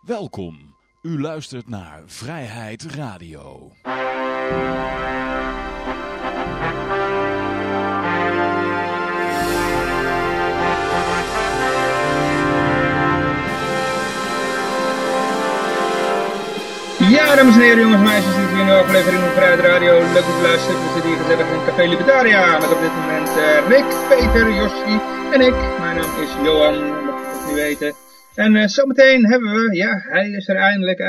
Welkom. U luistert naar Vrijheid Radio. Ja, dames en heren, jongens en meisjes, dit is weer een nieuwe aflevering van Vrijheid Radio. Leuk dat u luistert. We zitten hier gezellig in Café Libertaria met op dit moment Rick, Peter, Yoshi en ik. Mijn naam is Johan, dat moet je niet weten. En zometeen hebben we, ja, hij is er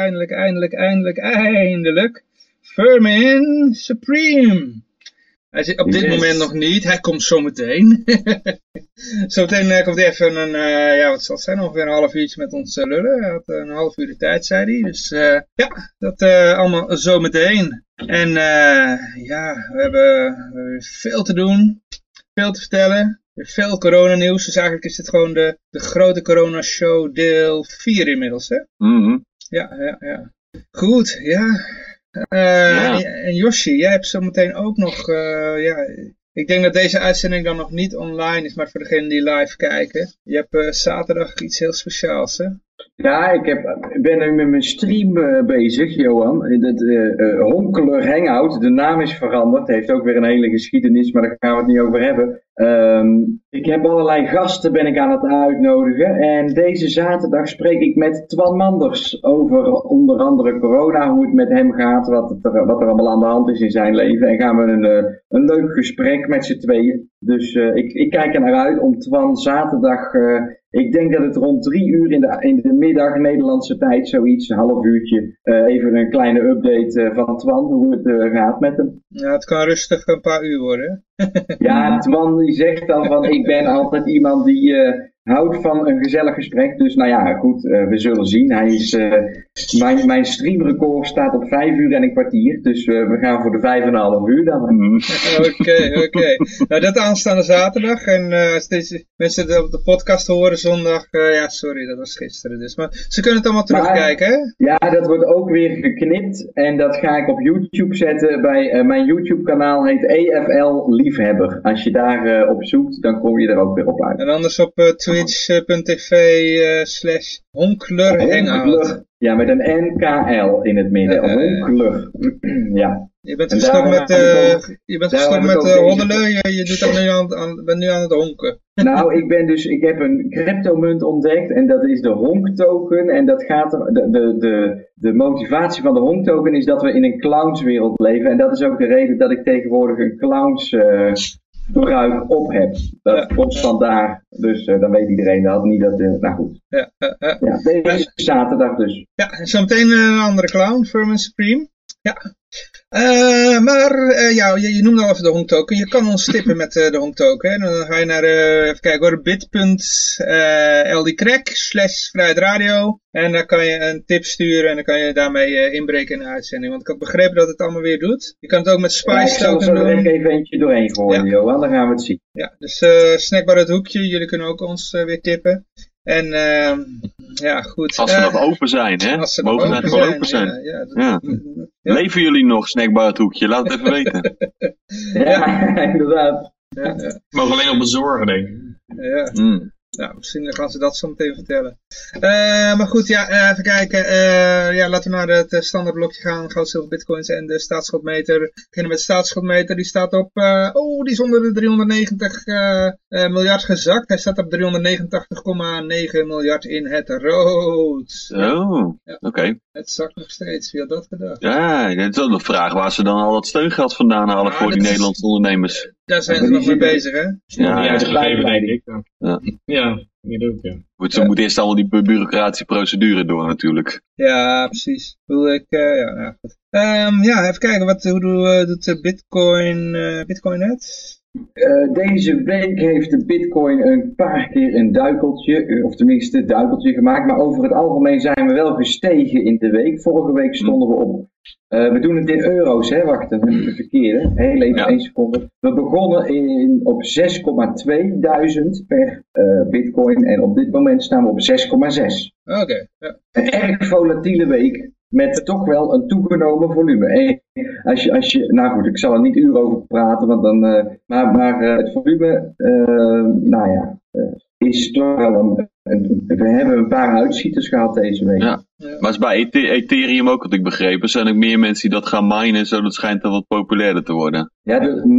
eindelijk. Firmin Supreme. Hij zit op dit moment nog niet, hij komt zometeen. Zometeen komt hij even wat zal het zijn, ongeveer een half uurtje met ons lullen. Hij had een half uur de tijd, zei hij. Dus dat allemaal zometeen. En we hebben veel te doen, veel te vertellen. Veel coronanieuws, dus eigenlijk is dit gewoon de grote coronashow deel 4 inmiddels, hè? Mm-hmm. Ja. Goed, ja. En Yoshi, jij hebt zo meteen ook nog, ik denk dat deze uitzending dan nog niet online is, maar voor degenen die live kijken. Je hebt zaterdag iets heel speciaals, hè? Ja, ik ben nu met mijn stream bezig, Johan. Het Honkeler Hangout, de naam is veranderd. Heeft ook weer een hele geschiedenis, maar daar gaan we het niet over hebben. Ik heb allerlei gasten ben ik aan het uitnodigen. En deze zaterdag spreek ik met Twan Manders over onder andere corona, hoe het met hem gaat, wat er allemaal aan de hand is in zijn leven. En gaan we een leuk gesprek met z'n tweeën. Dus ik kijk er naar uit om Twan zaterdag... ik denk dat het rond 3 uur in de middag Nederlandse tijd, zoiets, een half uurtje, even een kleine update van Twan, hoe het gaat met hem. Ja, het kan rustig een paar uur worden. Ja, Twan die zegt dan van, ik ben altijd iemand die houdt van een gezellig gesprek. Dus nou ja, goed, we zullen zien. Hij is, mijn streamrecord staat op 5 uur en een kwartier. Dus we gaan voor de 5,5 uur dan. Oké. Nou, dat aanstaande zaterdag. En als deze mensen de podcast horen zondag. Sorry, dat was gisteren dus. Maar ze kunnen het allemaal terugkijken, hè? Ja, dat wordt ook weer geknipt. En dat ga ik op YouTube zetten. Bij mijn YouTube kanaal heet EFL Liefhebber. Als je daar op zoekt, dan kom je er ook weer op uit. En anders op twitch.tv/Honkler Hangout. Ja, met een NKL in het midden. Honkler. Ja. Je bent gestopt met hoddelen, je doet dat bent nu aan het honken. Nou, ik heb een cryptomunt ontdekt en dat is de Honk-token. En dat gaat de motivatie van de Honk-token is dat we in een clownswereld leven. En dat is ook de reden dat ik tegenwoordig een clownsbruik op heb. Dat komt vandaar. Dus dan weet iedereen dat. Niet dat, nou goed. Ja, deze zaterdag dus. Ja, en zometeen een andere clown, Firmin Supreme. Ja. Je noemde al even de Honk-token. Je kan ons tippen met de Honk-token. Hè? Dan ga je naar, even kijken hoor, bit.ld/vrijheidradio. En dan kan je een tip sturen en dan kan je daarmee inbreken in de uitzending. Want ik had begrepen dat het allemaal weer doet. Je kan het ook met Spice token doen. Ik zal er even eentje doorheen gooien, Johan. Dan gaan we het zien. Ja, dus snackbar het hoekje. Jullie kunnen ook ons weer tippen. En goed. Als we nog open zijn, hè? Mogen we gewoon open zijn. Ja. Leven jullie nog, snackbar het hoekje? Laat het even weten. Ja, inderdaad. Ja. We mogen alleen op bezorgen, denk ik. Ja. Nou, misschien gaan ze dat zo meteen vertellen. Maar goed, even kijken. Laten we naar het standaardblokje gaan. Goud, zilver, bitcoins en de staatsschuldmeter. We beginnen met de staatsschuldmeter. Die staat op, die is onder de 390 miljard gezakt. Hij staat op 389,9 miljard in het rood. Oh, ja. Oké. Het zakt nog steeds. Wie had dat gedacht? Ja, het is ook nog de vraag waar ze dan al dat steungeld vandaan halen voor die Nederlandse ondernemers. Daar zijn ze nog mee bezig, hè? Ja, niet uitgegeven, denk ik. Ja, Ze moeten eerst allemaal die bureaucratische procedure door natuurlijk. Ja, precies. Even kijken, hoe doet Bitcoin het? Deze week heeft de Bitcoin een paar keer een duikeltje, of tenminste een duikeltje gemaakt. Maar over het algemeen zijn we wel gestegen in de week. Vorige week stonden we op... we doen het in euro's, hè? Wacht, dat heb ik het verkeerde. Heel even 1 seconde. We begonnen op 6,2 per bitcoin en op dit moment staan we op 6,6. Oké. Een erg volatiele week met toch wel een toegenomen volume. Als je, nou goed, ik zal er niet uren over praten, want dan, maar het volume, is toch wel we hebben een paar uitschieters gehad deze week. Ja. Ja. Maar is bij Ethereum ook wat ik begreep. Er zijn ook meer mensen die dat gaan minen, zodat het schijnt dan wat populairder te worden. Ja,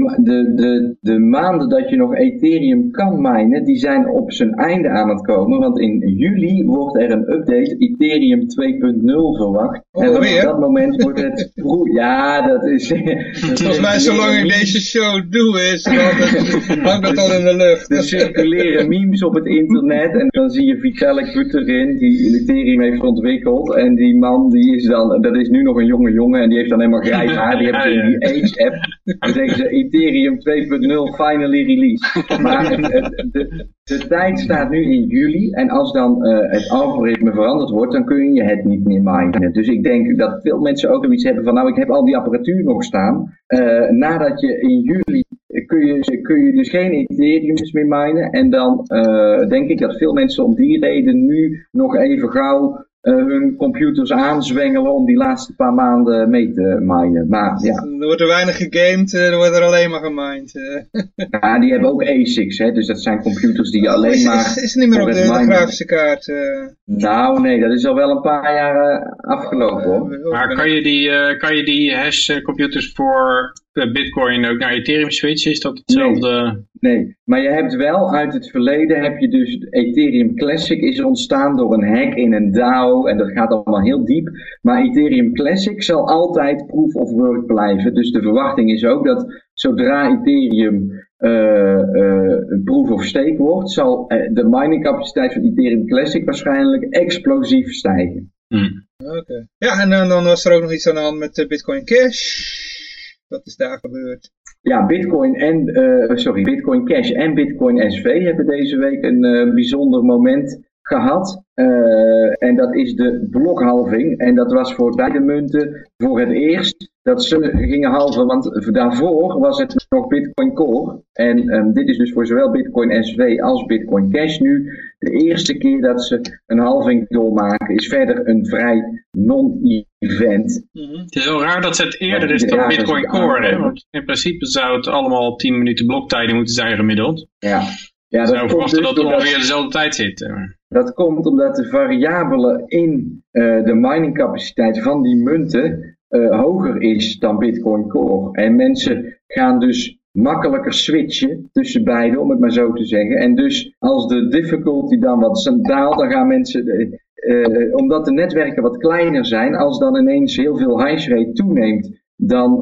de maanden dat je nog Ethereum kan minen, die zijn op zijn einde aan het komen. Want in juli wordt er een update, Ethereum 2.0 verwacht. En op dat moment wordt het... Ja, dat is... Volgens mij, zolang ik deze show doe, hangt dat al in de lucht. Er circuleren memes op het internet en dan zie je Vitalik Buterin, die Ethereum heeft ontwikkeld. En die man, dat is nu nog een jonge jongen en die heeft dan helemaal grijs haar. Die hebben ze in die Age-app. Dan zeggen ze Ethereum 2.0 finally released. Maar de tijd staat nu in juli en als dan het algoritme veranderd wordt, dan kun je het niet meer minen. Dus ik denk dat veel mensen ook iets hebben van, nou, ik heb al die apparatuur nog staan. Nadat je in juli kun je dus geen Ethereum meer minen. En dan denk ik dat veel mensen om die reden nu nog even gauw hun computers aanzwengelen om die laatste paar maanden mee te minen. Maar ja. Er wordt er weinig gegamed, er wordt er alleen maar gemined. Ja, die hebben ook ASICs, hè, dus dat zijn computers die alleen maar... Is het niet meer op de grafische kaart? Nou, nee, dat is al wel een paar jaar afgelopen, hoor. Maar kan je die hashcomputers voor Bitcoin ook naar Ethereum switchen? Is dat hetzelfde? Nee, maar je hebt wel uit het verleden, heb je dus Ethereum Classic is ontstaan door een hack in een DAO en dat gaat allemaal heel diep. Maar Ethereum Classic zal altijd proof of work blijven. Dus de verwachting is ook dat zodra Ethereum proof of stake wordt, zal de miningcapaciteit van Ethereum Classic waarschijnlijk explosief stijgen. Oké. Ja, en dan was er ook nog iets aan de hand met Bitcoin Cash. Wat is daar gebeurd? Ja, Bitcoin Cash en Bitcoin SV hebben deze week een bijzonder moment gehad. En dat is de blokhalving. En dat was voor beide munten voor het eerst dat ze gingen halven. Want daarvoor was het nog Bitcoin Core. En dit is dus voor zowel Bitcoin SV als Bitcoin Cash nu de eerste keer dat ze een halving doormaken. Is verder een vrij non-event. Het is wel raar dat het eerder is dan Bitcoin Core. Hè? Want in principe zou het allemaal 10 minuten bloktijden moeten zijn gemiddeld. Ja, dat zou verwachten dat het ongeveer dezelfde tijd zit. Dat komt omdat de variabelen in de miningcapaciteit van die munten hoger is dan Bitcoin Core. En mensen gaan dus makkelijker switchen tussen beide, om het maar zo te zeggen. En dus als de difficulty dan wat daalt, dan gaan mensen, omdat de netwerken wat kleiner zijn, als dan ineens heel veel hash rate toeneemt, dan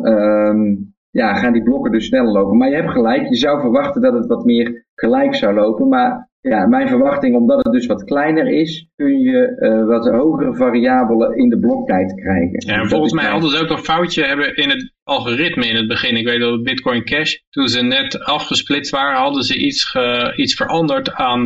gaan die blokken dus sneller lopen. Maar je hebt gelijk, je zou verwachten dat het wat meer gelijk zou lopen, maar ja, mijn verwachting, omdat het dus wat kleiner is, kun je wat hogere variabelen in de bloktijd krijgen. Ja, en volgens mij hadden ze ook een foutje hebben in het algoritme in het begin. Ik weet dat het Bitcoin Cash, toen ze net afgesplitst waren, hadden ze iets veranderd aan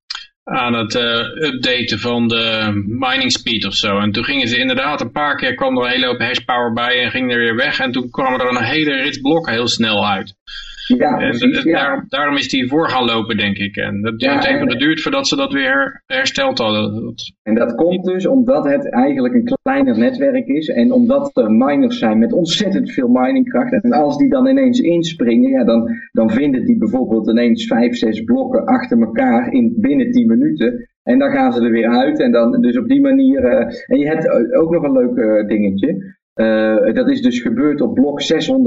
het updaten van de mining speed of zo. En toen gingen ze inderdaad een paar keer, kwam er een hele hoop hashpower bij en ging er weer weg. En toen kwam er een hele rits blokken heel snel uit. Ja, precies, daarom is die voor gaan lopen, denk ik. En dat heeft even geduurd voordat ze dat weer hersteld hadden. En dat komt dus omdat het eigenlijk een kleiner netwerk is. En omdat er miners zijn met ontzettend veel miningkracht. En als die dan ineens inspringen, ja, dan vinden die bijvoorbeeld ineens 5, 6 blokken achter elkaar binnen 10 minuten. En dan gaan ze er weer uit. En dan dus op die manier... en je hebt ook nog een leuk dingetje. Dat is dus gebeurd op blok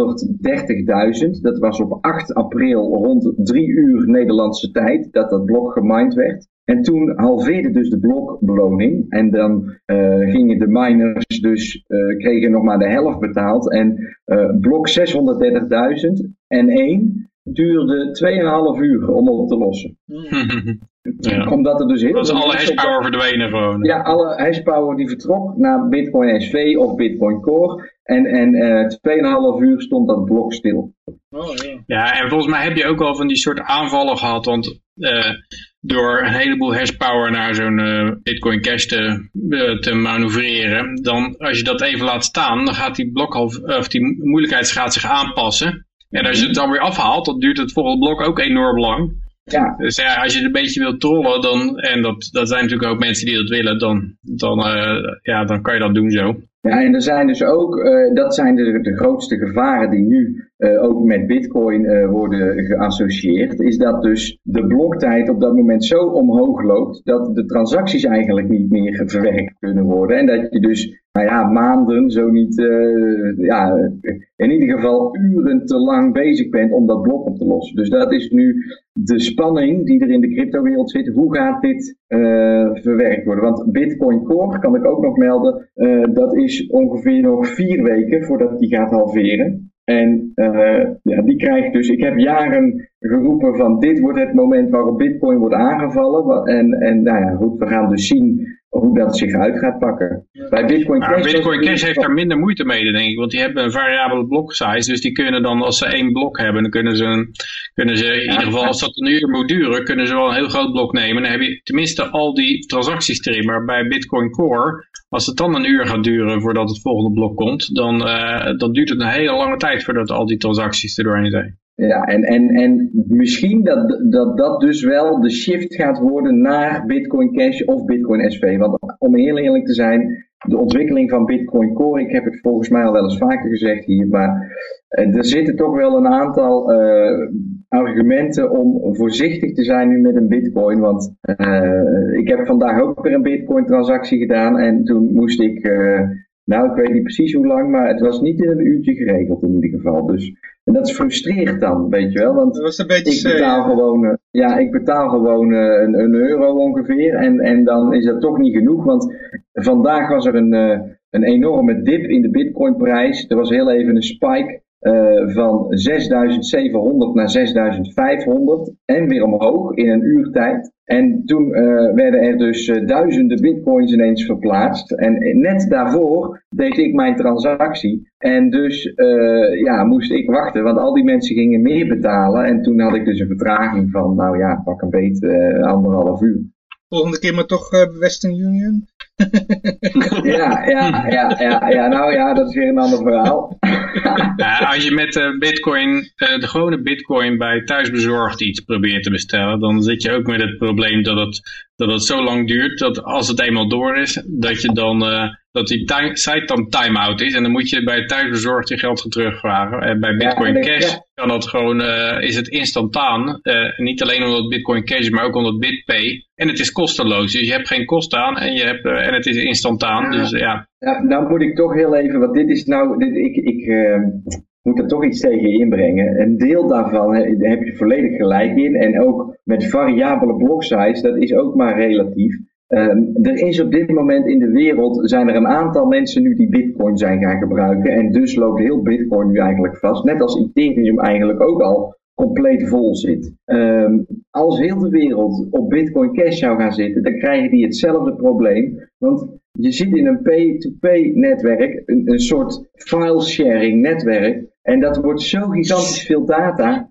630.000. Dat was op 8 april rond 3 uur Nederlandse tijd dat blok gemined werd. En toen halveerde dus de blokbeloning. En dan gingen de miners dus, kregen nog maar de helft betaald. En blok 630.001 duurde 2,5 uur om op te lossen. Ja. Omdat er dus heel dat is alle hashpower verdwenen gewoon. Ja, alle hashpower die vertrok naar Bitcoin SV of Bitcoin Core. En 2,5 uur stond dat blok stil. Ja, en volgens mij heb je ook al van die soort aanvallen gehad. Want door een heleboel hashpower naar zo'n Bitcoin Cash te manoeuvreren. Dan, als je dat even laat staan, dan gaat die moeilijkheidsgraad zich aanpassen. En als je het dan weer afhaalt, dan duurt het volgende blok ook enorm lang. Ja. Dus ja, als je het een beetje wilt trollen, en dat zijn natuurlijk ook mensen die dat willen, dan kan je dat doen zo. Ja, en er zijn dus ook, dat zijn de grootste gevaren die nu ook met Bitcoin worden geassocieerd, is dat dus de bloktijd op dat moment zo omhoog loopt dat de transacties eigenlijk niet meer verwerkt kunnen worden. En dat je dus maanden, zo niet, in ieder geval uren te lang bezig bent om dat blok op te lossen. Dus dat is nu de spanning die er in de cryptowereld zit. Hoe gaat dit verwerkt worden? Want Bitcoin Core, kan ik ook nog melden, dat is ongeveer nog 4 weken voordat die gaat halveren. En die krijgt dus, ik heb jaren geroepen van dit wordt het moment waarop Bitcoin wordt aangevallen. En goed, we gaan dus zien hoe dat zich uit gaat pakken. Bij Bitcoin Cash heeft daar minder moeite mee, denk ik. Want die hebben een variabele block size. Dus die kunnen dan, als ze 1 blok hebben, dan kunnen ze in ieder geval, als dat een uur moet duren, kunnen ze wel een heel groot blok nemen. Dan heb je tenminste al die transacties erin. Maar bij Bitcoin Core, als het dan een uur gaat duren voordat het volgende blok komt, dan duurt het een hele lange tijd voordat al die transacties er doorheen zijn. Ja, en misschien dat dus wel de shift gaat worden naar Bitcoin Cash of Bitcoin SV. Want om heel eerlijk te zijn, de ontwikkeling van Bitcoin Core, ik heb het volgens mij al wel eens vaker gezegd hier, maar er zitten toch wel een aantal argumenten om voorzichtig te zijn nu met een Bitcoin. Want ik heb vandaag ook weer een Bitcoin transactie gedaan en toen moest ik, ik weet niet precies hoe lang, maar het was niet in een uurtje geregeld in ieder geval. Dus en dat frustreert dan, weet je wel, want ik betaal gewoon een euro ongeveer en dan is dat toch niet genoeg, want vandaag was er een enorme dip in de Bitcoinprijs. Er was heel even een spike van 6.700 naar 6.500 en weer omhoog in een uur tijd. En toen werden er dus duizenden bitcoins ineens verplaatst. En net daarvoor deed ik mijn transactie. En dus moest ik wachten, want al die mensen gingen meer betalen. En toen had ik dus een vertraging van, pak een beet, 1,5 uur. Volgende keer maar toch Western Union? Dat is weer een ander verhaal. Als je met Bitcoin, de gewone Bitcoin bij thuisbezorgd iets probeert te bestellen, dan zit je ook met het probleem dat het zo lang duurt, dat als het eenmaal door is, dat je dan dat die site dan time-out is en dan moet je bij thuisbezorgd je geld terugvragen. En bij Bitcoin Cash kan dat gewoon, is het instantaan. Niet alleen omdat Bitcoin Cash, maar ook omdat BitPay. En het is kosteloos, dus je hebt geen kosten aan en het is instantaan. Dus ja. Nou moet ik toch heel even, want dit is ik moet er toch iets tegen inbrengen. Een deel daarvan daar heb je volledig gelijk in. En ook met variabele block size, dat is ook maar relatief. Er is op dit moment in de wereld, zijn er een aantal mensen nu die Bitcoin zijn gaan gebruiken. En dus loopt heel Bitcoin nu eigenlijk vast. Net als Ethereum eigenlijk ook al compleet vol zit. Als heel de wereld op Bitcoin Cash zou gaan zitten, dan krijgen die hetzelfde probleem. Want je zit in een pay-to-pay netwerk, een soort file-sharing netwerk. En dat wordt zo gigantisch veel data,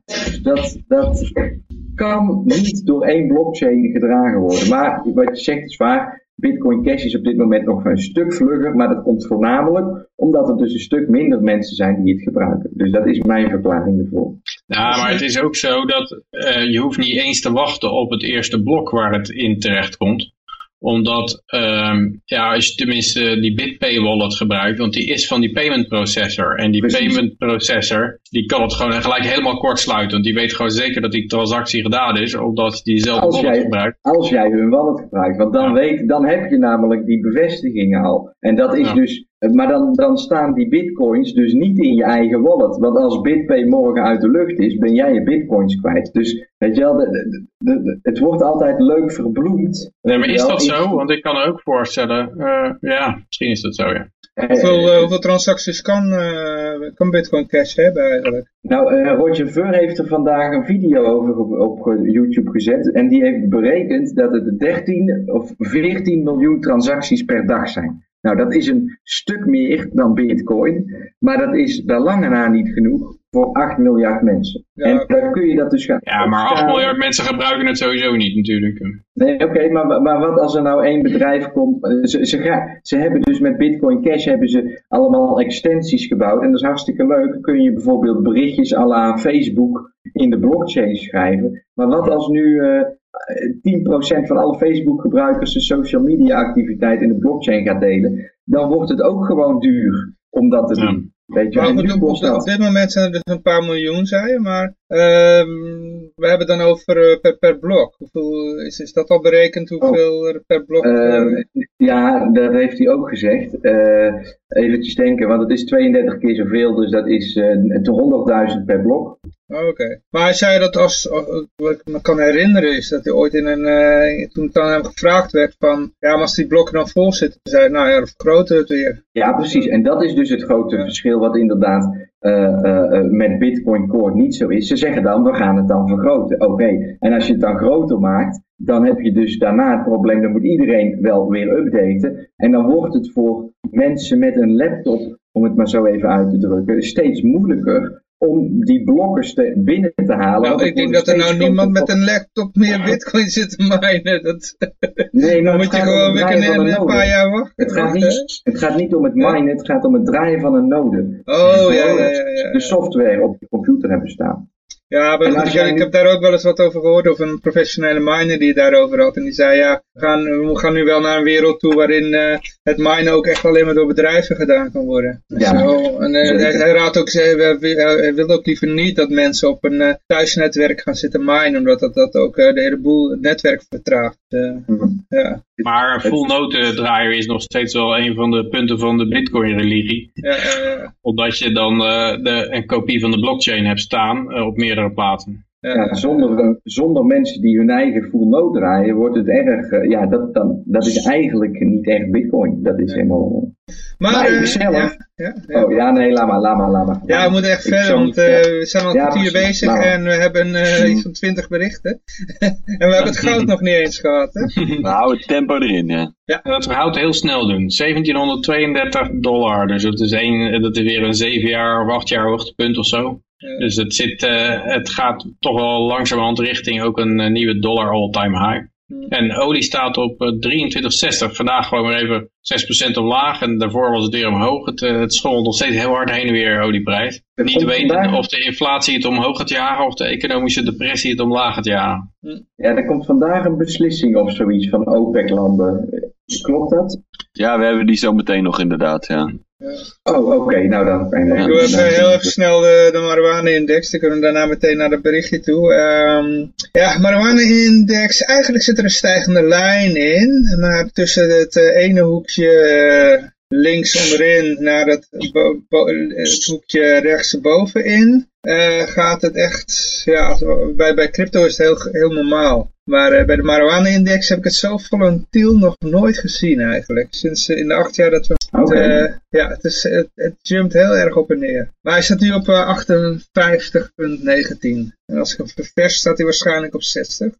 dat kan niet door één blockchain gedragen worden. Maar wat je zegt is waar, Bitcoin Cash is op dit moment nog een stuk vlugger, maar dat komt voornamelijk omdat er dus een stuk minder mensen zijn die het gebruiken. Dus dat is mijn verklaring ervoor. Ja, maar het is ook zo dat je hoeft niet eens te wachten op het eerste blok waar het in terecht komt. Omdat, als je tenminste die BitPay wallet gebruikt, want die is van die payment processor. En die payment processor, die kan het gewoon gelijk helemaal kort sluiten. Want die weet gewoon zeker dat die transactie gedaan is, omdat die diezelfde wallet gebruikt. Als jij hun wallet gebruikt, want dan heb je namelijk die bevestigingen al. En dat is dus, maar dan staan die bitcoins dus niet in je eigen wallet. Want als BitPay morgen uit de lucht is, ben jij je bitcoins kwijt. Dus weet je wel, het wordt altijd leuk verbloemd. Nee, maar is dat zo? Want ik kan er ook voorstellen, misschien is dat zo, ja. Hoeveel transacties kan Bitcoin Cash hebben eigenlijk? Nou, Roger Ver heeft er vandaag een video over op YouTube gezet. En die heeft berekend dat het 13 of 14 miljoen transacties per dag zijn. Nou, dat is een stuk meer dan Bitcoin. Maar dat is bij lange na niet genoeg voor 8 miljard mensen. Ja, en dan kun je dat dus gaan... Ja, maar 8 miljard mensen gebruiken het sowieso niet natuurlijk. Nee, oké, maar wat als er nou één bedrijf komt... Ze hebben dus met Bitcoin Cash hebben ze allemaal extensies gebouwd. En dat is hartstikke leuk. Kun je bijvoorbeeld berichtjes à la Facebook in de blockchain schrijven. Maar wat als nu 10% van alle Facebook gebruikers de social media activiteit in de blockchain gaat delen... dan wordt het ook gewoon duur om dat te doen. Weet je, maar goed, op dit moment zijn er dus een paar miljoen, zei je, maar we hebben het dan over per blok. Hoeveel, is dat al berekend hoeveel er per blok? Ja, dat heeft hij ook gezegd. Eventjes denken, want het is 32 keer zoveel, dus dat is 100.000 per blok. Oké. Maar hij zei dat wat ik me kan herinneren is dat hij ooit toen het aan hem gevraagd werd van, ja, maar als die blokken dan vol zitten, zei hij, nou ja, dan vergroten we het weer. Ja, precies. En dat is dus het grote verschil wat inderdaad met Bitcoin Core niet zo is. Ze zeggen dan, we gaan het dan vergroten. Oké. En als je het dan groter maakt, dan heb je dus daarna het probleem, dan moet iedereen wel weer updaten. En dan wordt het voor mensen met een laptop, om het maar zo even uit te drukken, steeds moeilijker om die blokken binnen te halen. Nou, ik denk dat er nou niemand met een laptop meer Bitcoin zit te minen. Nee, dan moet je gewoon weer een paar jaar wachten. Het gaat niet om het minen, het gaat om het draaien van een node. Oh, ja. De software op je computer hebben staan. Ja, maar ik heb daar ook wel eens wat over gehoord, over een professionele miner die het daarover had. En die zei, ja, we gaan nu wel naar een wereld toe waarin het minen ook echt alleen maar door bedrijven gedaan kan worden. Ja. Zo, en hij raadt ook, hij wil ook liever niet dat mensen op een thuisnetwerk gaan zitten minen, omdat dat ook de hele boel het netwerk vertraagt. Ja. Maar full node draaien is nog steeds wel een van de punten van de Bitcoin-religie. Ja. Omdat je dan een kopie van de blockchain hebt staan op meerdere plaatsen. Ja, zonder mensen die hun eigen full node draaien, wordt het erg, dat is eigenlijk niet echt Bitcoin. Dat is helemaal... Maar ik zelf... Oh ja, nee, laat maar. Ja, we moeten echt verder, want we zijn al een kwartier bezig en we hebben iets van 20 berichten. En we hebben het goud nog niet eens gehad, hè? Nou, het tempo erin, ja. Ja, dat we goud heel snel doen. $1732, dus dat is weer een 7 jaar of 8 jaar hoogtepunt of zo. Ja. Dus het gaat toch wel langzamerhand richting ook een nieuwe dollar all-time high. En olie staat op 23,60. Vandaag gewoon weer even 6% omlaag. En daarvoor was het weer omhoog. Het schommelt nog steeds heel hard heen en weer, olieprijs. Niet te weten of de inflatie het omhoog gaat jagen of de economische depressie het omlaag gaat jagen. Ja, er komt vandaag een beslissing of zoiets van OPEC-landen. Klopt dat? Ja, we hebben die zo meteen nog inderdaad, ja. Oh, oké. Nou dan. Ik doe even heel even snel de marijuana-index. Dan kunnen we daarna meteen naar het berichtje toe. Marijuana-index. Eigenlijk zit er een stijgende lijn in. Maar tussen het ene hoekje links onderin naar het hoekje rechtsbovenin gaat het echt... Ja, bij crypto is het heel normaal. Maar bij de marijuana-index heb ik het zo volatiel nog nooit gezien eigenlijk. Sinds in de 8 jaar dat we... Het jumpt heel erg op en neer. Maar hij staat nu op 58,19. En als ik hem ververs staat hij waarschijnlijk op 60.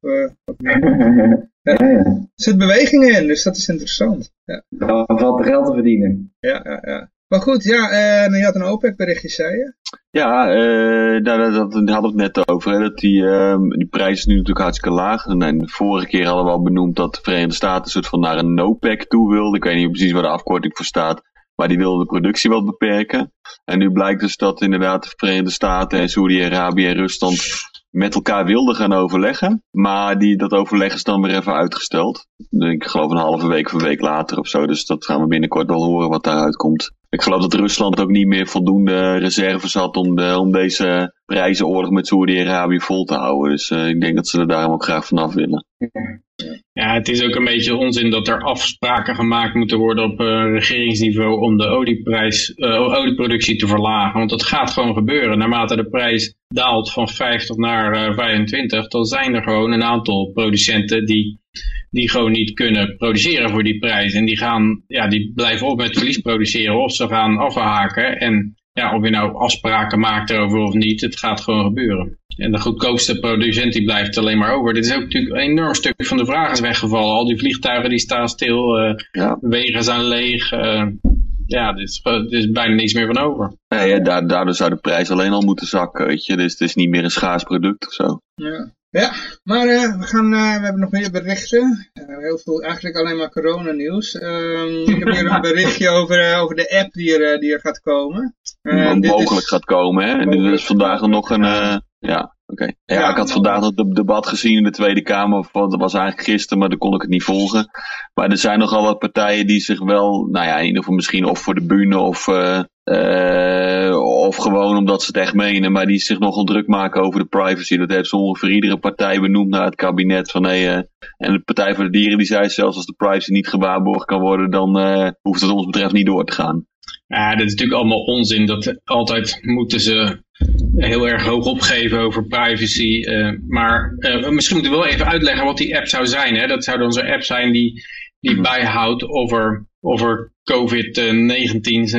Er zit beweging in, dus dat is interessant. Ja. Dan valt er geld te verdienen. Ja. Maar goed, je had een OPEC-berichtje, zei je? Ja, daar hadden we het net over. Hè, dat die prijs is nu natuurlijk hartstikke laag. En de vorige keer hadden we al benoemd dat de Verenigde Staten een soort van naar een NOPEC toe wilde. Ik weet niet precies waar de afkorting voor staat. Maar die wilden de productie wat beperken. En nu blijkt dus dat inderdaad de Verenigde Staten en Saoedi-Arabië en Rusland met elkaar wilden gaan overleggen. Maar dat overleg is dan weer even uitgesteld. Ik geloof een halve week of een week later of zo. Dus dat gaan we binnenkort wel horen wat daaruit komt. Ik geloof dat Rusland ook niet meer voldoende reserves had om deze prijzenoorlog met Saoedi-Arabië vol te houden. Dus ik denk dat ze er daarom ook graag vanaf willen. Ja, het is ook een beetje onzin dat er afspraken gemaakt moeten worden op regeringsniveau om de olieproductie te verlagen. Want dat gaat gewoon gebeuren. Naarmate de prijs daalt van 50 naar 25, dan zijn er gewoon een aantal producenten die gewoon niet kunnen produceren voor die prijs. En die blijven op met verlies produceren of ze gaan afhaken. En ja, of je nou afspraken maakt erover of niet, het gaat gewoon gebeuren. En de goedkoopste producent die blijft alleen maar over. Dit is ook natuurlijk een enorm stuk van de vraag is weggevallen. Al die vliegtuigen die staan stil, wegen zijn leeg. Er is bijna niets meer van over. Ja, daardoor zou de prijs alleen al moeten zakken, weet je. Dus het is niet meer een schaars product of zo. Ja, maar we hebben nog meer berichten. Heel veel, eigenlijk alleen maar coronanieuws. Ik heb hier een berichtje over de app die er gaat komen. Mogelijk gaat komen, hè. En er is vandaag nog een... Oké. Ja, ik had vandaag het debat gezien in de Tweede Kamer. Dat was eigenlijk gisteren, maar dan kon ik het niet volgen. Maar er zijn nogal wat partijen die zich wel, in ieder geval misschien of voor de bühne of Of gewoon omdat ze het echt menen, maar die zich nogal druk maken over de privacy. Dat heeft zo ongeveer iedere partij benoemd naar het kabinet. En de Partij voor de Dieren die zei zelfs als de privacy niet gewaarborgd kan worden, dan hoeft het ons betreft niet door te gaan. Ja, dat is natuurlijk allemaal onzin. Dat altijd moeten ze heel erg hoog opgeven over privacy. Maar misschien moeten we wel even uitleggen wat die app zou zijn. Hè? Dat zou dan zo'n app zijn die bijhoudt over COVID-19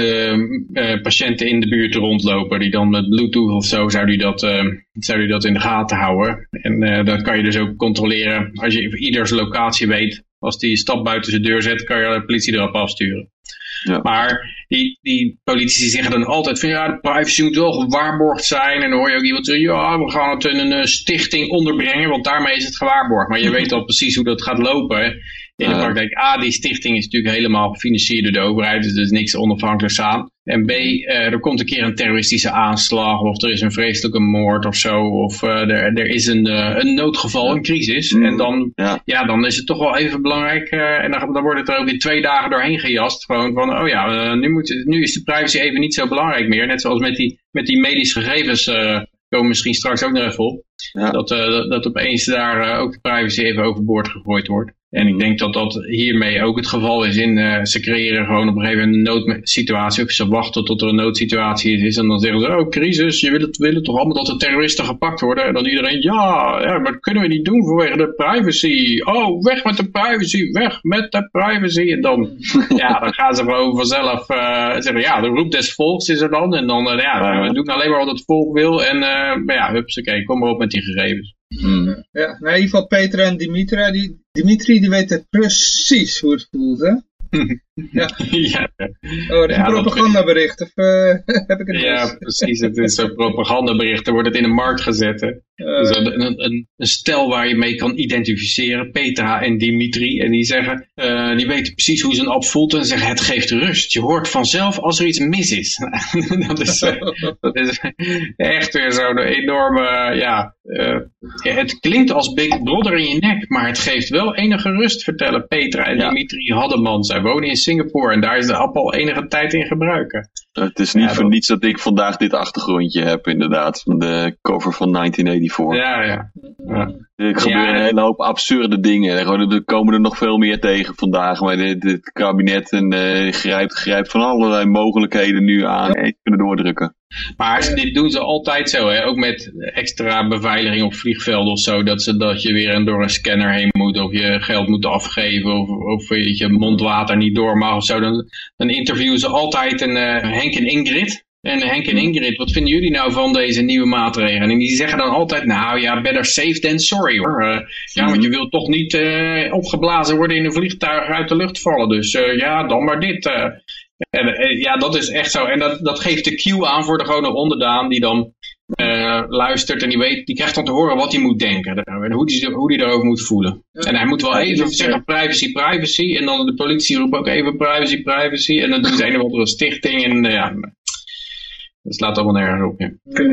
patiënten in de buurt rondlopen. Die dan met Bluetooth of zo zou die dat in de gaten houden. En dan kan je dus ook controleren. Als je ieders locatie weet. Als die stap buiten zijn deur zet, kan je de politie erop afsturen. Ja. Maar die politici zeggen dan altijd van ja, de privacy moet wel gewaarborgd zijn. En dan hoor je ook iemand zeggen, ja, we gaan het in een stichting onderbrengen, want daarmee is het gewaarborgd. Maar je weet al precies hoe dat gaat lopen. In de praktijk, die stichting is natuurlijk helemaal gefinancierd door de overheid, dus er is niks onafhankelijks aan. En B, er komt een keer een terroristische aanslag, of er is een vreselijke moord of zo, of er is een noodgeval, een crisis. En dan is het toch wel even belangrijk, en dan wordt het er ook in 2 dagen doorheen gejast. Gewoon van, nu is de privacy even niet zo belangrijk meer. Net zoals met die medische gegevens, komen misschien straks ook nog even op. Ja. Dat opeens daar ook de privacy even overboord gegooid wordt. En ik denk dat dat hiermee ook het geval is. Ze creëren gewoon op een gegeven moment een noodsituatie. Of ze wachten tot er een noodsituatie is. En dan zeggen ze, crisis, je willen toch allemaal dat de terroristen gepakt worden. En dan iedereen, ja, maar dat kunnen we niet doen vanwege de privacy. Oh, weg met de privacy, weg met de privacy. En dan, dan gaan ze gewoon vanzelf zeggen, ja, de roep des volks is er dan. En dan, we doen alleen maar wat het volk wil. En hupsakee, kom maar op met die gegevens. Ja, in ieder geval Petra en Dimitri die weten precies hoe het voelt, hè? Ja. Oh, dat is een propagandabericht, of heb ik het Ja, precies, het is een propagandabericht, dan wordt het in de markt gezet, hè? Dus een stel waar je mee kan identificeren, Petra en Dimitri, en die zeggen, die weten precies hoe zijn app voelt en zeggen, het geeft rust, je hoort vanzelf als er iets mis is. dat is echt weer zo'n enorme, het klinkt als Big Brother in je nek, maar het geeft wel enige rust, vertellen Petra en Dimitri Haddeman. Zij wonen in Singapore en daar is de app al enige tijd in gebruiken. Het is niet voor niets dat ik vandaag dit achtergrondje heb, inderdaad. Van de cover van 1984. Ja. Er gebeuren een hele hoop absurde dingen. Er komen er nog veel meer tegen vandaag. Maar dit kabinet grijpt van allerlei mogelijkheden nu aan. En kunnen doordrukken. Maar dit doen ze altijd zo, hè? Ook met extra beveiliging op vliegvelden of zo, dat je weer door een scanner heen moet, of je geld moet afgeven, of je mondwater niet door mag of zo. Dan interviewen ze altijd Henk en Ingrid. En Henk en Ingrid, wat vinden jullie nou van deze nieuwe maatregelen? En die zeggen dan altijd, better safe than sorry hoor. Want je wilt toch niet opgeblazen worden in een vliegtuig uit de lucht vallen. Dus dan maar dit. Dat is echt zo. En dat geeft de cue aan voor de gewone onderdaan die dan luistert en die krijgt dan te horen wat hij moet denken. En hoe die erover moet voelen. En hij moet wel even zeggen privacy. En dan de politie roept ook even privacy. En dan doen ze een of andere stichting. En dat slaat allemaal nergens op.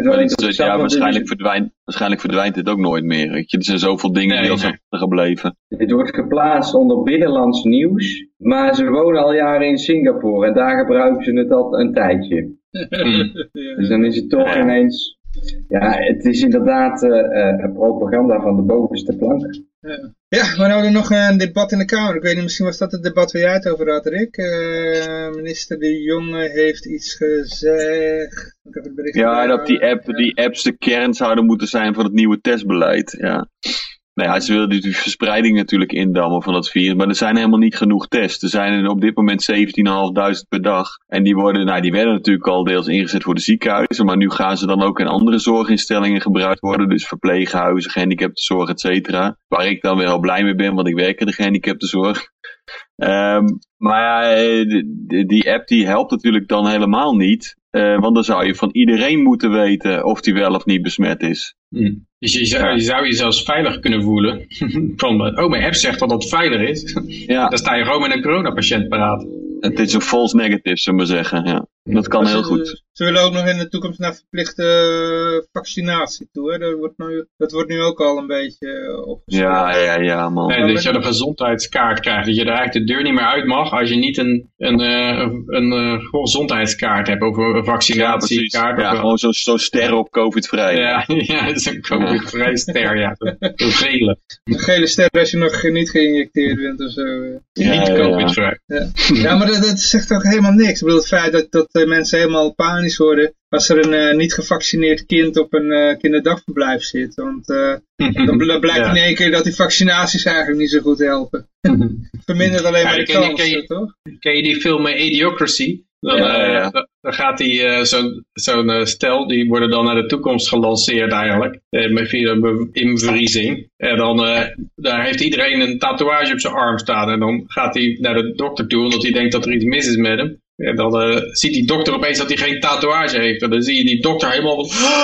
Waarschijnlijk verdwijnt dit ook nooit meer. Weet je? Er zijn zoveel dingen die al zijn gebleven. Dit wordt geplaatst onder binnenlands nieuws. Maar ze wonen al jaren in Singapore. En daar gebruiken ze het al een tijdje. Dus dan is het toch ineens... Ja, het is inderdaad propaganda van de bovenste plank. Ja, maar nou er nog een debat in de Kamer. Ik weet niet, misschien was dat het debat waar jij het over had, Rick. Minister De Jonge heeft iets gezegd. Dat die apps de kern zouden moeten zijn van het nieuwe testbeleid. Ja. Ze willen die verspreiding natuurlijk indammen van dat virus, maar er zijn helemaal niet genoeg tests. Er zijn er op dit moment 17.500 per dag. En die werden natuurlijk al deels ingezet voor de ziekenhuizen, maar nu gaan ze dan ook in andere zorginstellingen gebruikt worden. Dus verpleeghuizen, gehandicaptenzorg, et cetera. Waar ik dan wel blij mee ben, want ik werk in de gehandicaptenzorg. Die app die helpt natuurlijk dan helemaal niet. Want dan zou je van iedereen moeten weten of die wel of niet besmet is. Dus je zou je zelfs veilig kunnen voelen. Mijn app zegt dat het veilig is. Ja. Dan sta je gewoon met een coronapatiënt paraat. Het is een false negative, zullen we maar zeggen. Ja. Dat kan heel goed. Ze willen ook nog in de toekomst naar verplichte vaccinatie toe. Hè? Dat wordt nu ook al een beetje opgesteld. Ja, man. Nee, dat je een gezondheidskaart krijgt. Dat je er eigenlijk de deur niet meer uit mag als je niet een gezondheidskaart hebt. Of een vaccinatiekaart. Ja, gewoon zo'n ster op COVID-vrij. Ja, dat is een COVID-vrij ster, ja. Een gele. Een gele ster als je nog niet geïnjecteerd bent of zo. Niet COVID-vrij. Ja, maar dat zegt ook helemaal niks. Ik bedoel, het feit dat mensen helemaal panisch worden als er een niet gevaccineerd kind op een kinderdagverblijf zit. Want dan blijkt in één keer dat die vaccinaties eigenlijk niet zo goed helpen. Vermindert alleen maar de kans, toch? Ken je die film Idiocracy? Dan gaat die zo'n stel, die worden dan naar de toekomst gelanceerd eigenlijk, via een invriezing. En dan daar heeft iedereen een tatoeage op zijn arm staan. En dan gaat hij naar de dokter toe, omdat hij denkt dat er iets mis is met hem. En dan ziet die dokter opeens dat hij geen tatoeage heeft. En dan zie je die dokter helemaal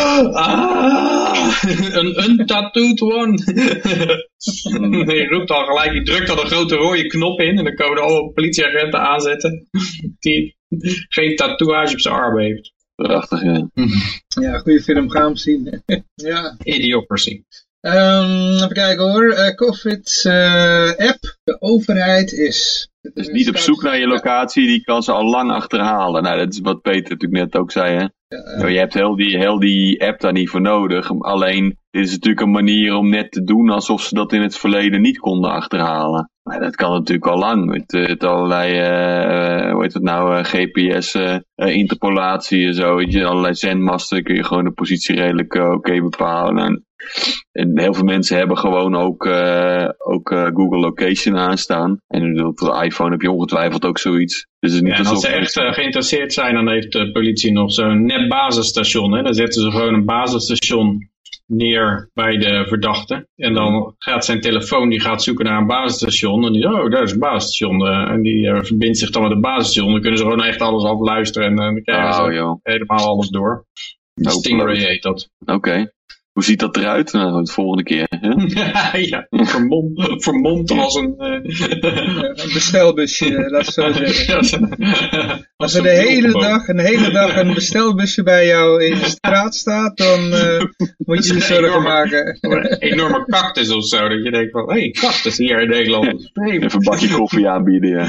een untattooed one. Hij roept dan gelijk, die drukt dan een grote rode knop in. En dan komen er alle politieagenten aanzetten. Die geen tatoeage op zijn arm heeft. Prachtig, ja. Ja, goede film, gaan we zien. Ja. Idiocracy. Even kijken hoor. COVID-app. De overheid is... Dus niet op zoek naar je locatie, die kan ze al lang achterhalen. Nou, dat is wat Peter natuurlijk net ook zei, hè. Je hebt heel die app daar niet voor nodig. Alleen, dit is natuurlijk een manier om net te doen alsof ze dat in het verleden niet konden achterhalen. Maar dat kan natuurlijk al lang. Met allerlei, hoe heet het nou, GPS-interpolatie en zo. Weet je, allerlei zendmasten kun je gewoon de positie redelijk oké bepalen. En heel veel mensen hebben gewoon ook Google Location aanstaan. En op de iPhone heb je ongetwijfeld ook zoiets. Dus het is niet en als ze echt geïnteresseerd zijn, dan heeft de politie nog zo'n net basisstation. Hè? Dan zetten ze gewoon een basisstation neer bij de verdachte. En dan gaat zijn telefoon, die gaat zoeken naar een basisstation. En die daar is een basisstation. En die verbindt zich dan met een basisstation. Dan kunnen ze gewoon echt alles afluisteren. En dan krijgen ze helemaal alles door. Stingray heet dat. Oké. Hoe ziet dat eruit? Nou, de volgende keer. Ja, vermomd als een bestelbusje, laat ik zo zeggen. Als er de hele dag een bestelbusje bij jou in de straat staat, dan moet je je zorgen maken. Een enorme cactus of zo, dat je denkt van, hé, cactus hier in Nederland. Even een bakje koffie aanbieden, ja.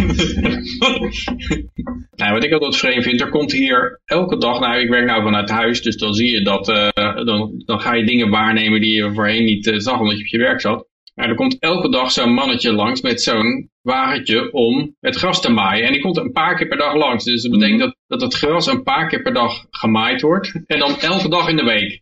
Nou, wat ik altijd vreemd vind, er komt hier elke dag, nou ik werk nou vanuit huis, dus dan zie je dat, dan ga je dingen waarnemen die je voorheen niet zag omdat je op je werk zat. Maar er komt elke dag zo'n mannetje langs met zo'n wagentje om het gras te maaien. En die komt een paar keer per dag langs. Dus dat betekent dat het gras een paar keer per dag gemaaid wordt. En dan elke dag in de week.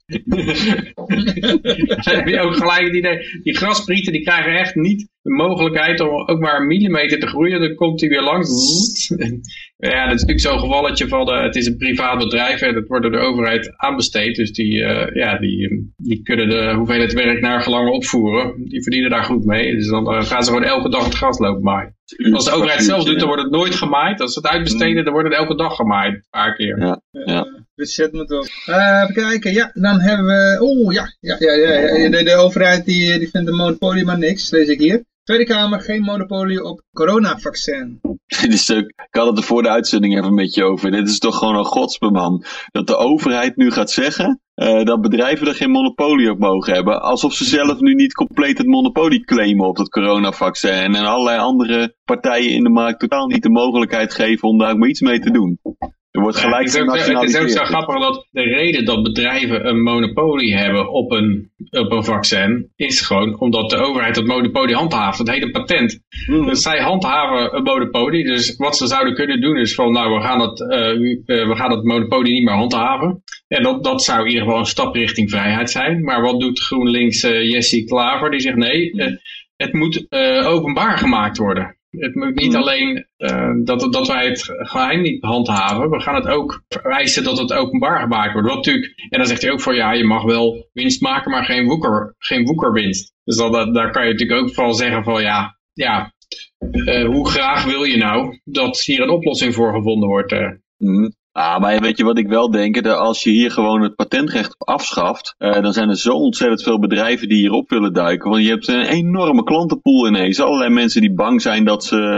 Dan heb je ook gelijk het idee. Die grasprieten die krijgen echt niet de mogelijkheid om ook maar een millimeter te groeien. Dan komt hij weer langs. Ja, dat is natuurlijk zo'n gevalletje van het is een privaat bedrijf en dat wordt door de overheid aanbesteed. Dus die kunnen de hoeveelheid werk naar gelang opvoeren. Die verdienen daar goed mee. Dus dan gaan ze gewoon elke dag het gras lopen maaien. Als de overheid zelf doet, dan wordt het nooit gemaaid. Als ze het uitbesteden, dan wordt het elke dag gemaaid. Een paar keer. Ja. Dus zet me op. Even kijken. Ja, dan hebben we... De overheid die vindt de monopolie maar niks. Lees ik hier. Tweede Kamer, geen monopolie op coronavaccin. Ik had het er voor de uitzending even met je over. Dit is toch gewoon een godsbeman. Dat de overheid nu gaat zeggen dat bedrijven er geen monopolie op mogen hebben. Alsof ze zelf nu niet compleet het monopolie claimen op dat coronavaccin. En allerlei andere partijen in de markt totaal niet de mogelijkheid geven om daar maar iets mee te doen. Er wordt gelijk het is ook zo grappig dat de reden dat bedrijven een monopolie hebben op een vaccin is gewoon omdat de overheid dat monopolie handhaaft. Dat heet een patent. Dus zij handhaven een monopolie. Dus wat ze zouden kunnen doen is van nou we gaan het monopolie niet meer handhaven. En dat zou in ieder geval een stap richting vrijheid zijn. Maar wat doet GroenLinks Jessie Klaver? Die zegt nee, het moet openbaar gemaakt worden. Het moet niet alleen dat wij het geheim niet handhaven. We gaan het ook vereisen dat het openbaar gemaakt wordt. Wat natuurlijk, en dan zegt hij ook van ja, je mag wel winst maken, maar geen woekerwinst. Dus daar kan je natuurlijk ook van zeggen van hoe graag wil je nou dat hier een oplossing voor gevonden wordt? Maar weet je wat ik wel denk? Als je hier gewoon het patentrecht afschaft, dan zijn er zo ontzettend veel bedrijven die hierop willen duiken. Want je hebt een enorme klantenpool ineens. Allerlei mensen die bang zijn dat ze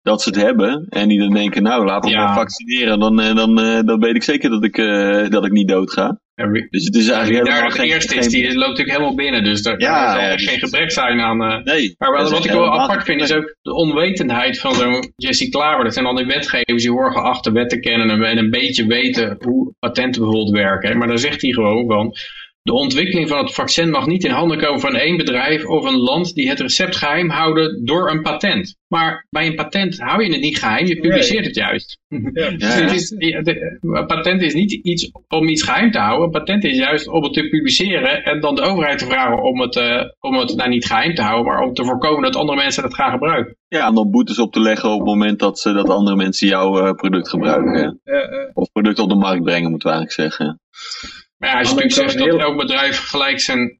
dat ze het hebben. En die dan denken, nou, laten we maar vaccineren. Dan weet ik zeker dat ik niet dood ga. Dus het is eigenlijk daar het eerste is, die loopt natuurlijk helemaal binnen. Dus daar zal geen gebrek zijn aan... Nee. Maar wat ik wel apart vind, is ook de onwetendheid van zo'n Jesse Klaver. Dat zijn al die wetgevers die horen geacht de wet te kennen en een beetje weten hoe patenten bijvoorbeeld werken. Maar daar zegt hij gewoon van... De ontwikkeling van het vaccin mag niet in handen komen van één bedrijf of een land die het recept geheim houden door een patent. Maar bij een patent hou je het niet geheim, je publiceert het juist. Ja. Dus een patent is niet iets om iets geheim te houden. Een patent is juist om het te publiceren en dan de overheid te vragen om het nou niet geheim te houden, maar om te voorkomen dat andere mensen het gaan gebruiken. Ja, en dan boetes op te leggen op het moment dat andere mensen jouw product gebruiken. Of product op de markt brengen, moeten we eigenlijk zeggen. Maar ja, als je natuurlijk zegt dat elk bedrijf gelijk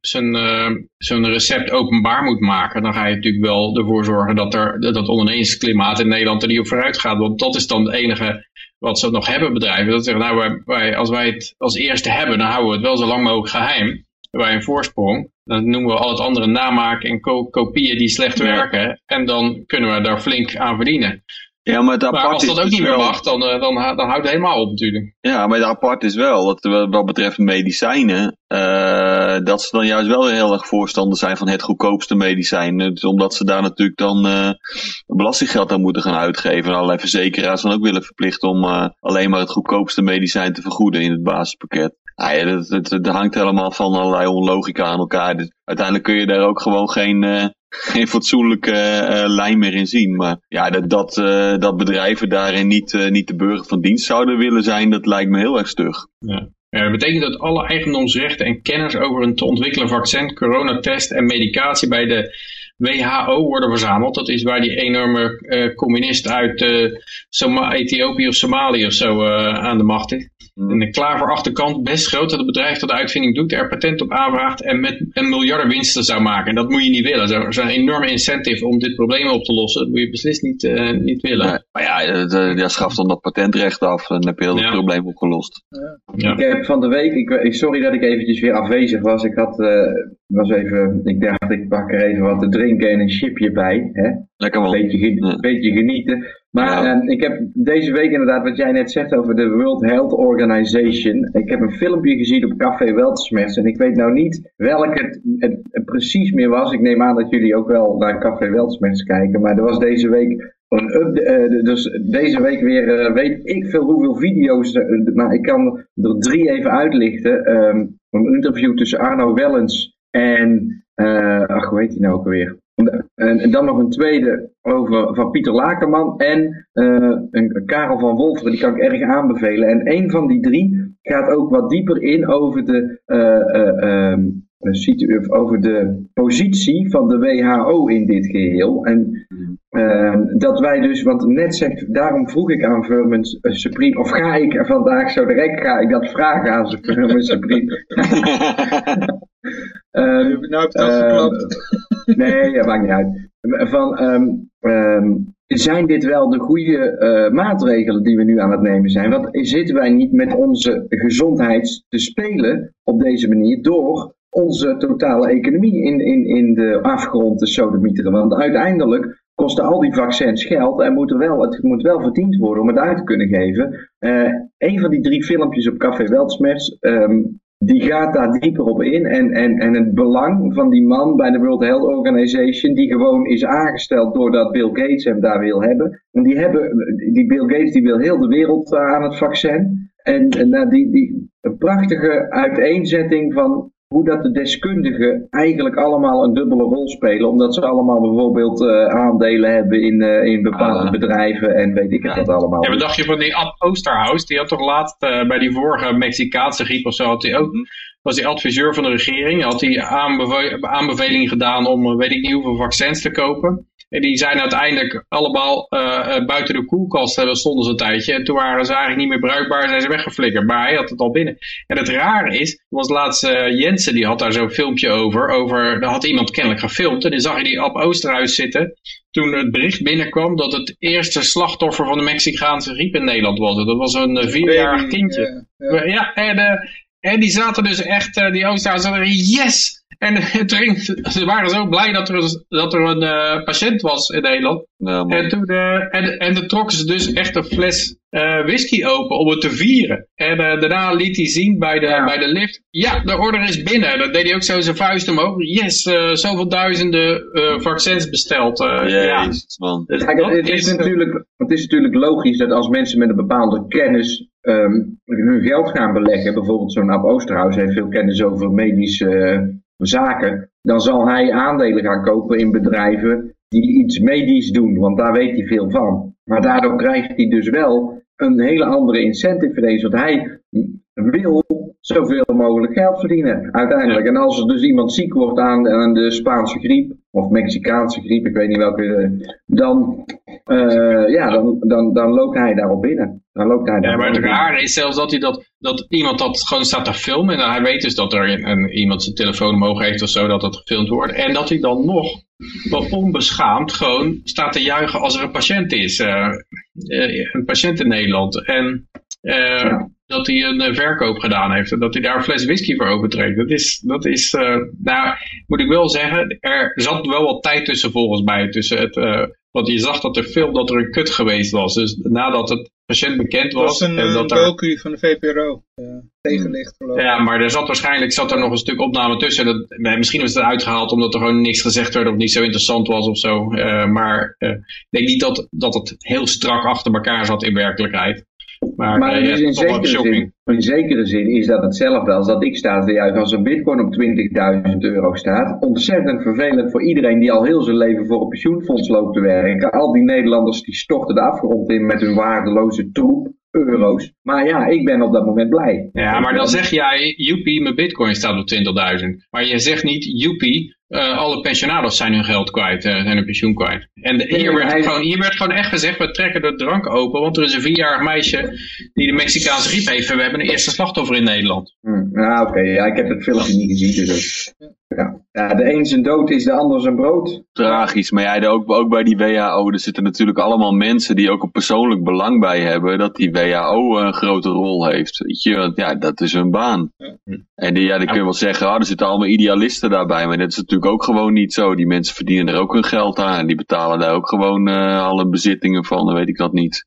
zijn recept openbaar moet maken, dan ga je natuurlijk wel ervoor zorgen dat het ondernemersklimaat in Nederland er niet op vooruit gaat. Want dat is dan het enige wat ze nog hebben, bedrijven. Dat zeggen, nou, als wij het als eerste hebben, dan houden we het wel zo lang mogelijk geheim. Bij een voorsprong. Dan noemen we al het andere namaken en kopieën die slecht werken. En dan kunnen we daar flink aan verdienen. Ja, maar als dat ook niet meer mag, dan houdt het helemaal op natuurlijk. Ja, maar het apart is wel dat wat betreft medicijnen, dat ze dan juist wel heel erg voorstander zijn van het goedkoopste medicijn. Dus omdat ze daar natuurlijk dan belastinggeld aan moeten gaan uitgeven. En allerlei verzekeraars dan ook willen verplichten om alleen maar het goedkoopste medicijn te vergoeden in het basispakket. Het hangt helemaal van allerlei onlogica aan elkaar. Dus uiteindelijk kun je daar ook gewoon geen fatsoenlijke lijn meer in zien. Maar ja, dat bedrijven daarin niet de burger van dienst zouden willen zijn, dat lijkt me heel erg stug. Ja. Dat betekent dat alle eigendomsrechten en kennis over een te ontwikkelen vaccin, coronatest en medicatie bij de WHO worden verzameld. Dat is waar die enorme communist uit Ethiopië of Somalië of zo aan de macht is. En de klaar voor achterkant best groot dat het bedrijf dat de uitvinding doet, er patent op aanvraagt en met een miljarden winsten zou maken. En dat moet je niet willen. Er is een enorme incentive om dit probleem op te lossen. Dat moet je beslist niet willen. Nee, maar ja, schaft dan dat patentrecht af en dan heb je heel het probleem opgelost. Ja. Ik heb van de week, sorry dat ik eventjes weer afwezig was. Ik dacht ik pak er even wat te drinken en een chipje bij. Hè? Lekker man. Beetje genieten. Maar ik heb deze week inderdaad wat jij net zegt over de World Health Organization. Ik heb een filmpje gezien op Café Weltschmerz en ik weet nou niet welk het precies meer was. Ik neem aan dat jullie ook wel naar Café Weltschmerz kijken. Maar er was deze week dus deze week weer weet ik veel hoeveel video's. Maar ik kan er 3 even uitlichten. Een interview tussen Arno Wellens en hoe heet hij nou ook alweer? En dan nog een tweede van Pieter Lakenman en een Karel van Wolferen, die kan ik erg aanbevelen. En een van die 3 gaat ook wat dieper in over de positie van de WHO in dit geheel. En dat wij dus, want net zegt, daarom vroeg ik aan Vermin Supreme, of ga ik vandaag zo direct dat vragen aan Vermin Supreme. Nou heb je het al verklapt. Nee, dat maakt niet uit. Zijn dit wel de goede maatregelen die we nu aan het nemen zijn? Want zitten wij niet met onze gezondheid te spelen op deze manier door onze totale economie in de afgrond te sodemieteren? Want uiteindelijk kosten al die vaccins geld en het moet wel verdiend worden om het uit te kunnen geven. Een van die 3 filmpjes op Café Weltschmerz, die gaat daar dieper op in en het belang van die man bij de World Health Organization, die gewoon is aangesteld doordat Bill Gates hem daar wil hebben. En die Bill Gates die wil heel de wereld aan het vaccin. En die prachtige uiteenzetting van hoe dat de deskundigen eigenlijk allemaal een dubbele rol spelen. Omdat ze allemaal bijvoorbeeld aandelen hebben in bepaalde bedrijven en weet ik het wat allemaal. Ja, wat dacht je van die Ad Oosterhuis? Die had toch laatst bij die vorige Mexicaanse griep of zo, was hij adviseur van de regering. Had hij aanbevelingen gedaan om weet ik niet hoeveel vaccins te kopen. En die zijn uiteindelijk allemaal buiten de koelkast stonden ze een tijdje. En toen waren ze eigenlijk niet meer bruikbaar en zijn ze weggeflikkerd. Maar hij had het al binnen. En het rare is, was laatst Jensen, die had daar zo'n filmpje over. Daar had iemand kennelijk gefilmd. En dan zag je die Ab Oosterhuis zitten. Toen het bericht binnenkwam dat het eerste slachtoffer van de Mexicaanse griep in Nederland was. Dat was een 4-jarig kindje. Ja, en die zaten dus echt, die Oosterhuis, yes! En ze waren zo blij dat er een patiënt was in Nederland. Ja, en toen trokken ze dus echt een fles whisky open om het te vieren. En daarna liet hij zien bij de lift. Ja, de order is binnen. Dan deed hij ook zo zijn vuist omhoog. Yes, zoveel duizenden vaccins besteld. Jezus, man. Het is natuurlijk logisch dat als mensen met een bepaalde kennis hun geld gaan beleggen. Bijvoorbeeld zo'n Ab Oosterhuis heeft veel kennis over medische zaken. Dan zal hij aandelen gaan kopen in bedrijven die iets medisch doen. Want daar weet hij veel van. Maar daardoor krijgt hij dus wel een hele andere incentive voor deze. Want hij wil zoveel mogelijk geld verdienen uiteindelijk. En als er dus iemand ziek wordt aan de Spaanse griep of Mexicaanse griep, ik weet niet welke, dan loopt hij daarop binnen. Maar het rare is zelfs dat iemand dat gewoon staat te filmen en hij weet dus dat er iemand zijn telefoon omhoog heeft of zo, dat dat gefilmd wordt. En dat hij dan nog wat onbeschaamd gewoon staat te juichen als er een patiënt is. Een patiënt in Nederland. En dat hij een verkoop gedaan heeft en dat hij daar een fles whisky voor opentrekt. Dat is moet ik wel zeggen, er zat wel wat tijd tussen volgens mij. Want je zag dat dat er een kut geweest was. Dus nadat het patiënt bekend was. Dat was een docu van de VPRO. Tegenlicht geloof ik. Ja, maar waarschijnlijk zat er nog een stuk opname tussen. Misschien was het uitgehaald omdat er gewoon niks gezegd werd of niet zo interessant was of zo. Maar ik denk niet dat het heel strak achter elkaar zat in werkelijkheid. Maar in zekere zin is dat hetzelfde als dat ik sta te juichen als een bitcoin op €20.000 staat. Ontzettend vervelend voor iedereen die al heel zijn leven voor een pensioenfonds loopt te werken. Al die Nederlanders die storten de afgrond in met hun waardeloze troep euro's. Maar ja, ik ben op dat moment blij. Ja, maar dan zeg jij, joepie, mijn bitcoin staat op 20.000. Maar je zegt niet, joepie, alle pensionados zijn hun geld kwijt, zijn hun pensioen kwijt. En hier werd gewoon echt gezegd, we trekken de drank open, want er is een 4-jarig meisje die de Mexicaanse griep heeft. We hebben een eerste slachtoffer in Nederland. Oké, ik heb het filmpje niet gezien, dus ja, de een zijn dood is de ander zijn brood. Tragisch, maar ook bij die WHO, er zitten natuurlijk allemaal mensen die ook een persoonlijk belang bij hebben dat die WHO een grote rol heeft. Weet je, want ja, dat is hun baan. En dan kun je wel zeggen, er zitten allemaal idealisten daarbij, maar dat is natuurlijk ook gewoon niet zo. Die mensen verdienen er ook hun geld aan en die betalen daar ook gewoon alle bezittingen van, dan weet ik dat niet.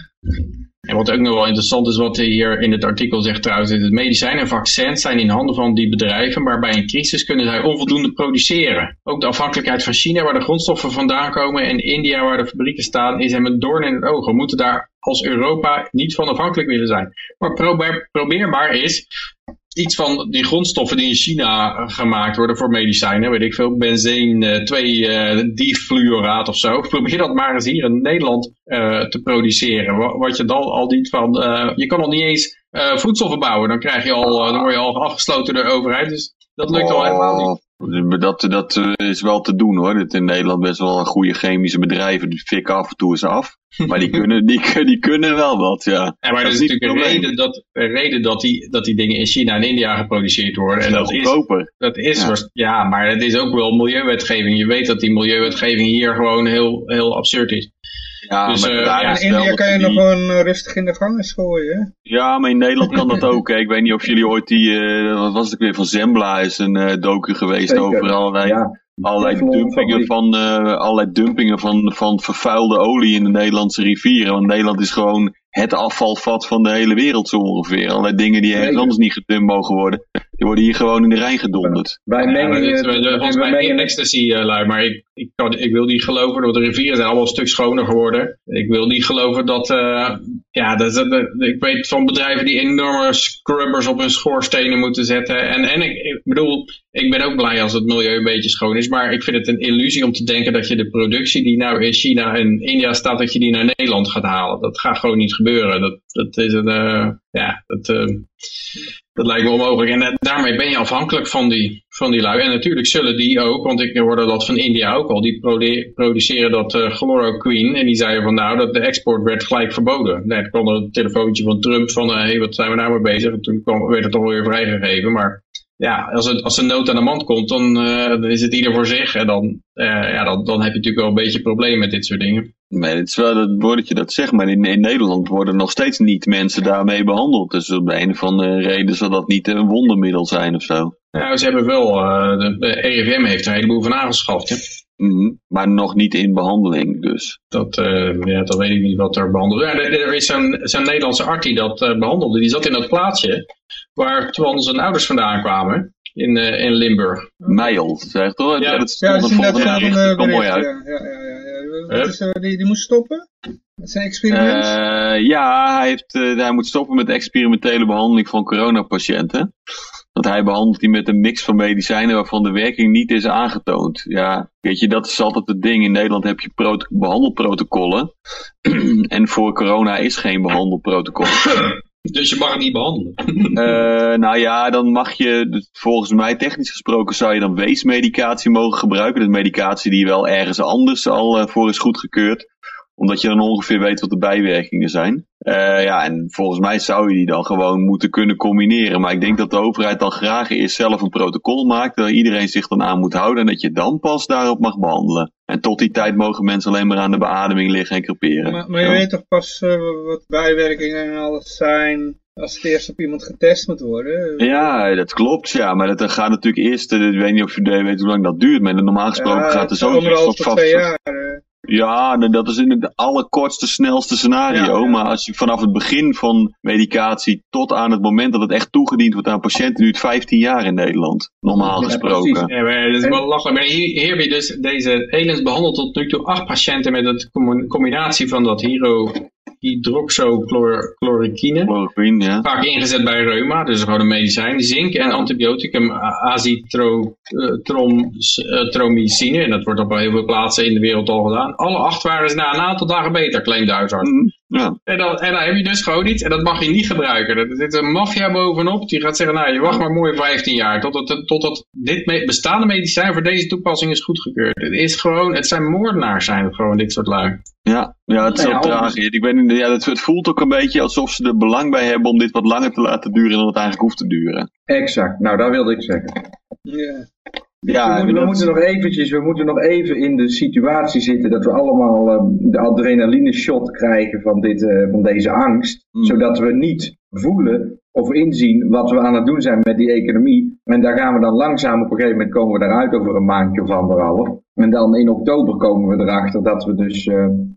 En wat ook nog wel interessant is, wat hier in het artikel zegt trouwens, is het medicijnen en vaccins zijn in handen van die bedrijven, maar bij een crisis kunnen zij onvoldoende produceren. Ook de afhankelijkheid van China, waar de grondstoffen vandaan komen, en India, waar de fabrieken staan, is hem een doorn in het oog. We moeten daar als Europa niet van afhankelijk willen zijn. Maar probeerbaar is iets van die grondstoffen die in China gemaakt worden voor medicijnen, weet ik veel, benzine 2-difluoraat of zo. Probeer dat maar eens hier in Nederland te produceren. Wat je dan al niet van, je kan al niet eens voedsel verbouwen, dan word je al afgesloten door de overheid, dus dat lukt al helemaal niet. Dat is wel te doen hoor. In Nederland best wel goede chemische bedrijven, die fikken af en toe eens af. Maar die kunnen wel wat, ja. Ja, maar dat is natuurlijk een reden dat die dingen in China en India geproduceerd worden. En dat is maar het is ook wel milieuwetgeving. Je weet dat die milieuwetgeving hier gewoon heel absurd is. Ja, dus, in India kan je nog gewoon rustig in de gangen gooien, hè? Ja, maar in Nederland kan dat ook. Hè. Ik weet niet of jullie ooit wat was het ook weer, van Zembla is een docu geweest. Zeker. Over allerlei dumpingen van vervuilde olie in de Nederlandse rivieren. Want Nederland is gewoon het afvalvat van de hele wereld zo ongeveer. Allerlei dingen die ergens anders niet gedumpt mogen worden, die worden hier gewoon in de Rijn gedonderd. Volgens mij ecstasy, maar ik wil niet geloven dat de rivieren zijn allemaal een stuk schoner geworden. Ik wil niet geloven dat, ik weet van bedrijven die enorme scrubbers op hun schoorstenen moeten zetten. En ik bedoel, ik ben ook blij als het milieu een beetje schoon is, maar ik vind het een illusie om te denken dat je de productie die nou in China en India staat, dat je die naar Nederland gaat halen. Dat gaat gewoon niet gebeuren. Dat is dat lijkt me onmogelijk. En daarmee ben je afhankelijk van die lui. En natuurlijk zullen die ook, want ik hoorde dat van India ook al, die produceren dat chloroquine. En die zeiden van dat de export werd gelijk verboden. Nee, er kwam een telefoontje van Trump van, wat zijn we nou mee bezig? En toen werd het toch weer vrijgegeven. Maar ja, als de nood aan de man komt, dan is het ieder voor zich. En dan heb je natuurlijk wel een beetje een probleem met dit soort dingen. Nee, het is wel het woordje dat zegt, maar in Nederland worden nog steeds niet mensen daarmee behandeld. Dus op de een of andere reden zal dat niet een wondermiddel zijn of zo. Nou, ze hebben wel, de RIVM heeft er een heleboel van aangeschaft. Hè? Maar nog niet in behandeling dus. Dat weet ik niet wat er behandeld wordt. Ja, er is zo'n Nederlandse arts die dat behandelde. Die zat in dat plaatsje waar toen zijn ouders vandaan kwamen. In Limburg. Meijel, zeg toch? Ja, dat stond er volgende bericht. Kom mooi uit. Die moest stoppen? Met zijn experiment? Hij moet stoppen met experimentele behandeling van coronapatiënten. Want hij behandelt die met een mix van medicijnen waarvan de werking niet is aangetoond. Ja, weet je, dat is altijd het ding. In Nederland heb je behandelprotocollen. En voor corona is geen behandelprotocol. Dus je mag het niet behandelen. Dan mag je, volgens mij technisch gesproken, zou je dan weesmedicatie mogen gebruiken. Dat is medicatie die wel ergens anders al voor is goedgekeurd. Omdat je dan ongeveer weet wat de bijwerkingen zijn. En volgens mij zou je die dan gewoon moeten kunnen combineren. Maar ik denk dat de overheid dan graag eerst zelf een protocol maakt. Dat iedereen zich dan aan moet houden. En dat je dan pas daarop mag behandelen. En tot die tijd mogen mensen alleen maar aan de beademing liggen en creperen. Maar je weet toch pas wat bijwerkingen en alles zijn als het eerst op iemand getest moet worden? Ja, dat klopt. Ja, maar dat gaat natuurlijk eerst, ik weet niet of je weet hoe lang dat duurt. Maar normaal gesproken gaat er zo 1,5 tot 2 jaar. Ja, dat is in het allerkortste, snelste scenario. Maar als je vanaf het begin van medicatie tot aan het moment dat het echt toegediend wordt aan patiënten, duurt 15 jaar in Nederland. Normaal gesproken. Ja, maar dat is wel lachen. Maar hier heb je dus deze Elens behandeld tot nu toe 8 patiënten met een combinatie van dat hydroxychloroquine. Chloroquine, ja. Vaak ingezet bij reuma, dus gewoon een medicijn. Zink en antibioticum azithromycine. En dat wordt op heel veel plaatsen in de wereld al gedaan. Alle 8 waren ze na een aantal dagen beter, claimt de huisarts. Ja. En dan heb je dus gewoon iets en dat mag je niet gebruiken. Er zit een maffia bovenop die gaat zeggen, nou je wacht maar mooi 15 jaar totdat dit bestaande medicijn voor deze toepassing is goedgekeurd. Het zijn moordenaars zijn gewoon dit soort lui. Ja, het is wel tragisch. Het voelt ook een beetje alsof ze er belang bij hebben om dit wat langer te laten duren dan het eigenlijk hoeft te duren. Exact, nou dat wilde ik zeggen. Ja. We moeten nog even in de situatie zitten dat we allemaal de adrenaline shot krijgen van deze angst. Zodat we niet voelen of inzien wat we aan het doen zijn met die economie. En daar gaan we dan langzaam op een gegeven moment komen we eruit over een maandje of anderhalf. En dan in oktober komen we erachter dat we dus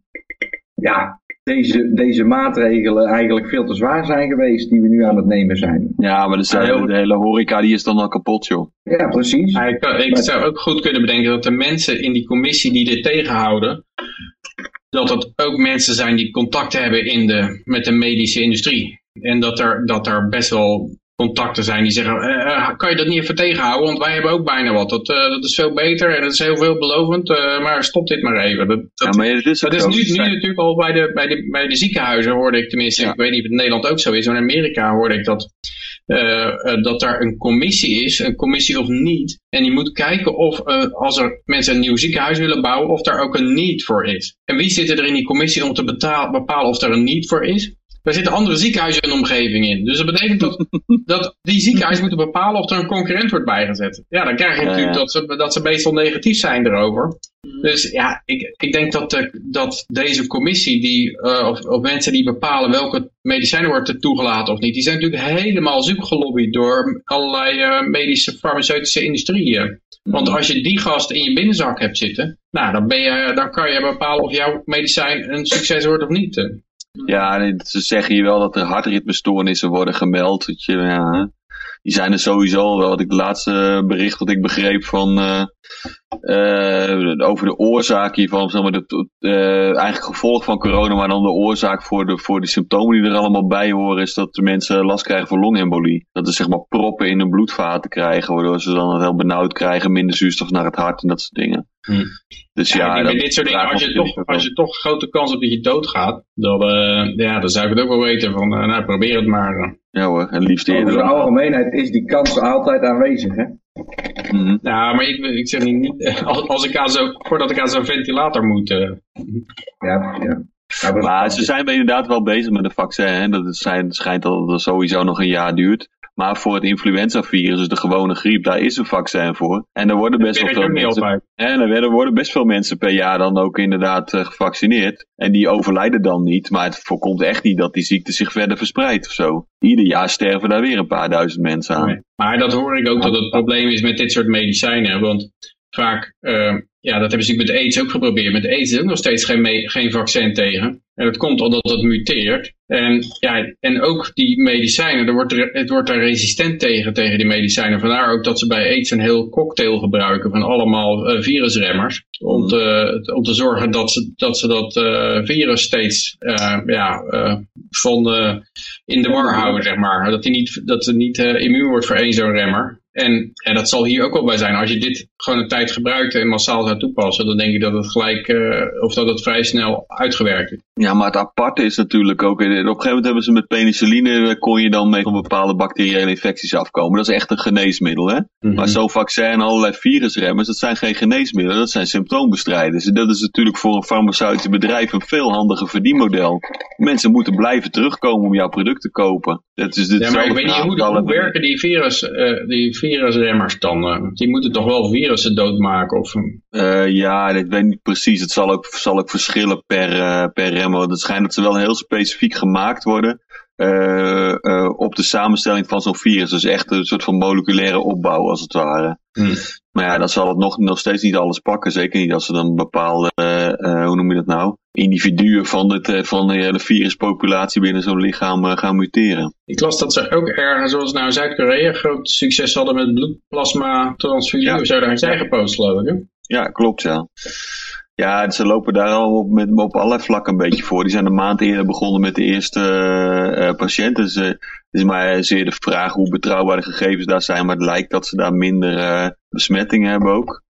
deze maatregelen eigenlijk veel te zwaar zijn geweest die we nu aan het nemen zijn. Ja, maar de hele horeca die is dan al kapot, joh. Ja, precies. Ik zou ook goed kunnen bedenken dat de mensen in die commissie die dit tegenhouden, dat het ook mensen zijn die contact hebben met de medische industrie. En dat er best wel contacten zijn die zeggen, kan je dat niet even tegenhouden, want wij hebben ook bijna wat. Dat is veel beter en dat is heel veelbelovend, maar stop dit maar even. Dat is nu natuurlijk al bij de ziekenhuizen, hoorde ik tenminste, ik weet niet of het in Nederland ook zo is, maar in Amerika hoorde ik dat daar een commissie is, een commissie of niet, en die moet kijken of als er mensen een nieuw ziekenhuis willen bouwen, of daar ook een need voor is. En wie zit er in die commissie om te bepalen of er een need voor is? Daar zitten andere ziekenhuizen in de omgeving in. Dus dat betekent dat die ziekenhuizen moeten bepalen of er een concurrent wordt bijgezet. Ja, dan krijg je natuurlijk dat ze meestal negatief zijn erover. Dus ja, ik denk dat deze commissie of mensen die bepalen welke medicijnen worden toegelaten of niet, die zijn natuurlijk helemaal zoekgelobbyd door allerlei medische farmaceutische industrieën. Want als je die gast in je binnenzak hebt zitten, nou, dan kan je bepalen of jouw medicijn een succes wordt of niet. Ja, ze zeggen hier wel dat er hartritmestoornissen worden gemeld. Die zijn er sowieso wel. Het laatste bericht wat ik begreep over de oorzaak hiervan, zeg maar, eigenlijk gevolg van corona, maar dan de oorzaak voor de symptomen die er allemaal bij horen, is dat de mensen last krijgen van longembolie. Dat is zeg maar proppen in hun bloedvaten krijgen, waardoor ze dan het heel benauwd krijgen, minder zuurstof naar het hart en dat soort dingen. Dus met dit soort dingen, als je toch grote kans hebt dat je doodgaat, dan zou ik het ook wel weten van, probeer het maar. Ja hoor, en liefst eerder. Over de algemeenheid is die kans altijd aanwezig, hè? Nou, maar ik zeg niet voordat ik aan zo'n ventilator moet. Ja. Maar ze zijn inderdaad wel bezig met de vaccin. Hè? Het schijnt dat het sowieso nog een jaar duurt. Maar voor het influenzavirus, dus de gewone griep, daar is een vaccin voor. En er worden best wel veel mensen. En er worden best veel mensen per jaar dan ook inderdaad gevaccineerd. En die overlijden dan niet. Maar het voorkomt echt niet dat die ziekte zich verder verspreidt of zo. Ieder jaar sterven daar weer een paar duizend mensen aan. Nee. Maar dat hoor ik ook dat het probleem is met dit soort medicijnen. Want vaak, dat hebben ze met AIDS ook geprobeerd. Met AIDS is ook nog steeds geen vaccin tegen. En dat komt omdat het muteert. En ook die medicijnen, het wordt daar resistent tegen die medicijnen. Vandaar ook dat ze bij AIDS een heel cocktail gebruiken van allemaal virusremmers. Om te zorgen dat ze dat virus steeds in de war houden, zeg maar. Dat het niet immuun wordt voor één zo'n remmer. En dat zal hier ook wel bij zijn. Als je dit gewoon een tijd gebruikt en massaal zou toepassen, dan denk ik dat het gelijk, dat het vrij snel uitgewerkt is. Ja, maar het aparte is natuurlijk ook, op een gegeven moment hebben ze met penicilline, kon je dan mee van bepaalde bacteriële infecties afkomen. Dat is echt een geneesmiddel, hè. Mm-hmm. Maar zo'n vaccin en allerlei virusremmers, dat zijn geen geneesmiddelen, dat zijn symptoombestrijders. En dat is natuurlijk voor een farmaceutisch bedrijf een veel handiger verdienmodel. Mensen moeten blijven terugkomen om jouw product te kopen. Dat is maar ik weet niet hoe werken die virusremmers dan? Die moeten toch wel virussen doodmaken? Of? Ik weet niet precies. Het zal ook verschillen per remmer. Het schijnt dat ze wel heel specifiek gemaakt worden op de samenstelling van zo'n virus. Dus echt een soort van moleculaire opbouw als het ware. Maar ja, dan zal het nog steeds niet alles pakken. Zeker niet als ze dan bepaalde, hoe noem je dat nou? Individuen van de hele viruspopulatie binnen zo'n lichaam gaan muteren. Ik las dat ze ook ergens, zoals nou Zuid-Korea, groot succes hadden met bloedplasma transfusie. Of zo, daar had jij gepost, geloof ik, hè? Ja, klopt, ja. Ja, ze lopen daar al op allerlei vlakken een beetje voor. Die zijn een maand eerder begonnen met de eerste patiënten. Dus het is maar zeer de vraag hoe betrouwbaar de gegevens daar zijn. Maar het lijkt dat ze daar minder besmettingen hebben ook.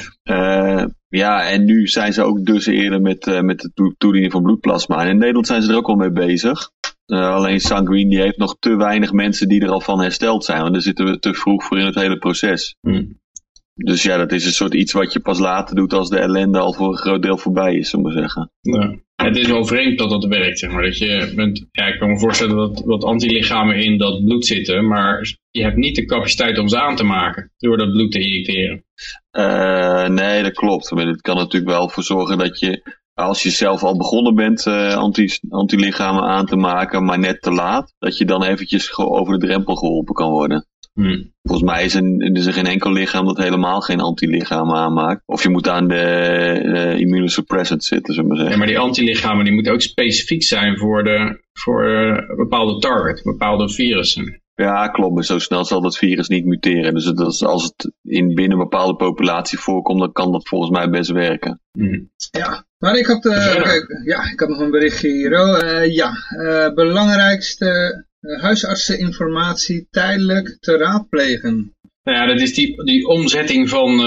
En nu zijn ze ook dus eerder met de toediening van bloedplasma. En in Nederland zijn ze er ook al mee bezig. Alleen Sanguine die heeft nog te weinig mensen die er al van hersteld zijn. Want daar zitten we te vroeg voor in het hele proces. Dus ja, dat is een soort iets wat je pas later doet als de ellende al voor een groot deel voorbij is, zullen we zeggen. Ja. Het is wel vreemd dat werkt, zeg maar. Ik kan me voorstellen dat wat antilichamen in dat bloed zitten, maar je hebt niet de capaciteit om ze aan te maken door dat bloed te injecteren. Nee, dat klopt. Maar dit kan natuurlijk wel voor zorgen dat je, als je zelf al begonnen bent antilichamen aan te maken, maar net te laat, dat je dan eventjes over de drempel geholpen kan worden. Volgens mij is er geen enkel lichaam dat helemaal geen antilichamen aanmaakt. Of je moet aan de immunosuppressant zitten, zullen we zeggen. Ja, maar die antilichamen die moeten ook specifiek zijn voor een bepaalde target, bepaalde virussen. Ja, klopt. Maar zo snel zal dat virus niet muteren. Dus als het binnen een bepaalde populatie voorkomt, dan kan dat volgens mij best werken. Ja, maar ik had nog een berichtje hier. Belangrijkste huisartseninformatie tijdelijk te raadplegen. Nou ja, dat is die omzetting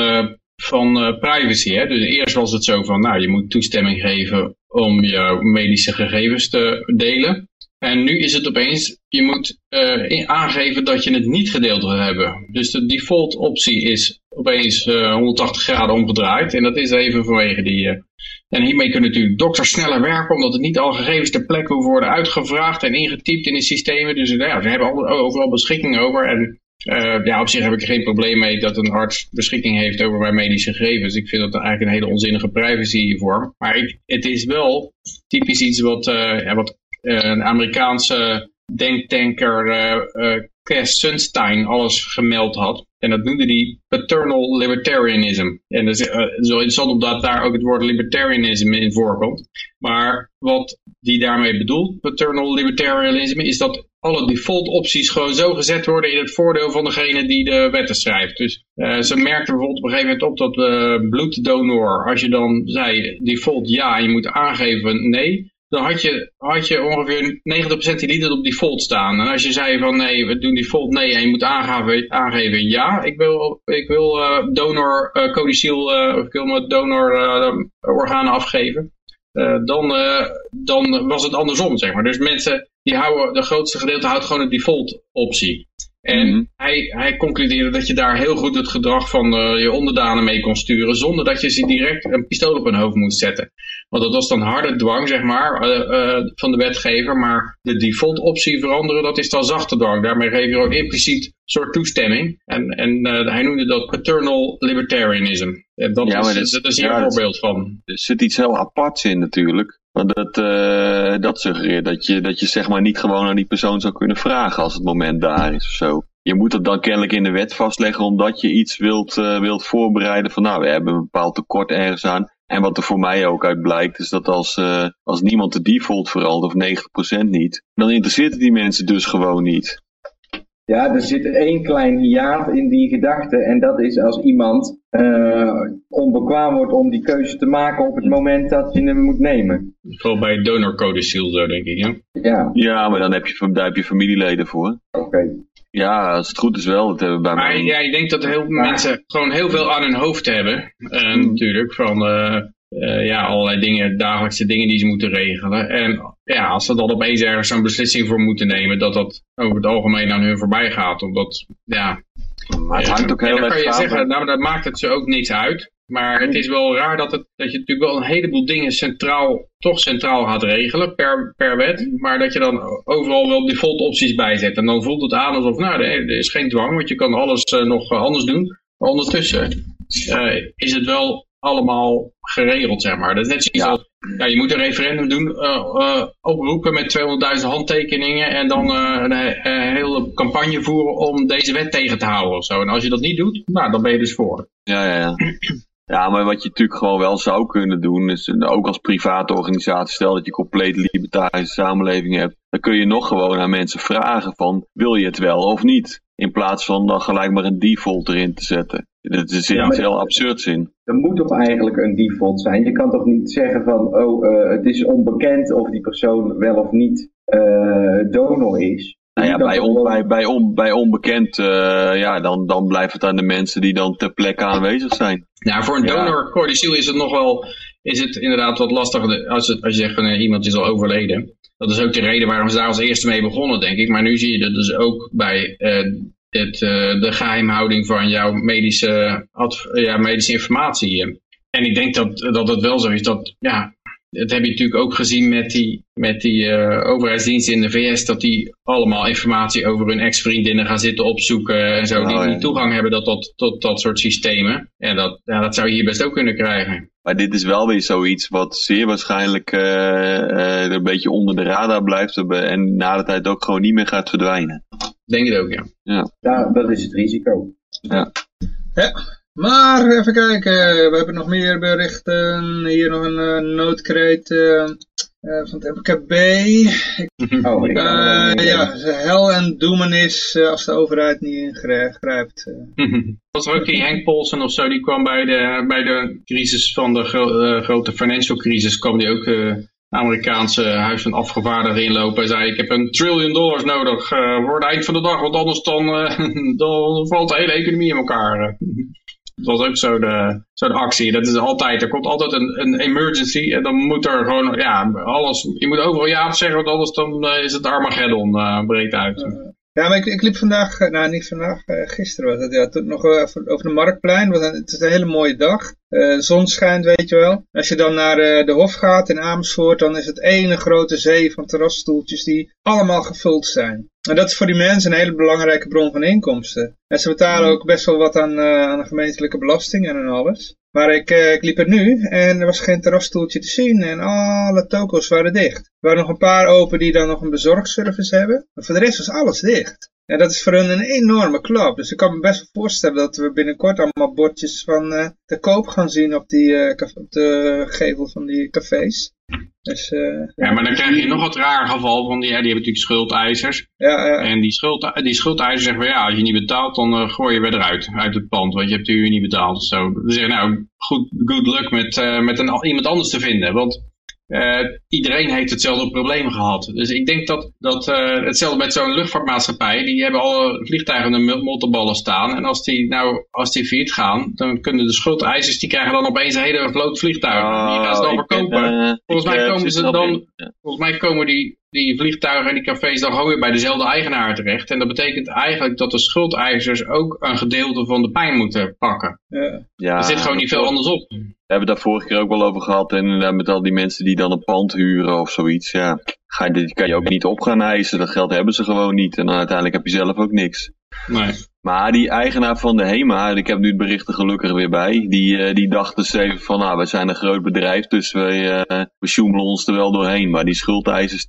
van privacy. Hè? Dus eerst was het zo van, je moet toestemming geven om jouw medische gegevens te delen. En nu is het opeens, je moet aangeven dat je het niet gedeeld wil hebben. Dus de default optie is opeens 180 graden omgedraaid. En dat is even vanwege die... En hiermee kunnen natuurlijk dokters sneller werken, omdat het niet alle gegevens ter plekke hoeven worden uitgevraagd en ingetypt in de systemen. Dus ze hebben overal beschikking over. En op zich heb ik er geen probleem mee dat een arts beschikking heeft over mijn medische gegevens. Ik vind dat eigenlijk een hele onzinnige privacyvorm. Maar het is wel typisch iets wat een Amerikaanse denktanker Cass Sunstein alles gemeld had. En dat noemde hij paternal libertarianism. En dat is zo interessant omdat daar ook het woord libertarianism in voorkomt. Maar wat die daarmee bedoelt, paternal libertarianism, is dat alle default opties gewoon zo gezet worden in het voordeel van degene die de wetten schrijft. Dus ze merkten bijvoorbeeld op een gegeven moment op dat bloeddonor, als je dan zei default ja en je moet aangeven nee, dan had je ongeveer 90% die liet het op default staan. En als je zei van nee, we doen default nee en je moet aangeven ja, ik wil donor codiciel, of ik wil mijn donor organen afgeven. Dan was het andersom, zeg maar. Dus mensen, de grootste gedeelte houdt gewoon de default optie. En hij concludeerde dat je daar heel goed het gedrag van je onderdanen mee kon sturen, zonder dat je ze direct een pistool op hun hoofd moest zetten. Want dat was dan harde dwang, zeg maar, van de wetgever. Maar de default optie veranderen, dat is dan zachte dwang. Daarmee geef je gewoon impliciet een soort toestemming. En hij noemde dat paternal libertarianism. Dat is hier een voorbeeld van. Er zit iets heel aparts in natuurlijk. Want dat suggereert dat je zeg maar niet gewoon aan die persoon zou kunnen vragen als het moment daar is of zo. Je moet het dan kennelijk in de wet vastleggen omdat je iets wilt voorbereiden van nou, we hebben een bepaald tekort ergens aan. En wat er voor mij ook uit blijkt is dat als niemand de default verandert of 90% niet, dan interesseert het die mensen dus gewoon niet. Ja, er zit één klein hiaat in die gedachte en dat is als iemand onbekwaam wordt om die keuze te maken op het moment dat je hem moet nemen. Vooral bij donorcodiciel zo, denk ik, ja? Ja, maar daar heb je familieleden voor. Oké. Ja, als het goed is wel. Dat hebben we bij mij. Ja, ik denk dat heel veel mensen gewoon heel veel aan hun hoofd hebben. Natuurlijk, van allerlei dingen, dagelijkse dingen die ze moeten regelen. En ja, als ze dan opeens ergens zo'n beslissing voor moeten nemen, dat over het algemeen aan hun voorbij gaat. Omdat, ja... Maar het hangt ook heel erg dan kan je zeggen, nou, dat maakt het ze ook niks uit. Maar het is wel raar dat je natuurlijk wel een heleboel dingen centraal gaat regelen per wet. Maar dat je dan overal wel default opties bijzet. En dan voelt het aan alsof, nou, er is geen dwang, want je kan alles nog anders doen. Maar ondertussen is het wel allemaal geregeld, zeg maar. Dat is net zoiets als, je moet een referendum doen, oproepen met 200.000 handtekeningen en dan een hele campagne voeren om deze wet tegen te houden of zo. En als je dat niet doet, nou, dan ben je dus voor. Ja. Ja, maar wat je natuurlijk gewoon wel zou kunnen doen, is ook als private organisatie, stel dat je compleet libertarische samenleving hebt, dan kun je nog gewoon aan mensen vragen van, wil je het wel of niet? In plaats van dan gelijk maar een default erin te zetten. Er zit iets heel absurds in. Er moet toch eigenlijk een default zijn? Je kan toch niet zeggen van, het is onbekend of die persoon wel of niet donor is? Nou ja, bij onbekend, dan blijft het aan de mensen die dan ter plekke aanwezig zijn. Nou, voor een donorcodiciel is het inderdaad wat lastig als je zegt van iemand is al overleden. Dat is ook de reden waarom ze daar als eerste mee begonnen, denk ik. Maar nu zie je dat dus ook bij de geheimhouding van jouw medische informatie. En ik denk dat het wel zo is dat, dat heb je natuurlijk ook gezien met die overheidsdiensten in de VS, dat die allemaal informatie over hun ex-vriendinnen gaan zitten opzoeken en zo, die niet toegang hebben tot dat soort systemen. En dat zou je hier best ook kunnen krijgen. Maar dit is wel weer zoiets wat zeer waarschijnlijk een beetje onder de radar blijft en na de tijd ook gewoon niet meer gaat verdwijnen. Denk het ook, ja. Dat is het risico. Ja. Maar even kijken, we hebben nog meer berichten. Hier nog een noodkreet van het MKB. Hel en doemenis als de overheid niet ingrijpt. Was er ook die Henk Paulsen of zo, die kwam bij de crisis van de grote financial crisis, kwam die ook Amerikaanse huis van afgevaardigden inlopen en zei, ik heb $1 trillion nodig voor het eind van de dag, want anders dan valt de hele economie in elkaar. Dat was ook zo de actie. Dat is altijd, er komt altijd een emergency en dan moet er gewoon, alles, je moet overal ja op zeggen, want anders dan is het Armageddon breekt uit. Ja, maar ik liep vandaag, niet vandaag, gisteren was het, nog over de Marktplein. Het is een hele mooie dag. Zon schijnt, weet je wel. Als je dan naar de Hof gaat in Amersfoort, dan is het ene grote zee van terrasstoeltjes die allemaal gevuld zijn. En dat is voor die mensen een hele belangrijke bron van inkomsten. En ze betalen ook best wel wat aan de gemeentelijke belastingen en alles. Maar ik liep er nu en er was geen terrasstoeltje te zien en alle toko's waren dicht. Er waren nog een paar open die dan nog een bezorgservice hebben. Maar voor de rest was alles dicht. En dat is voor hun een enorme klap. Dus ik kan me best wel voorstellen dat we binnenkort allemaal bordjes van te koop gaan zien op de gevel van die cafés. Dus, maar dan krijg je nog wat raar geval, want die hebben natuurlijk schuldeisers. Ja. En die schuldeisers zeggen van als je niet betaalt, dan gooi je weer eruit uit het pand, want je hebt de huur niet betaald. Dus ze zeggen good luck met iemand anders te vinden, want iedereen heeft hetzelfde probleem gehad. Dus ik denk dat hetzelfde met zo'n luchtvaartmaatschappij, die hebben alle vliegtuigen in de mottenballen staan. En als die failliet gaan, dan kunnen de schuldeisers, die krijgen dan opeens een hele vloot vliegtuigen. Die gaan ze dan verkopen. Volgens mij komen die die vliegtuigen en die cafés dan gewoon weer bij dezelfde eigenaar terecht. En dat betekent eigenlijk dat de schuldeisers ook een gedeelte van de pijn moeten pakken. Ja, er zit gewoon niet veel anders op. We hebben het daar vorige keer ook wel over gehad. En met al die mensen die dan een pand huren of zoiets. Ja, die kan je ook niet op gaan eisen. Dat geld hebben ze gewoon niet. En dan uiteindelijk heb je zelf ook niks. Nee. Maar die eigenaar van de HEMA, ik heb nu het bericht er gelukkig weer bij. Die dacht dus even van, nou, wij zijn een groot bedrijf. Dus we sjoemelen ons er wel doorheen. Maar die schuldeisers,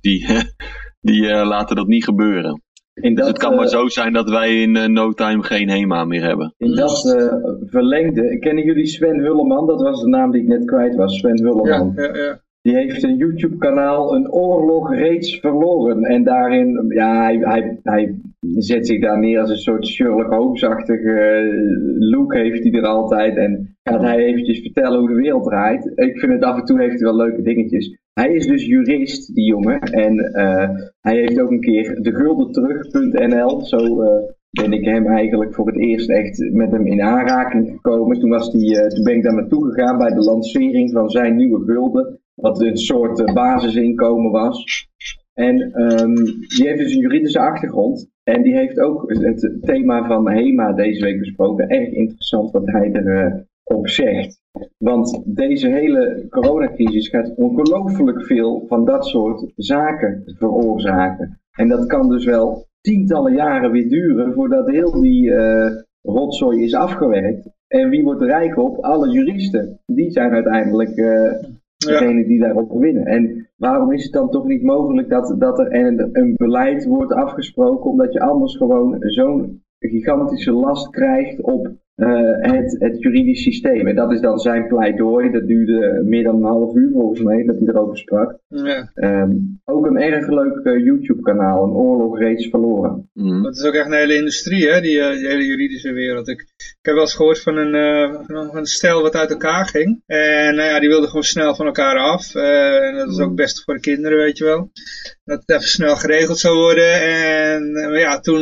die laten dat niet gebeuren. Dus het kan maar zo zijn dat wij in no time geen HEMA meer hebben. In dat verlengde, kennen jullie Sven Hulleman? Dat was de naam die ik net kwijt was, Sven Hulleman. Ja. Die heeft een YouTube-kanaal, Een Oorlog Reeds Verloren. En daarin, ja, hij zet zich daar neer als een soort Sherlock Holmes-achtige look heeft hij er altijd. En gaat hij eventjes vertellen hoe de wereld draait. Ik vind het af en toe heeft hij wel leuke dingetjes. Hij is dus jurist, die jongen. En hij heeft ook een keer deguldenterug.nl. Zo ben ik hem eigenlijk voor het eerst echt met hem in aanraking gekomen. Toen ben ik daar naartoe gegaan bij de lancering van zijn nieuwe gulden. Wat een soort basisinkomen was. En die heeft dus een juridische achtergrond. En die heeft ook het thema van HEMA deze week besproken. Erg interessant wat hij erop zegt. Want deze hele coronacrisis gaat ongelooflijk veel van dat soort zaken veroorzaken. En dat kan dus wel tientallen jaren weer duren voordat heel die rotzooi is afgewerkt. En wie wordt er rijk op? Alle juristen. Die zijn uiteindelijk degene die daarop winnen. En waarom is het dan toch niet mogelijk dat er een beleid wordt afgesproken, omdat je anders gewoon zo'n gigantische last krijgt op het juridisch systeem. En dat is dan zijn pleidooi. Dat duurde meer dan een half uur volgens mij, dat hij erover sprak. Ja. Ook een erg leuk YouTube-kanaal, Een Oorlog Reeds Verloren. Dat is ook echt een hele industrie, hè? Die hele juridische wereld. Ik heb wel eens gehoord van een stel wat uit elkaar ging. En nou ja, die wilden gewoon snel van elkaar af. En dat is ook best voor de kinderen, weet je wel. Dat het even snel geregeld zou worden. En ja, toen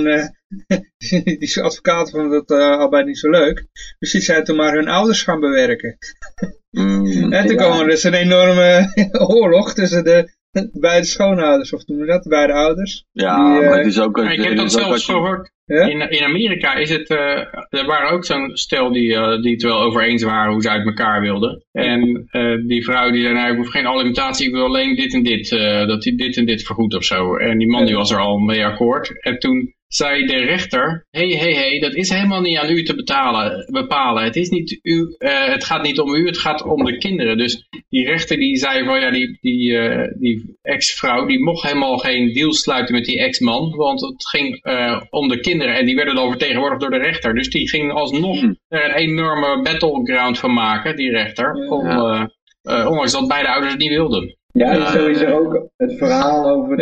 die advocaten vonden dat allebei niet zo leuk. Dus die zijn toen maar hun ouders gaan bewerken. En toen kwam er dus een enorme oorlog tussen de beide schoonouders, of noemen we dat, de beide ouders. Ja, maar het is ook... Ik heb dat zelfs gehoord. Ja? In Amerika is het, er waren ook zo'n stel die het wel over eens waren hoe ze uit elkaar wilden. En die vrouw die zei, nou ik hoef geen alimentatie, ik wil alleen dit en dit, dat hij dit en dit vergoedt of zo. En die man die was er al mee akkoord. En toen zei de rechter, hey, dat is helemaal niet aan u te bepalen. Het is niet het gaat niet om u, het gaat om de kinderen. Dus die rechter die zei van ja, die ex-vrouw, die mocht helemaal geen deal sluiten met die ex-man, want het ging om de kinderen en die werden dan vertegenwoordigd door de rechter. Dus die ging alsnog er een enorme battleground van maken, die rechter, ondanks dat beide ouders het niet wilden. Ja, zo is er ook het verhaal over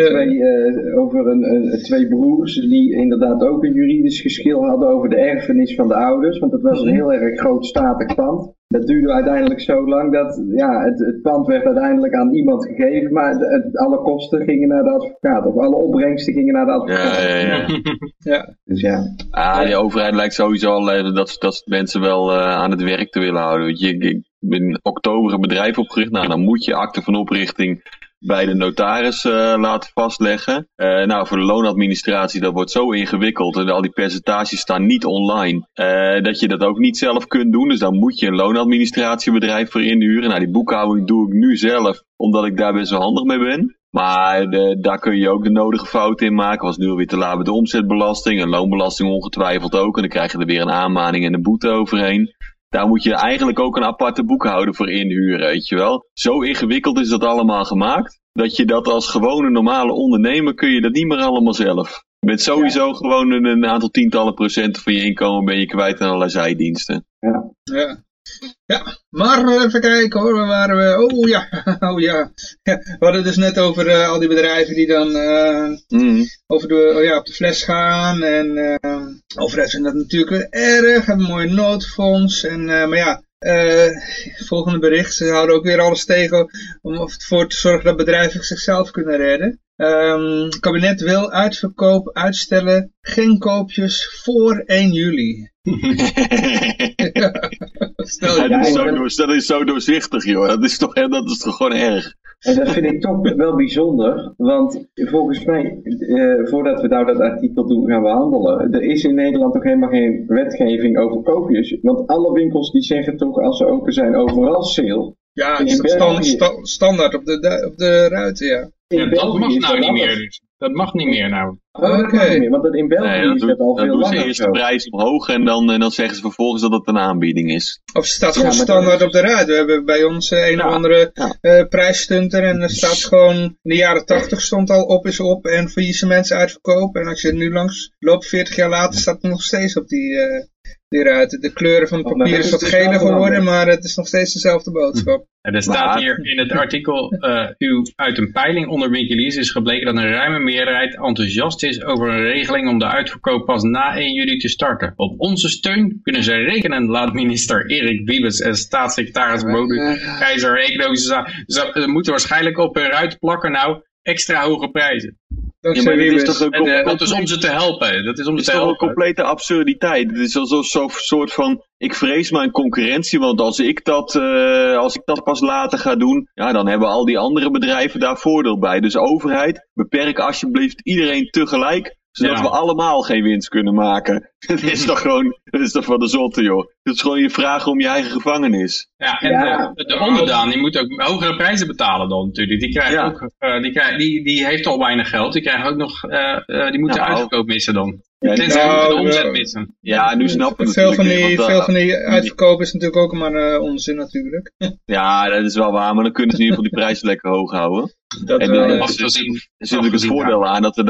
twee broers die inderdaad ook een juridisch geschil hadden over de erfenis van de ouders. Want dat was een heel erg groot statig pand. Dat duurde uiteindelijk zo lang dat het pand werd uiteindelijk aan iemand gegeven, maar alle kosten gingen naar de advocaat. Of alle opbrengsten gingen naar de advocaat. Ja. Dus ja. Die overheid lijkt sowieso al dat mensen wel aan het werk te willen houden. Weet je, ik ben in oktober een bedrijf opgericht. Nou, dan moet je akte van oprichting bij de notaris laten vastleggen. Voor de loonadministratie, dat wordt zo ingewikkeld en al die percentages staan niet online, dat je dat ook niet zelf kunt doen. Dus dan moet je een loonadministratiebedrijf voor inhuren. Nou, die boekhouding doe ik nu zelf, omdat ik daar best wel handig mee ben. Maar daar kun je ook de nodige fouten in maken. Was nu alweer te laat met de omzetbelasting en loonbelasting ongetwijfeld ook. En dan krijg je er weer een aanmaning en een boete overheen. Daar moet je eigenlijk ook een aparte boekhouder voor inhuren, weet je wel. Zo ingewikkeld is dat allemaal gemaakt, dat je dat als gewone normale ondernemer kun je dat niet meer allemaal zelf. Je bent sowieso gewoon een aantal tientallen procenten van je inkomen ben je kwijt aan allerlei zijdiensten. Ja, maar even kijken hoor, waar waren we? Oh ja. We hadden het dus net over al die bedrijven die dan op de fles gaan. En overheid vindt dat natuurlijk weer erg, hebben een mooie noodfonds. En, maar ja, volgende bericht, ze houden ook weer alles tegen om ervoor te zorgen dat bedrijven zichzelf kunnen redden. Het kabinet wil uitverkoop uitstellen, geen koopjes voor 1 juli. Dat is zo doorzichtig, joh. Dat is toch gewoon erg. En dat vind ik toch wel bijzonder, want volgens mij, voordat we nou dat artikel gaan behandelen, er is in Nederland toch helemaal geen wetgeving over koopjes. Want alle winkels die zeggen toch, als ze open zijn, overal sale. Ja, het staat standaard op de ruiten, ja. Ja, dat mag nou niet meer dus. Dat mag niet meer nou. Dat mag niet meer, want in België is dat al veel langer. Dan doen ze eerst de prijs omhoog en dan zeggen ze vervolgens dat het een aanbieding is. Of het staat gewoon standaard op de ruit. We hebben bij ons een of andere prijsstunter en er staat gewoon, in de jaren 80 stond al op is op en faillissementen uitverkoop. En als je er nu langs loopt, 40 jaar later, staat het nog steeds op die ruiten. De kleuren van het papier is wat geler geworden, maar het is nog steeds dezelfde boodschap. Er staat hier in het artikel, uit een peiling onder winkeliers is gebleken dat een ruime meerderheid enthousiast is over een regeling om de uitverkoop pas na 1 juli te starten. Op onze steun kunnen zij rekenen, laat minister Erik Wiebes en staatssecretaris Keizer economische zaken. Ze moeten waarschijnlijk op hun ruit plakken nou extra hoge prijzen. Ja, maar dit is toch dat is om ze te helpen. Dat is om ze te helpen. Een complete absurditeit. Het is al zo'n soort van, ik vrees mijn concurrentie, want als ik dat pas later ga doen, ja, dan hebben al die andere bedrijven daar voordeel bij. Dus overheid, beperk alsjeblieft iedereen tegelijk, zodat we allemaal geen winst kunnen maken. Dat is toch van de zotte, joh. Dat is gewoon je vragen om je eigen gevangenis. Ja, en de onderdaan, die moet ook hogere prijzen betalen dan natuurlijk. Die krijgt ook, die heeft al weinig geld. Die krijgen ook nog, die moeten de uitverkoop missen dan. Ja, tenzij de omzet missen. Ja, nu snappen we veel van die uitverkoop is natuurlijk ook maar onzin natuurlijk. Ja, dat is wel waar, maar dan kunnen ze in ieder geval die prijzen lekker hoog houden. Er zit natuurlijk het voordeel aan dat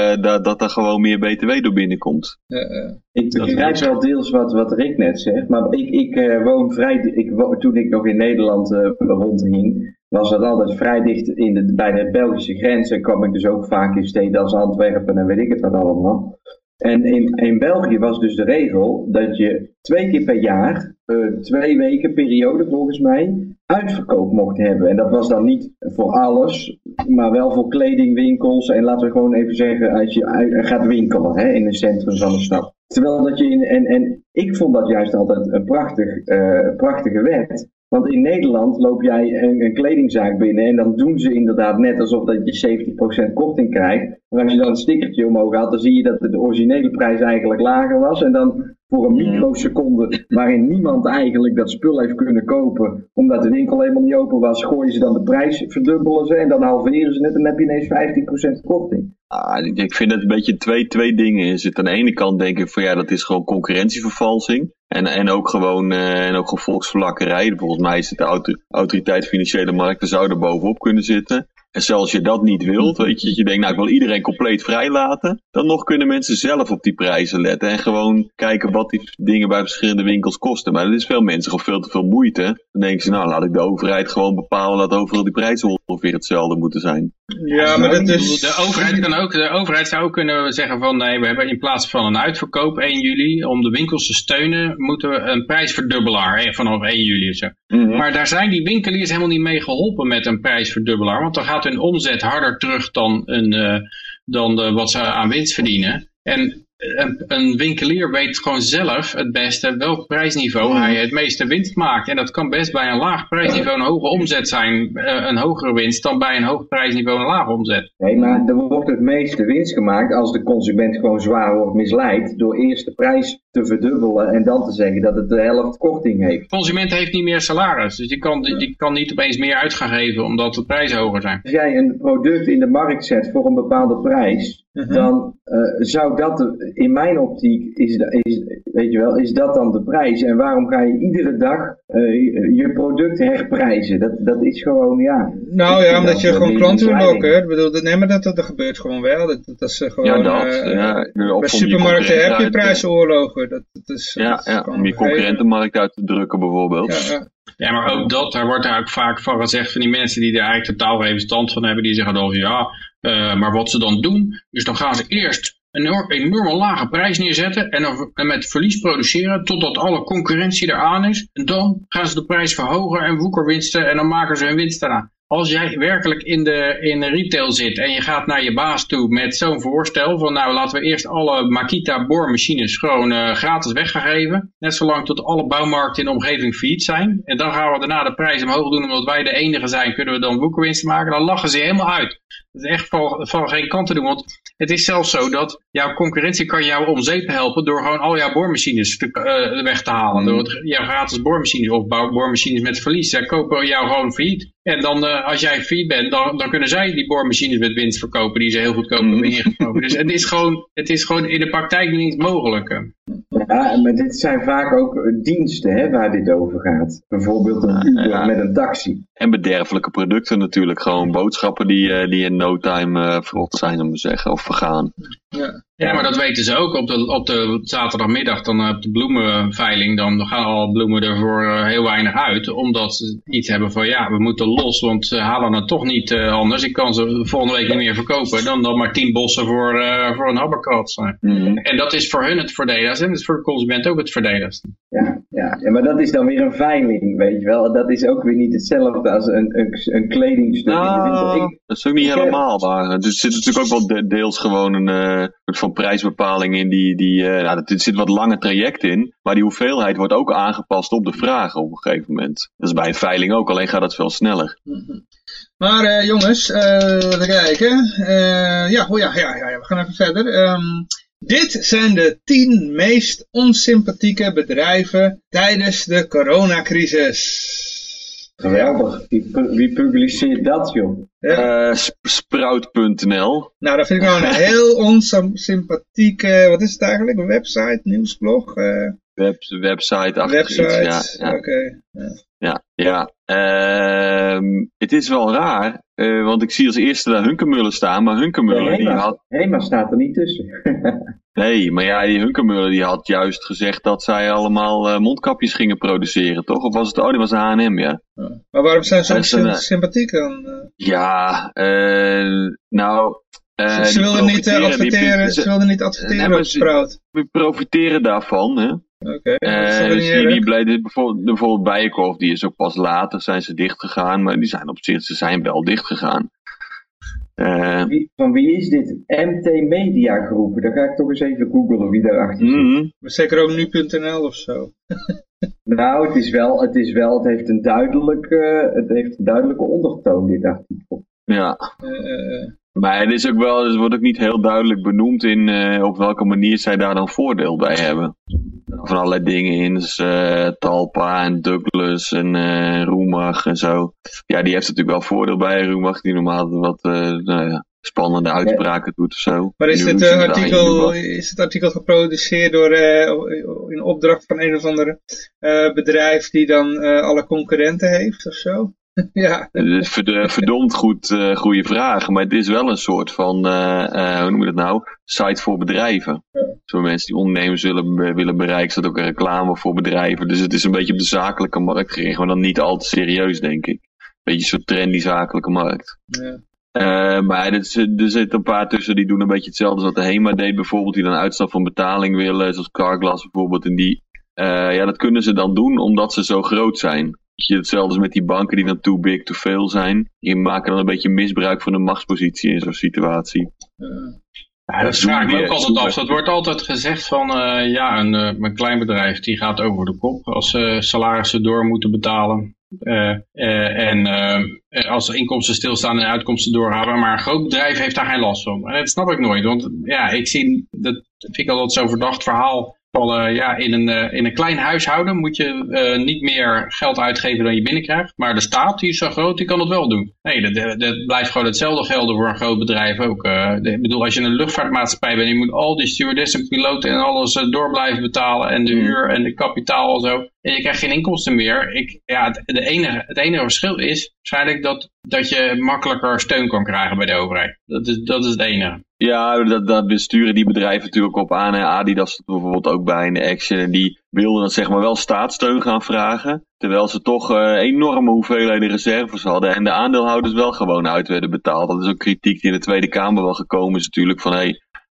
er gewoon meer BTW door binnenkomt. Ik begrijp wel deels wat Rick net zegt, maar ik woon toen ik nog in Nederland rondhing, was dat altijd vrij dicht bij de Belgische grens en kwam ik dus ook vaak in steden als Antwerpen en weet ik het wat allemaal. En in België was dus de regel dat je 2 keer per jaar, 2 weken periode volgens mij, uitverkoop mocht hebben. En dat was dan niet voor alles, maar wel voor kledingwinkels. En laten we gewoon even zeggen, als je gaat winkelen in het centrum van de stad. Terwijl dat je en ik vond dat juist altijd een prachtige wet. Want in Nederland loop jij een kledingzaak binnen en dan doen ze inderdaad net alsof dat je 70% korting krijgt. Maar als je dan een stickertje omhoog haalt, dan zie je dat de originele prijs eigenlijk lager was. En dan voor een microseconde waarin niemand eigenlijk dat spul heeft kunnen kopen, omdat de winkel helemaal niet open was, gooien ze dan de prijs, verdubbelen ze en dan halveren ze het en dan heb je ineens 15% korting. Ik vind dat een beetje twee dingen in zitten. Aan de ene kant denk ik van ja, dat is gewoon concurrentievervalsing. En ook gewoon volksverlakkerij. Volgens mij is het de autoriteit financiële markten zou er bovenop kunnen zitten. En zelfs als je dat niet wilt, weet je, dat je denkt, nou ik wil iedereen compleet vrij laten, dan nog kunnen mensen zelf op die prijzen letten en gewoon kijken wat die dingen bij verschillende winkels kosten. Maar dat is veel mensen gewoon veel te veel moeite. Dan denken ze, nou laat ik de overheid gewoon bepalen dat overal die prijzen ongeveer hetzelfde moeten zijn. Ja, maar dat is... De overheid zou ook kunnen zeggen van nee, we hebben in plaats van een uitverkoop 1 juli, om de winkels te steunen, moeten we een prijsverdubbelaar vanaf 1 juli of zo. Mm-hmm. Maar daar zijn die winkeliers helemaal niet mee geholpen met een prijsverdubbelaar, want dan gaat hun omzet harder terug dan wat ze aan winst verdienen. En een winkelier weet gewoon zelf het beste welk prijsniveau hij het meeste winst maakt. En dat kan best bij een laag prijsniveau een hoge omzet zijn, een hogere winst dan bij een hoog prijsniveau een lage omzet. Nee, maar er wordt het meeste winst gemaakt als de consument gewoon zwaar wordt misleid door eerst de prijs te verdubbelen en dan te zeggen dat het de helft korting heeft. De consument heeft niet meer salaris, dus die kan niet opeens meer uit gaan geven omdat de prijzen hoger zijn. Als jij een product in de markt zet voor een bepaalde prijs, dan zou dat in mijn optiek is dat dan de prijs. En waarom ga je iedere dag je product herprijzen? Dat is gewoon, ja. Nou ja, omdat je gewoon klanten wil lokken. Ik bedoel, nee, maar dat gebeurt gewoon wel. Dat is gewoon, bij supermarkten heb je prijsoorlogen. Dat is om je concurrentenmarkt uit te drukken bijvoorbeeld. Ja, maar ook daar wordt daar ook vaak van gezegd van die mensen die er eigenlijk totaal geen verstand van hebben. Die zeggen dan maar wat ze dan doen, dus dan gaan ze eerst een enorme lage prijs neerzetten en met verlies produceren totdat alle concurrentie eraan is. En dan gaan ze de prijs verhogen en woekerwinsten en dan maken ze hun winst daarna. als jij werkelijk in de retail zit en je gaat naar je baas toe met zo'n voorstel van nou laten we eerst alle Makita boormachines gewoon gratis weggeven. Net zolang tot alle bouwmarkten in de omgeving failliet zijn. En dan gaan we daarna de prijs omhoog doen omdat wij de enige zijn, kunnen we dan boekenwinsten maken. Dan lachen ze je helemaal uit. Dat is echt van geen kant te doen, want het is zelfs zo dat jouw concurrentie kan jou om zeep helpen door gewoon al jouw boormachines weg te halen. Door jouw gratis boormachines of boormachines met verlies. Zij kopen jou gewoon failliet. En dan als jij failliet bent, dan kunnen zij die boormachines met winst verkopen die ze heel goedkoop hebben ingekomen. Dus het is gewoon in de praktijk niet mogelijk. Ja, maar dit zijn vaak ook diensten hè, waar dit over gaat. Bijvoorbeeld een Uber met een taxi. En bederfelijke producten natuurlijk. Gewoon boodschappen die in no time verrot zijn, om te zeggen. Of vergaan. Ja, maar dat weten ze ook. Op de zaterdagmiddag, dan op de bloemenveiling, dan gaan alle bloemen er voor heel weinig uit. Omdat ze iets hebben van, ja, we moeten los, want ze halen het toch niet anders. Ik kan ze volgende week niet meer verkopen dan maar 10 bossen voor een habberkrats. En dat is voor hun het voordeligste en dat is voor de consument ook het voordeligste. Ja, maar dat is dan weer een veiling, weet je wel. Dat is ook weer niet hetzelfde als een kledingstuk. Dat is ook niet helemaal waar. Er zit natuurlijk ook wel deels gewoon een soort van prijsbepaling in er zit wat lange traject in, maar die hoeveelheid wordt ook aangepast op de vraag op een gegeven moment. Dat is bij een veiling ook, alleen gaat dat veel sneller. Maar jongens, even kijken. We gaan even verder. Dit zijn de 10 meest onsympathieke bedrijven tijdens de coronacrisis. Geweldig. Wie publiceert dat, joh? Sprout.nl. Nou, dat vind ik nou een heel onsympathieke, wat is het eigenlijk? Een website, nieuwsblog? Website. Oké. Ja. Het is wel raar, want ik zie als eerste daar Hunkemuller staan, maar Hunkemuller die had... Hema staat er niet tussen. Nee, maar ja, die Hunkemuller die had juist gezegd dat zij allemaal mondkapjes gingen produceren, toch? Of was het, die was de H&M, ja. Maar waarom zijn ze zo sympathiek dan? Ze wilden niet adverteren op Sprout. We profiteren daarvan, hè. Bijvoorbeeld Bijenkorf, die is ook pas later zijn ze dichtgegaan, maar die zijn op zich, ze zijn wel dichtgegaan. Van wie is dit? MT Media Groep. Dan ga ik toch eens even googlen wie daarachter zit. Maar zeker ook nu.nl of zo. Nou, het heeft een duidelijke ondertoon, dit artikel. Ja. Maar het is ook wel, het wordt ook niet heel duidelijk benoemd in op welke manier zij daar dan voordeel bij hebben. Van allerlei dingen in, dus Talpa en Douglas en Roemach en zo. Ja, die heeft natuurlijk wel voordeel bij Roemach, die normaal wat spannende uitspraken doet of zo. Maar is het artikel geproduceerd door in opdracht van een of ander bedrijf die dan alle concurrenten heeft of zo? Ja. Verdomd goede vraag, maar het is wel een soort van, hoe noem je dat nou, site voor bedrijven. Voor mensen die ondernemers willen bereiken, staat ook een reclame voor bedrijven. Dus het is een beetje op de zakelijke markt gericht, maar dan niet al te serieus, denk ik. Beetje een soort trendy zakelijke markt. Ja. Maar er zitten een paar tussen die doen een beetje hetzelfde als wat de HEMA deed bijvoorbeeld, die dan uitstap van betaling willen, zoals Carglass bijvoorbeeld. En die, dat kunnen ze dan doen omdat ze zo groot zijn. Hetzelfde als met die banken die dan too big to fail zijn. Die maken dan een beetje misbruik van de machtspositie in zo'n situatie. Dat vraag ik me ook altijd af. Dat wordt altijd gezegd van een klein bedrijf die gaat over de kop als ze salarissen door moeten betalen. Als de inkomsten stilstaan en uitkomsten doorgaan. Maar een groot bedrijf heeft daar geen last van. En dat snap ik nooit. Want dat vind ik altijd zo'n verdacht verhaal. In een klein huishouden moet je niet meer geld uitgeven dan je binnenkrijgt. Maar de staat, die is zo groot, die kan het wel doen. Nee, dat blijft gewoon hetzelfde gelden voor een groot bedrijf ook. Ik bedoel, als je een luchtvaartmaatschappij bent, je moet al die stewardessen en piloten en alles door blijven betalen. En de huur en de kapitaal en zo. En je krijgt geen inkomsten meer. Het enige verschil is waarschijnlijk dat je makkelijker steun kan krijgen bij de overheid. Dat is het enige. Ja, dat besturen die bedrijven natuurlijk op aan. Adidas stond bijvoorbeeld ook bij in de Action. En die wilden dan zeg maar wel staatssteun gaan vragen. Terwijl ze toch enorme hoeveelheden reserves hadden. En de aandeelhouders wel gewoon uit werden betaald. Dat is ook kritiek die in de Tweede Kamer wel gekomen is natuurlijk. Van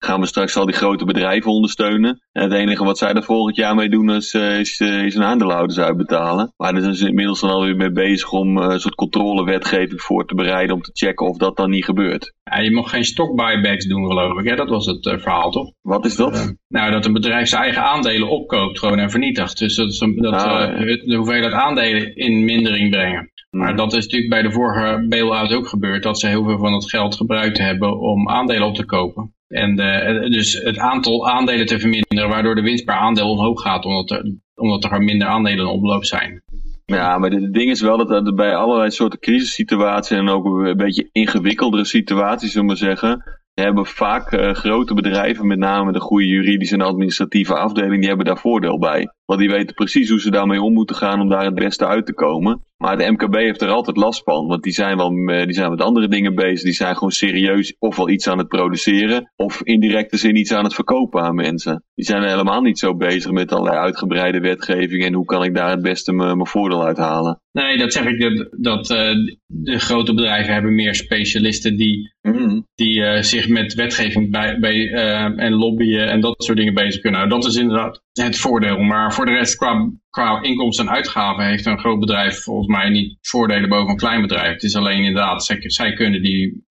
gaan we straks al die grote bedrijven ondersteunen. En het enige wat zij er volgend jaar mee doen is een aandeelhouders uitbetalen. Maar daar zijn ze inmiddels dan alweer mee bezig om een soort controlewetgeving voor te bereiden om te checken of dat dan niet gebeurt. Ja, je mag geen stock buybacks doen, geloof ik. Hè? Dat was het verhaal, toch? Wat is dat? Nou, dat een bedrijf zijn eigen aandelen opkoopt gewoon en vernietigt. Dus dat de hoeveelheid aandelen in mindering brengen. Maar dat is natuurlijk bij de vorige bail-out ook gebeurd. Dat ze heel veel van het geld gebruikt hebben om aandelen op te kopen. En dus het aantal aandelen te verminderen, waardoor de winst per aandeel omhoog gaat. Omdat er gewoon minder aandelen in omloop zijn. Ja, maar het ding is wel dat bij allerlei soorten crisissituaties en ook een beetje ingewikkeldere situaties, zullen we zeggen, hebben vaak grote bedrijven, met name de goede juridische en administratieve afdeling, die hebben daar voordeel bij. Want die weten precies hoe ze daarmee om moeten gaan om daar het beste uit te komen. Maar de MKB heeft er altijd last van, want die zijn met andere dingen bezig. Die zijn gewoon serieus ofwel iets aan het produceren, of in directe zin iets aan het verkopen aan mensen. Die zijn helemaal niet zo bezig met allerlei uitgebreide wetgeving en hoe kan ik daar het beste mijn voordeel uit halen. Nee, dat zeg ik, dat de grote bedrijven hebben meer specialisten die zich met wetgeving en lobbyen en dat soort dingen bezig kunnen houden. Dat is inderdaad het voordeel. Maar voor de rest, qua inkomsten en uitgaven heeft een groot bedrijf volgens mij niet voordelen boven een klein bedrijf. Het is alleen inderdaad, zij kunnen die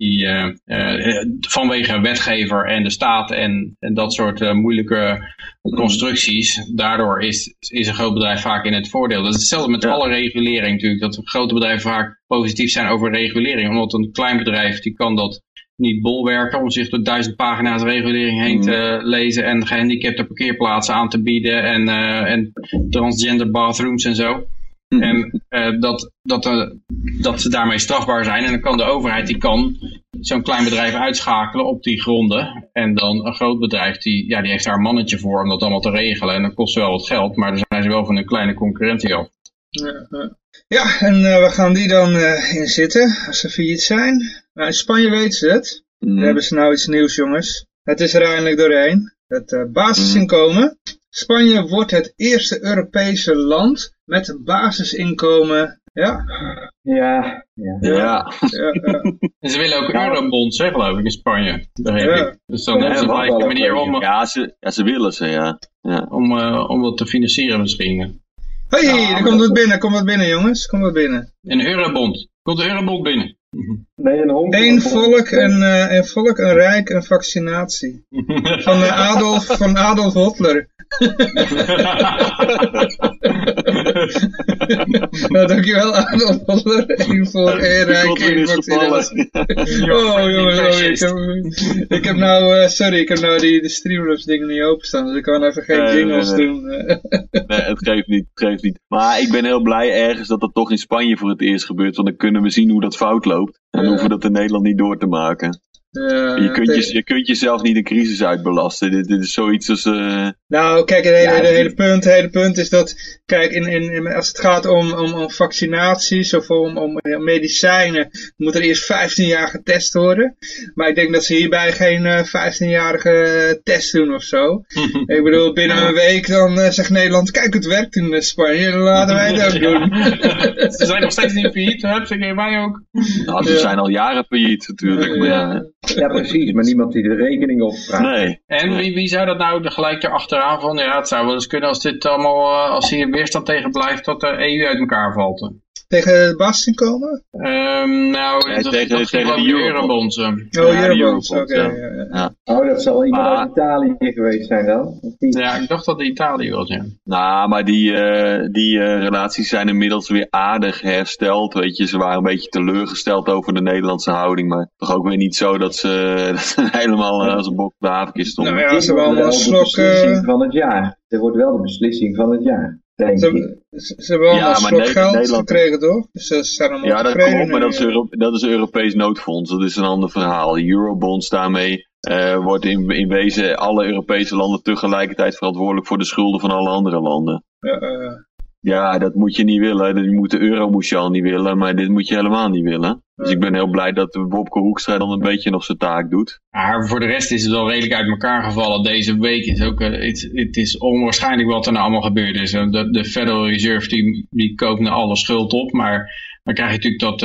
vanwege een wetgever en de staat en dat soort moeilijke constructies, daardoor is een groot bedrijf vaak in het voordeel. Dat is hetzelfde met alle regulering natuurlijk, dat grote bedrijven vaak positief zijn over regulering, omdat een klein bedrijf die kan dat niet bolwerken om zich door 1000 pagina's regulering heen te lezen en gehandicapte parkeerplaatsen aan te bieden en transgender bathrooms en zo. En dat ze daarmee strafbaar zijn. En dan kan de overheid zo'n klein bedrijf uitschakelen op die gronden. En dan een groot bedrijf die heeft daar een mannetje voor om dat allemaal te regelen. En dat kost wel wat geld, maar dan zijn ze wel van een kleine concurrentie af. Ja, en waar gaan die dan in zitten als ze failliet zijn? Nou, in Spanje weten ze het. Daar hebben ze nou iets nieuws, jongens. Het is er eindelijk doorheen. Het basisinkomen. Spanje wordt het eerste Europese land met een basisinkomen. Ja. En ze willen ook eurobonds, geloof ik, in Spanje. Dus dan hebben ze gelijk een manier om... ze willen ze, ja. Om dat te financieren misschien. Er komt wat binnen, jongens. Komt wat binnen. Een eurobond. Komt de eurobond binnen. Nee, Eén volk, een rijk, een vaccinatie. Van Adolf Hitler. Nou, dankjewel Adolf Hitler. Eén volk, één rijk, één vaccinatie. Jongens, ik heb nou die Streamlabs dingen niet openstaan, dus ik kan even geen jingles doen. Nee, het geeft niet. Maar ik ben heel blij ergens dat dat toch in Spanje voor het eerst gebeurt, want dan kunnen we zien hoe dat fout loopt. En dan hoeven we dat in Nederland niet door te maken. Je kunt jezelf niet een crisis uitbelasten. Dit is zoiets als... Nou, kijk, het hele punt is dat... Kijk, als het gaat om vaccinaties of om medicijnen... moet er eerst 15 jaar getest worden. Maar ik denk dat ze hierbij geen 15-jarige test doen of zo. Ik bedoel, binnen een week dan zegt Nederland... Kijk, het werkt in Spanje, dan laten wij het ook doen. Ze zijn nog steeds niet failliet, hè? Wij ook. Nou, ze zijn al jaren failliet natuurlijk, maar Ja, precies, maar niemand die de rekening opvraagt. Nee. En wie zou dat nou gelijk erachteraan van? Ja, het zou wel eens kunnen als dit allemaal, als hier weerstand tegen blijft, dat de EU uit elkaar valt. Tegen het basisinkomen? Tegen de eurobonds. Eurobonds, oké. Oh, dat zal iemand uit Italië geweest zijn dan? Ja, ik dacht dat het Italië was, ja. Nou, maar die relaties zijn inmiddels weer aardig hersteld, weet je. Ze waren een beetje teleurgesteld over de Nederlandse houding, maar toch ook weer niet zo dat ze helemaal als een bok op de havenkist stonden. Nou ja, ze hebben allemaal een slok... van het jaar. Dit wordt wel de beslissing van het jaar. Ze hebben allemaal een slok geld gekregen, toch? Dus ze zijn allemaal dat klopt, maar dat is Europees noodfonds. Dat is een ander verhaal. De Eurobonds daarmee wordt in wezen alle Europese landen tegelijkertijd verantwoordelijk voor de schulden van alle andere landen. Ja, dat moet je niet willen. De euro moest je al niet willen, maar dit moet je helemaal niet willen. Dus ik ben heel blij dat Wopke Hoekstra dan een beetje nog zijn taak doet. Maar voor de rest is het wel redelijk uit elkaar gevallen. Deze week is ook, het is onwaarschijnlijk wat er nou allemaal gebeurd is. De Federal Reserve die koopt nou alle schuld op, maar dan krijg je natuurlijk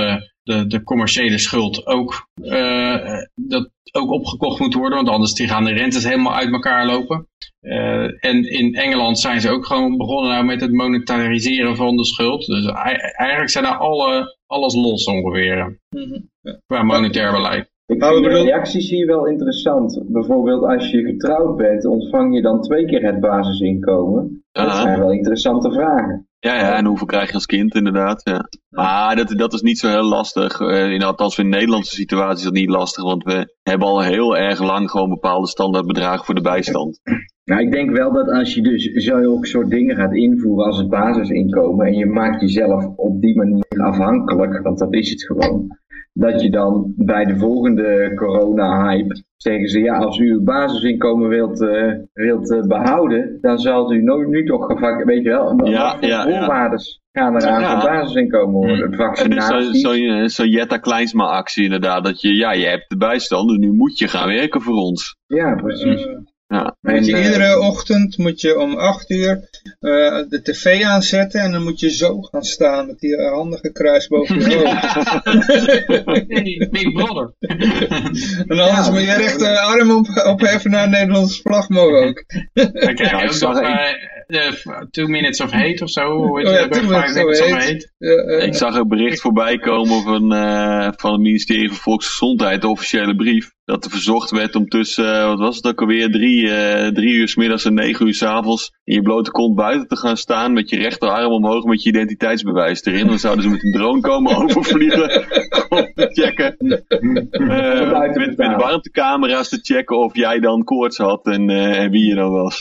de commerciële schuld ook, dat ook opgekocht moet worden, want anders gaan de rentes helemaal uit elkaar lopen. En in Engeland zijn ze ook gewoon begonnen nou met het monetariseren van de schuld. Dus eigenlijk zijn daar alles los ongeveer, qua monetair beleid. Ik vind de reacties hier wel interessant. Bijvoorbeeld als je getrouwd bent, ontvang je dan 2 keer het basisinkomen? Dat zijn wel interessante vragen. Ja, en hoeveel krijg je als kind inderdaad. Ja. Maar dat is niet zo heel lastig. Althans in de Nederlandse situatie is dat niet lastig, want we hebben al heel erg lang gewoon bepaalde standaardbedragen voor de bijstand. Nou, ik denk wel dat als je dus zulke soort dingen gaat invoeren als het basisinkomen en je maakt jezelf op die manier afhankelijk, want dat is het gewoon, dat je dan bij de volgende corona-hype zeggen ze, ja, als u uw basisinkomen wilt behouden, dan zal u nu toch gevangen, weet je wel, voorwaarden gaan eraan voor basisinkomen worden. Vaccinatie. Zo'n Jetta Kleinsma actie inderdaad, dat je hebt de bijstand, dus nu moet je gaan werken voor ons. Ja, precies. Iedere ochtend moet je om 8 uur de tv aanzetten en dan moet je zo gaan staan met die handen gekruist boven je hoofd. Big brother. En anders moet je rechterarm opheffen naar de Nederlandse vlag mogen ook. Dan krijg je ook 2 minutes of hate of zo. 5 minutes of hate. Ik zag een bericht voorbij komen van het ministerie van Volksgezondheid, de officiële brief, dat er verzocht werd om tussen, wat was het ook alweer, 3 uur 's middags en 9 uur 's avonds in je blote kont buiten te gaan staan met je rechterarm omhoog met je identiteitsbewijs erin. Dan zouden ze met een drone komen overvliegen om te checken. Met warmtecamera's te checken of jij dan koorts had en wie je dan was.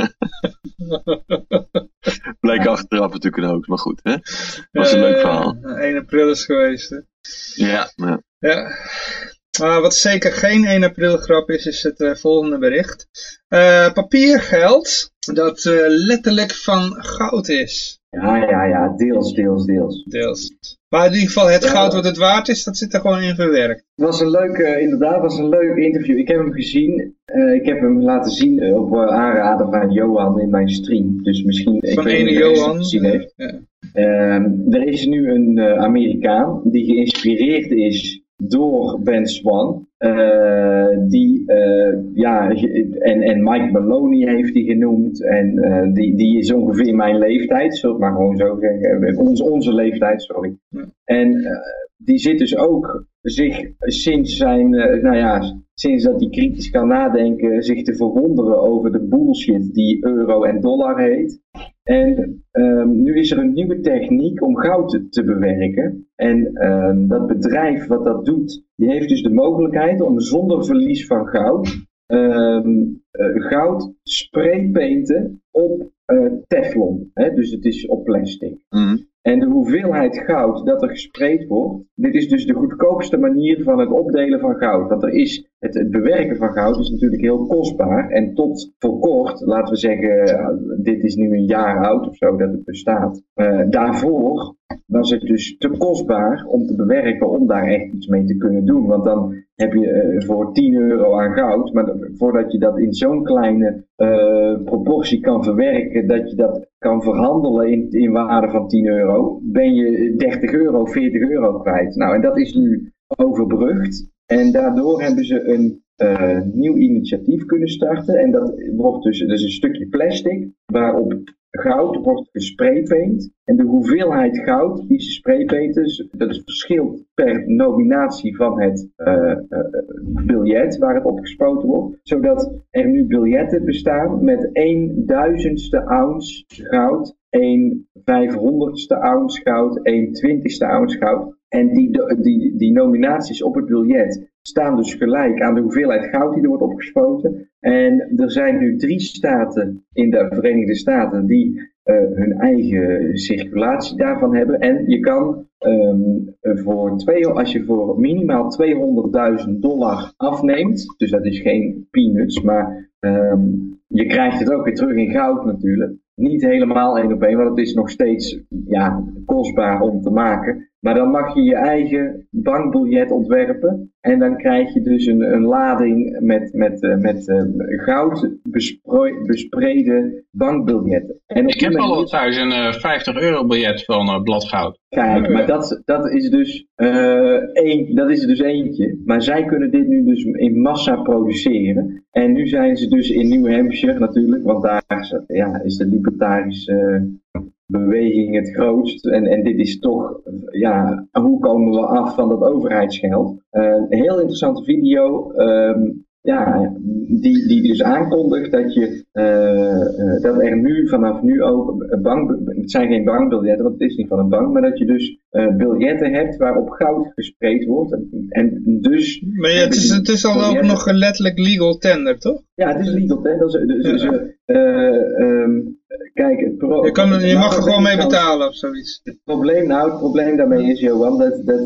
Bleek achteraf natuurlijk een hoax, maar goed, hè? Was een leuk verhaal. 1 april is geweest, hè? Ja. Wat zeker geen 1 april grap is het volgende bericht. Papiergeld dat letterlijk van goud is. Ja, deels. Maar in ieder geval het goud wat het waard is, dat zit er gewoon in verwerkt. Het was een leuk interview. Ik heb hem gezien. Ik heb hem laten zien op aanraden van Johan in mijn stream. Dus misschien... Van ene Johan. Gezien heeft. Er is nu een Amerikaan die geïnspireerd is door Ben Swan. En Mike Maloney heeft hij genoemd. En die is ongeveer mijn leeftijd, zullen we maar gewoon zo zeggen. Onze leeftijd, sorry. Ja. En die zit dus ook zich sinds dat hij kritisch kan nadenken, zich te verwonderen over de bullshit die euro en dollar heet. En nu is er een nieuwe techniek om goud te bewerken. En dat bedrijf wat dat doet, die heeft dus de mogelijkheid om zonder verlies van goud, goud spraypainten op teflon. Hè? Dus het is op plastic. Mm. En de hoeveelheid goud dat er gespreid wordt, dit is dus de goedkoopste manier van het opdelen van goud. Want het bewerken van goud is natuurlijk heel kostbaar. En tot voor kort, laten we zeggen, dit is nu een jaar oud of zo dat het bestaat. Daarvoor was het dus te kostbaar om te bewerken om daar echt iets mee te kunnen doen. Want dan heb je voor €10 aan goud, maar voordat je dat in zo'n kleine proportie kan verwerken, dat je dat kan verhandelen in waarde van €10, ben je €30, €40 kwijt. Nou, en dat is nu overbrugd. En daardoor hebben ze een nieuw initiatief kunnen starten. En dat is een stukje plastic waarop goud wordt gespraypaint. En de hoeveelheid goud die ze spraypainten, dat verschilt per nominatie van het biljet waar het opgespoten wordt. Zodat er nu biljetten bestaan met 1/1000ste ounce goud, 1/500ste ounce goud, 1/20ste ounce goud. En die nominaties op het biljet staan dus gelijk aan de hoeveelheid goud die er wordt opgespoten. En er zijn nu 3 staten in de Verenigde Staten die hun eigen circulatie daarvan hebben. En je kan als je voor minimaal $200.000 afneemt, dus dat is geen peanuts, maar je krijgt het ook weer terug in goud natuurlijk. Niet helemaal 1 op 1, want het is nog steeds kostbaar om te maken. Maar dan mag je je eigen bankbiljet ontwerpen. En dan krijg je dus een lading met goud bespreide bankbiljetten. En Ik heb al thuis een €50 biljet van bladgoud. Kijk, maar dat is dus eentje. Maar zij kunnen dit nu dus in massa produceren. En nu zijn ze dus in New Hampshire natuurlijk, want daar is de libertarische beweging het grootst. En dit is toch, hoe komen we af van dat overheidsgeld? Een heel interessante video. Die dus aankondigt dat dat er nu vanaf nu ook het zijn geen bankbiljetten, want het is niet van een bank, maar dat je dus biljetten hebt waarop goud gespreid wordt. En dus. Maar het is al ook nog een letterlijk legal tender, toch? Ja, het is legal tender. Kijk, je mag er gewoon mee betalen of zoiets. Het probleem daarmee is, Johan,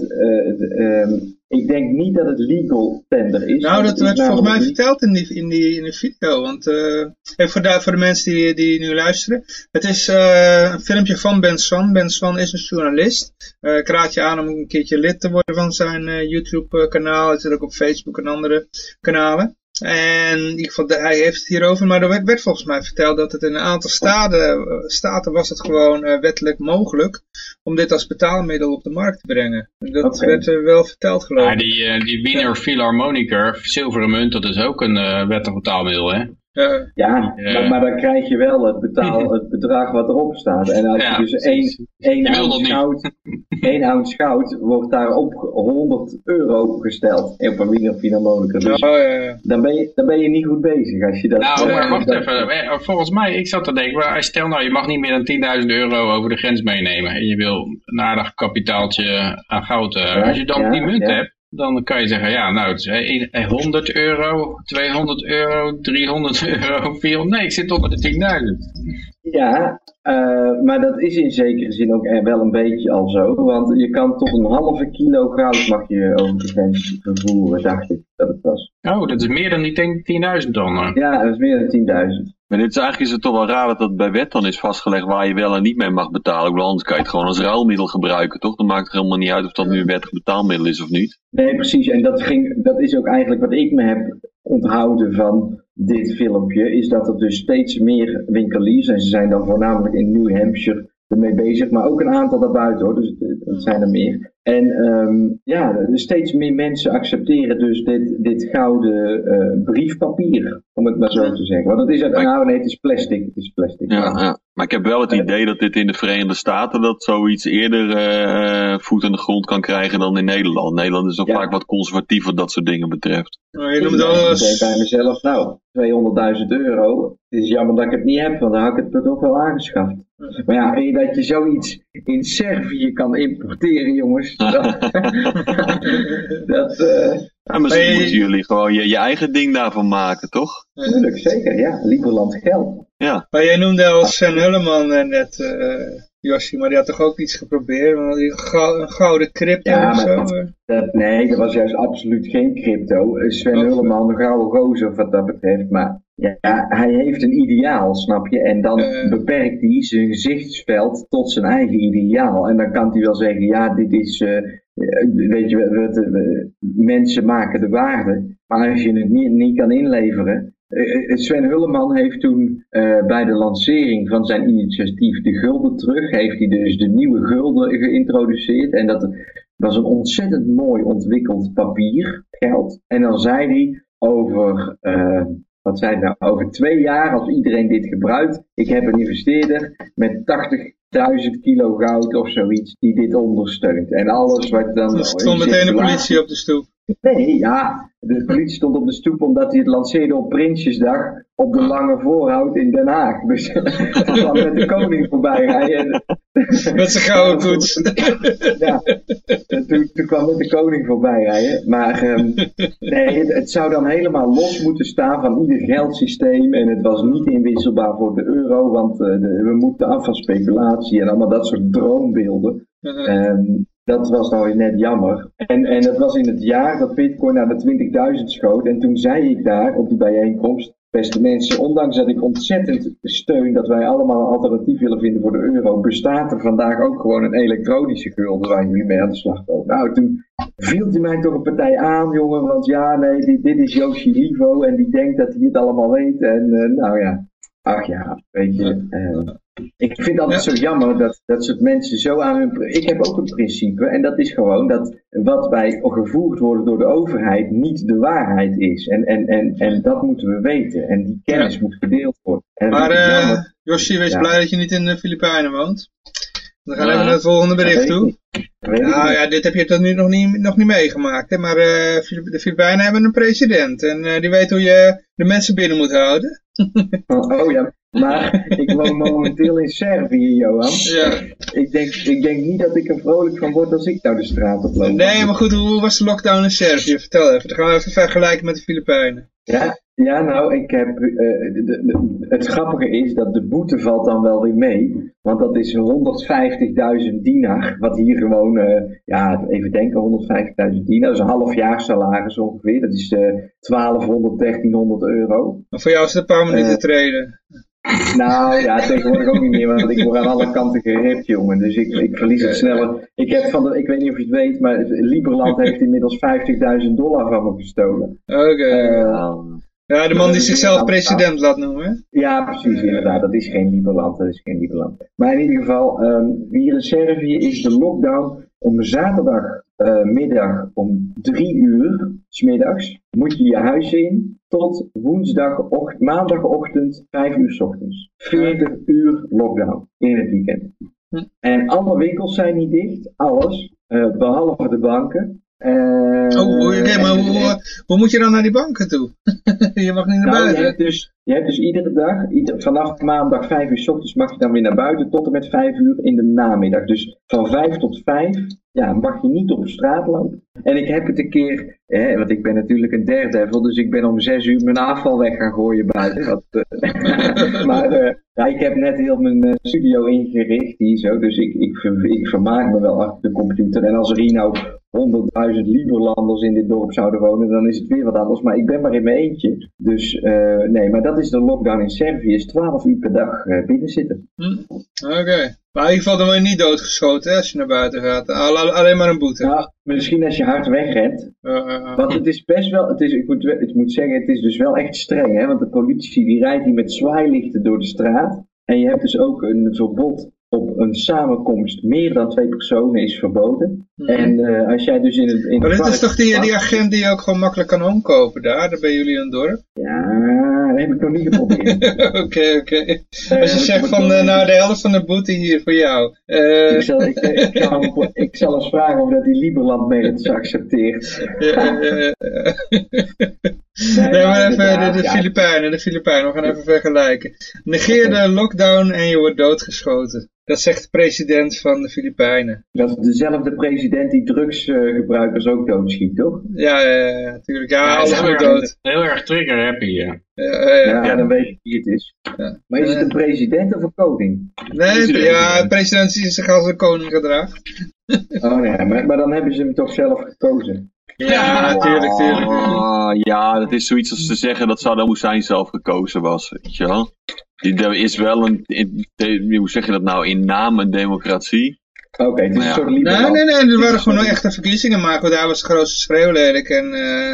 ik denk niet dat het legal tender is. Nou, dat werd volgens mij verteld in die video. Want voor de mensen die nu luisteren. Het is een filmpje van Ben Swan. Ben Swan is een journalist. Ik raad je aan om een keertje lid te worden van zijn YouTube kanaal. Hij zit ook op Facebook en andere kanalen. En in ieder geval, hij heeft het hierover, maar er werd volgens mij verteld dat het in een aantal staten was het gewoon wettelijk mogelijk om dit als betaalmiddel op de markt te brengen. Dat werd wel verteld, geloof ik. Die Wiener Philharmoniker, zilveren munt, dat is ook een wettig betaalmiddel, hè? Maar dan krijg je wel het bedrag wat erop staat. En als je dus één ounce goud wordt daar op €100 gesteld op een Wiener Philharmoniker. Dus dan ben je niet goed bezig als je dat. Maar wacht even. Volgens mij, ik zat te denken, stel je mag niet meer dan €10.000 over de grens meenemen. En je wil een aardig kapitaaltje aan goud. Als je dan die munt hebt, dan kan je zeggen, het is €100, €200, €300, €400. Nee, ik zit onder de 10.000. Ja, maar dat is in zekere zin ook wel een beetje al zo. Want je kan tot een halve kilo goud mag je over de grens vervoeren, dacht ik dat het was. Oh, dat is meer dan die 10.000 dan. Ja, dat is meer dan 10.000. Maar eigenlijk is het toch wel raar dat dat bij wet dan is vastgelegd waar je wel en niet mee mag betalen. Ik bedoel, anders kan je het gewoon als ruilmiddel gebruiken, toch? Dan maakt het helemaal niet uit of dat nu een wettig betaalmiddel is of niet. Nee, precies. En dat is ook eigenlijk wat ik me heb onthouden van dit filmpje. Is dat er dus steeds meer winkeliers, en ze zijn dan voornamelijk in New Hampshire ermee bezig, maar ook een aantal daarbuiten hoor, dus dat zijn er meer. En steeds meer mensen accepteren dus dit gouden briefpapier, om het maar zo te zeggen. Want het is het is plastic. Het is plastic. Ja. Maar ik heb wel het idee dat dit in de Verenigde Staten dat zoiets eerder voet aan de grond kan krijgen dan in Nederland. Nederland is nog vaak wat conservatief wat dat soort dingen betreft. Je noemt alles. Ik denk bij mezelf, €200.000. Het is jammer dat ik het niet heb, want dan had ik het toch wel aangeschaft. Maar ja, dat je zoiets in Servië kan importeren, jongens. Misschien moeten jullie gewoon je eigen ding daarvan maken, toch? Natuurlijk, zeker, ja. Lieberland geld. Ja. Maar jij noemde al Sven Hulleman net, Josje, maar die had toch ook iets geprobeerd? Een gouden crypto of zo? Nee, dat was juist absoluut geen crypto. Sven Hulleman, een gouden gozer wat dat betreft. Maar hij heeft een ideaal, snap je? En dan beperkt hij zijn gezichtsveld tot zijn eigen ideaal. En dan kan hij wel zeggen, dit is... weet je, mensen maken de waarde. Maar als je het niet kan inleveren... Sven Hulleman heeft toen bij de lancering van zijn initiatief De Gulden Terug, heeft hij dus de nieuwe gulden geïntroduceerd. En dat was een ontzettend mooi ontwikkeld papier, geld. En dan zei hij over 2 jaar, als iedereen dit gebruikt, ik heb een investeerder met 80.000 kilo goud of zoiets die dit ondersteunt. En alles wat dan... Er stond meteen de politie op de stoep. Nee, de politie stond op de stoep omdat hij het lanceerde op Prinsjesdag op de Lange Voorhout in Den Haag. Dus hij kwam met de koning voorbij rijden. Met zijn gouden koets. Toen kwam met de koning voorbij rijden. Maar nee, het zou dan helemaal los moeten staan van ieder geldsysteem. En het was niet inwisselbaar voor de euro, want we moeten af van speculatie en allemaal dat soort droombeelden. Dat was nou net jammer. En dat was in het jaar dat Bitcoin naar de 20.000 schoot. En toen zei ik daar op die bijeenkomst, beste mensen, ondanks dat ik ontzettend steun dat wij allemaal een alternatief willen vinden voor de euro, bestaat er vandaag ook gewoon een elektronische gulden waar jullie mee aan de slag komen. Nou, toen viel hij mij toch een partij aan, jongen, want ja, nee, dit is Yoshi Livo en die denkt dat hij het allemaal weet. En nou ja, ach ja, weet je. Ik vind het altijd zo jammer dat soort mensen zo aan hun... Ik heb ook een principe en dat is gewoon dat wat wij gevoerd worden door de overheid niet de waarheid is. En dat moeten we weten. En die kennis moet gedeeld worden. Maar Yoshi, wees blij dat je niet in de Filipijnen woont. Dan gaan we even naar het volgende bericht toe. Nou ja, dit heb je tot nu nog niet meegemaakt. Hè? Maar de Filipijnen hebben een president. En die weet hoe je de mensen binnen moet houden. Oh ja, maar ik woon momenteel in Servië, Johan. Ja. Ik denk niet dat ik er vrolijk van word als ik nou de straat op loop. Nee, maar goed, hoe was de lockdown in Servië? Vertel even, dan gaan we even vergelijken met de Filipijnen. Ja, nou, ik heb, het grappige is dat de boete valt dan wel weer mee. Want dat is 150.000 dinar, wat hier gewoon, even denken, 150.000 dinar, dat is een halfjaarsalaris ongeveer. Dat is 1200, 1300 euro. Maar voor jou is het een paar minuten treden. Nou ja, tegenwoordig ook niet meer, want ik word aan alle kanten geript, jongen. Dus ik verlies het sneller. Ik weet niet of je het weet, maar Liberland heeft inmiddels $50.000 van me gestolen. Oké. Ja, de man die zichzelf president laat noemen, hè? Ja, precies, inderdaad. Dat is geen Liberland, Maar in ieder geval, hier in Servië is de lockdown om zaterdagmiddag om 3 uur 's middags moet je huis in tot maandagochtend 5 uur 's ochtends. 40 uur lockdown in het weekend. En alle winkels zijn niet dicht, alles, behalve de banken. Hoe moet je dan naar die banken toe? Je mag niet naar buiten. Je hebt dus iedere dag, vanaf maandag 5 uur 's ochtends mag je dan weer naar buiten tot en met 5 uur in de namiddag. Dus van 5 tot 5 mag je niet op straat lopen. En ik heb het een keer, want ik ben natuurlijk een daredevil, dus ik ben om 6 uur mijn afval weg gaan gooien buiten. Maar ik heb net heel mijn studio ingericht hier zo, dus ik vermaak me wel achter de computer. En als er hier nou 100.000 Liberlanders in dit dorp zouden wonen, dan is het weer wat anders. Maar ik ben maar in mijn eentje. Dus nee, maar dat is de lockdown in Servië, is 12 uur per dag binnen zitten. Oké. Maar in ieder geval dan word je niet doodgeschoten hè, als je naar buiten gaat. Alleen maar een boete. Nou, misschien als je hard wegrent. Want het is best wel, ik moet zeggen, het is dus wel echt streng. Hè? Want de politie die rijdt hier met zwaailichten door de straat. En je hebt dus ook een verbod op een samenkomst meer dan 2 personen is verboden. En als jij dus in maar dit is toch die agent die je ook gewoon makkelijk kan omkopen daar bij jullie in het dorp? Ja, dat heb ik nog niet geprobeerd. Oké. Als je zegt van de helft van de boete hier voor jou. Ik zal eens vragen of dat die Liberland mee het accepteert. Nee, maar even de Filipijnen, we gaan even vergelijken. Negeer de lockdown en je wordt doodgeschoten. Dat zegt de president van de Filipijnen. Dat is dezelfde president die drugsgebruikers ook doodschiet, toch? Ja, natuurlijk. Ja, alles dood. Heel erg trigger happy, ja, dan weet ik wie het is. Ja. Maar is het een president of een koning? Nee, de president die zich als een koning gedraagt. Oh nee, maar dan hebben ze hem toch zelf gekozen. Ja, tuurlijk. Ja, dat is zoiets als te zeggen dat Saddam Hussein zelf gekozen was, weet je wel. Er is wel hoe zeg je dat nou, in naam een democratie. Oké, het is een soort liberaal. Nee, er waren gewoon echte verkiezingen, maar goed, daar was de grootste schreeuw lelijk. En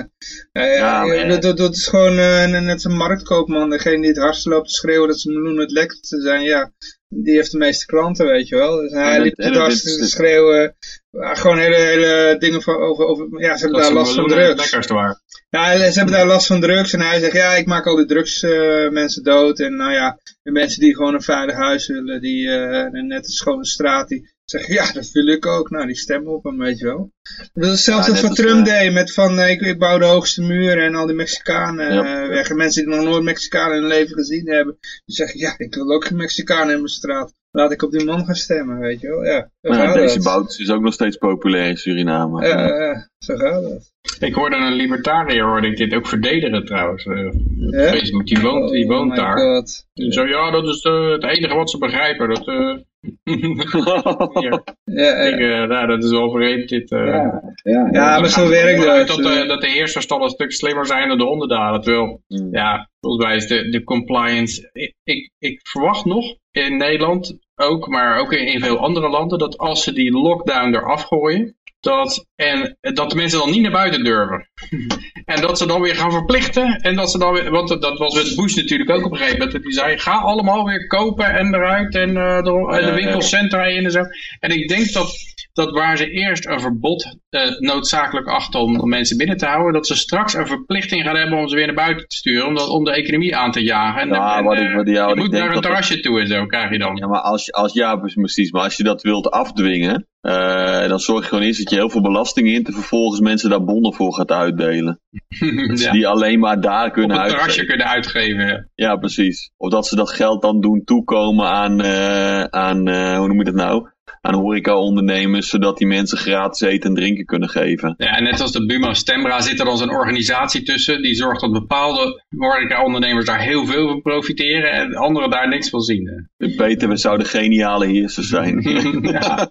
dat is gewoon net een marktkoopman, degene die het hardst loopt te schreeuwen dat ze miljoenen het lekkerste zijn, ja. Die heeft de meeste klanten, weet je wel. Dus hij liep het hardst te schreeuwen. Gewoon hele dingen over ja, ze hebben daar last van drugs. Ja, ze hebben daar last van drugs en hij zegt, ja, ik maak al die drugs mensen dood. En nou ja, de mensen die gewoon een veilig huis willen, die net een schone straat, die zeggen, ja, dat wil ik ook. Nou, die stemmen op hem, weet je wel. Dat is zelfs wat Trump deed met van, ik bouw de hoogste muur en al die Mexicanen weg. En mensen die nog nooit Mexicanen in hun leven gezien hebben, die zeggen, ja, ik wil ook geen Mexicanen in mijn straat. Laat ik op die man gaan stemmen, weet je wel. Ja, deze Bouts is ook nog steeds populair in Suriname. Ja, zo gaat dat. Ik hoorde een libertariër, dit ook verdedigen trouwens. Facebook, die woont daar. God. En zo, ja, dat is het enige wat ze begrijpen. Nou, dat is wel vreemd dit. Ja, maar zo werkt dat de heersers dan een stuk slimmer zijn dan de onderdanen. Terwijl, volgens mij is de compliance... Ik verwacht nog in Nederland ook, maar ook in veel andere landen, dat als ze die lockdown eraf gooien, dat de mensen dan niet naar buiten durven. En dat ze dan weer gaan verplichten. En dat ze dan weer, want dat was met Bush natuurlijk ook op een gegeven moment. Die zei, ga allemaal weer kopen en eruit. En de winkelcentra in en zo. En ik denk dat waar ze eerst een verbod noodzakelijk achten om mensen binnen te houden, dat ze straks een verplichting gaan hebben om ze weer naar buiten te sturen. Om de economie aan te jagen. Je moet naar een terrasje toe en zo, krijg je dan. Ja, maar als je dat wilt afdwingen, dan zorg je gewoon eerst dat je heel veel belasting in te vervolgens mensen daar bonnen voor gaat uitdelen. Dus die alleen maar daar kunnen op een uitgeven. terrasje kunnen uitgeven. Ja, precies. Of dat ze dat geld dan doen toekomen aan hoe noem je dat nou? Aan horeca-ondernemers, zodat die mensen gratis eten en drinken kunnen geven. Ja, en net als de Buma Stemra zit er dan zo'n organisatie tussen, die zorgt dat bepaalde horeca-ondernemers daar heel veel van profiteren en anderen daar niks van zien. Peter, we zouden geniale heersers zijn. Ja.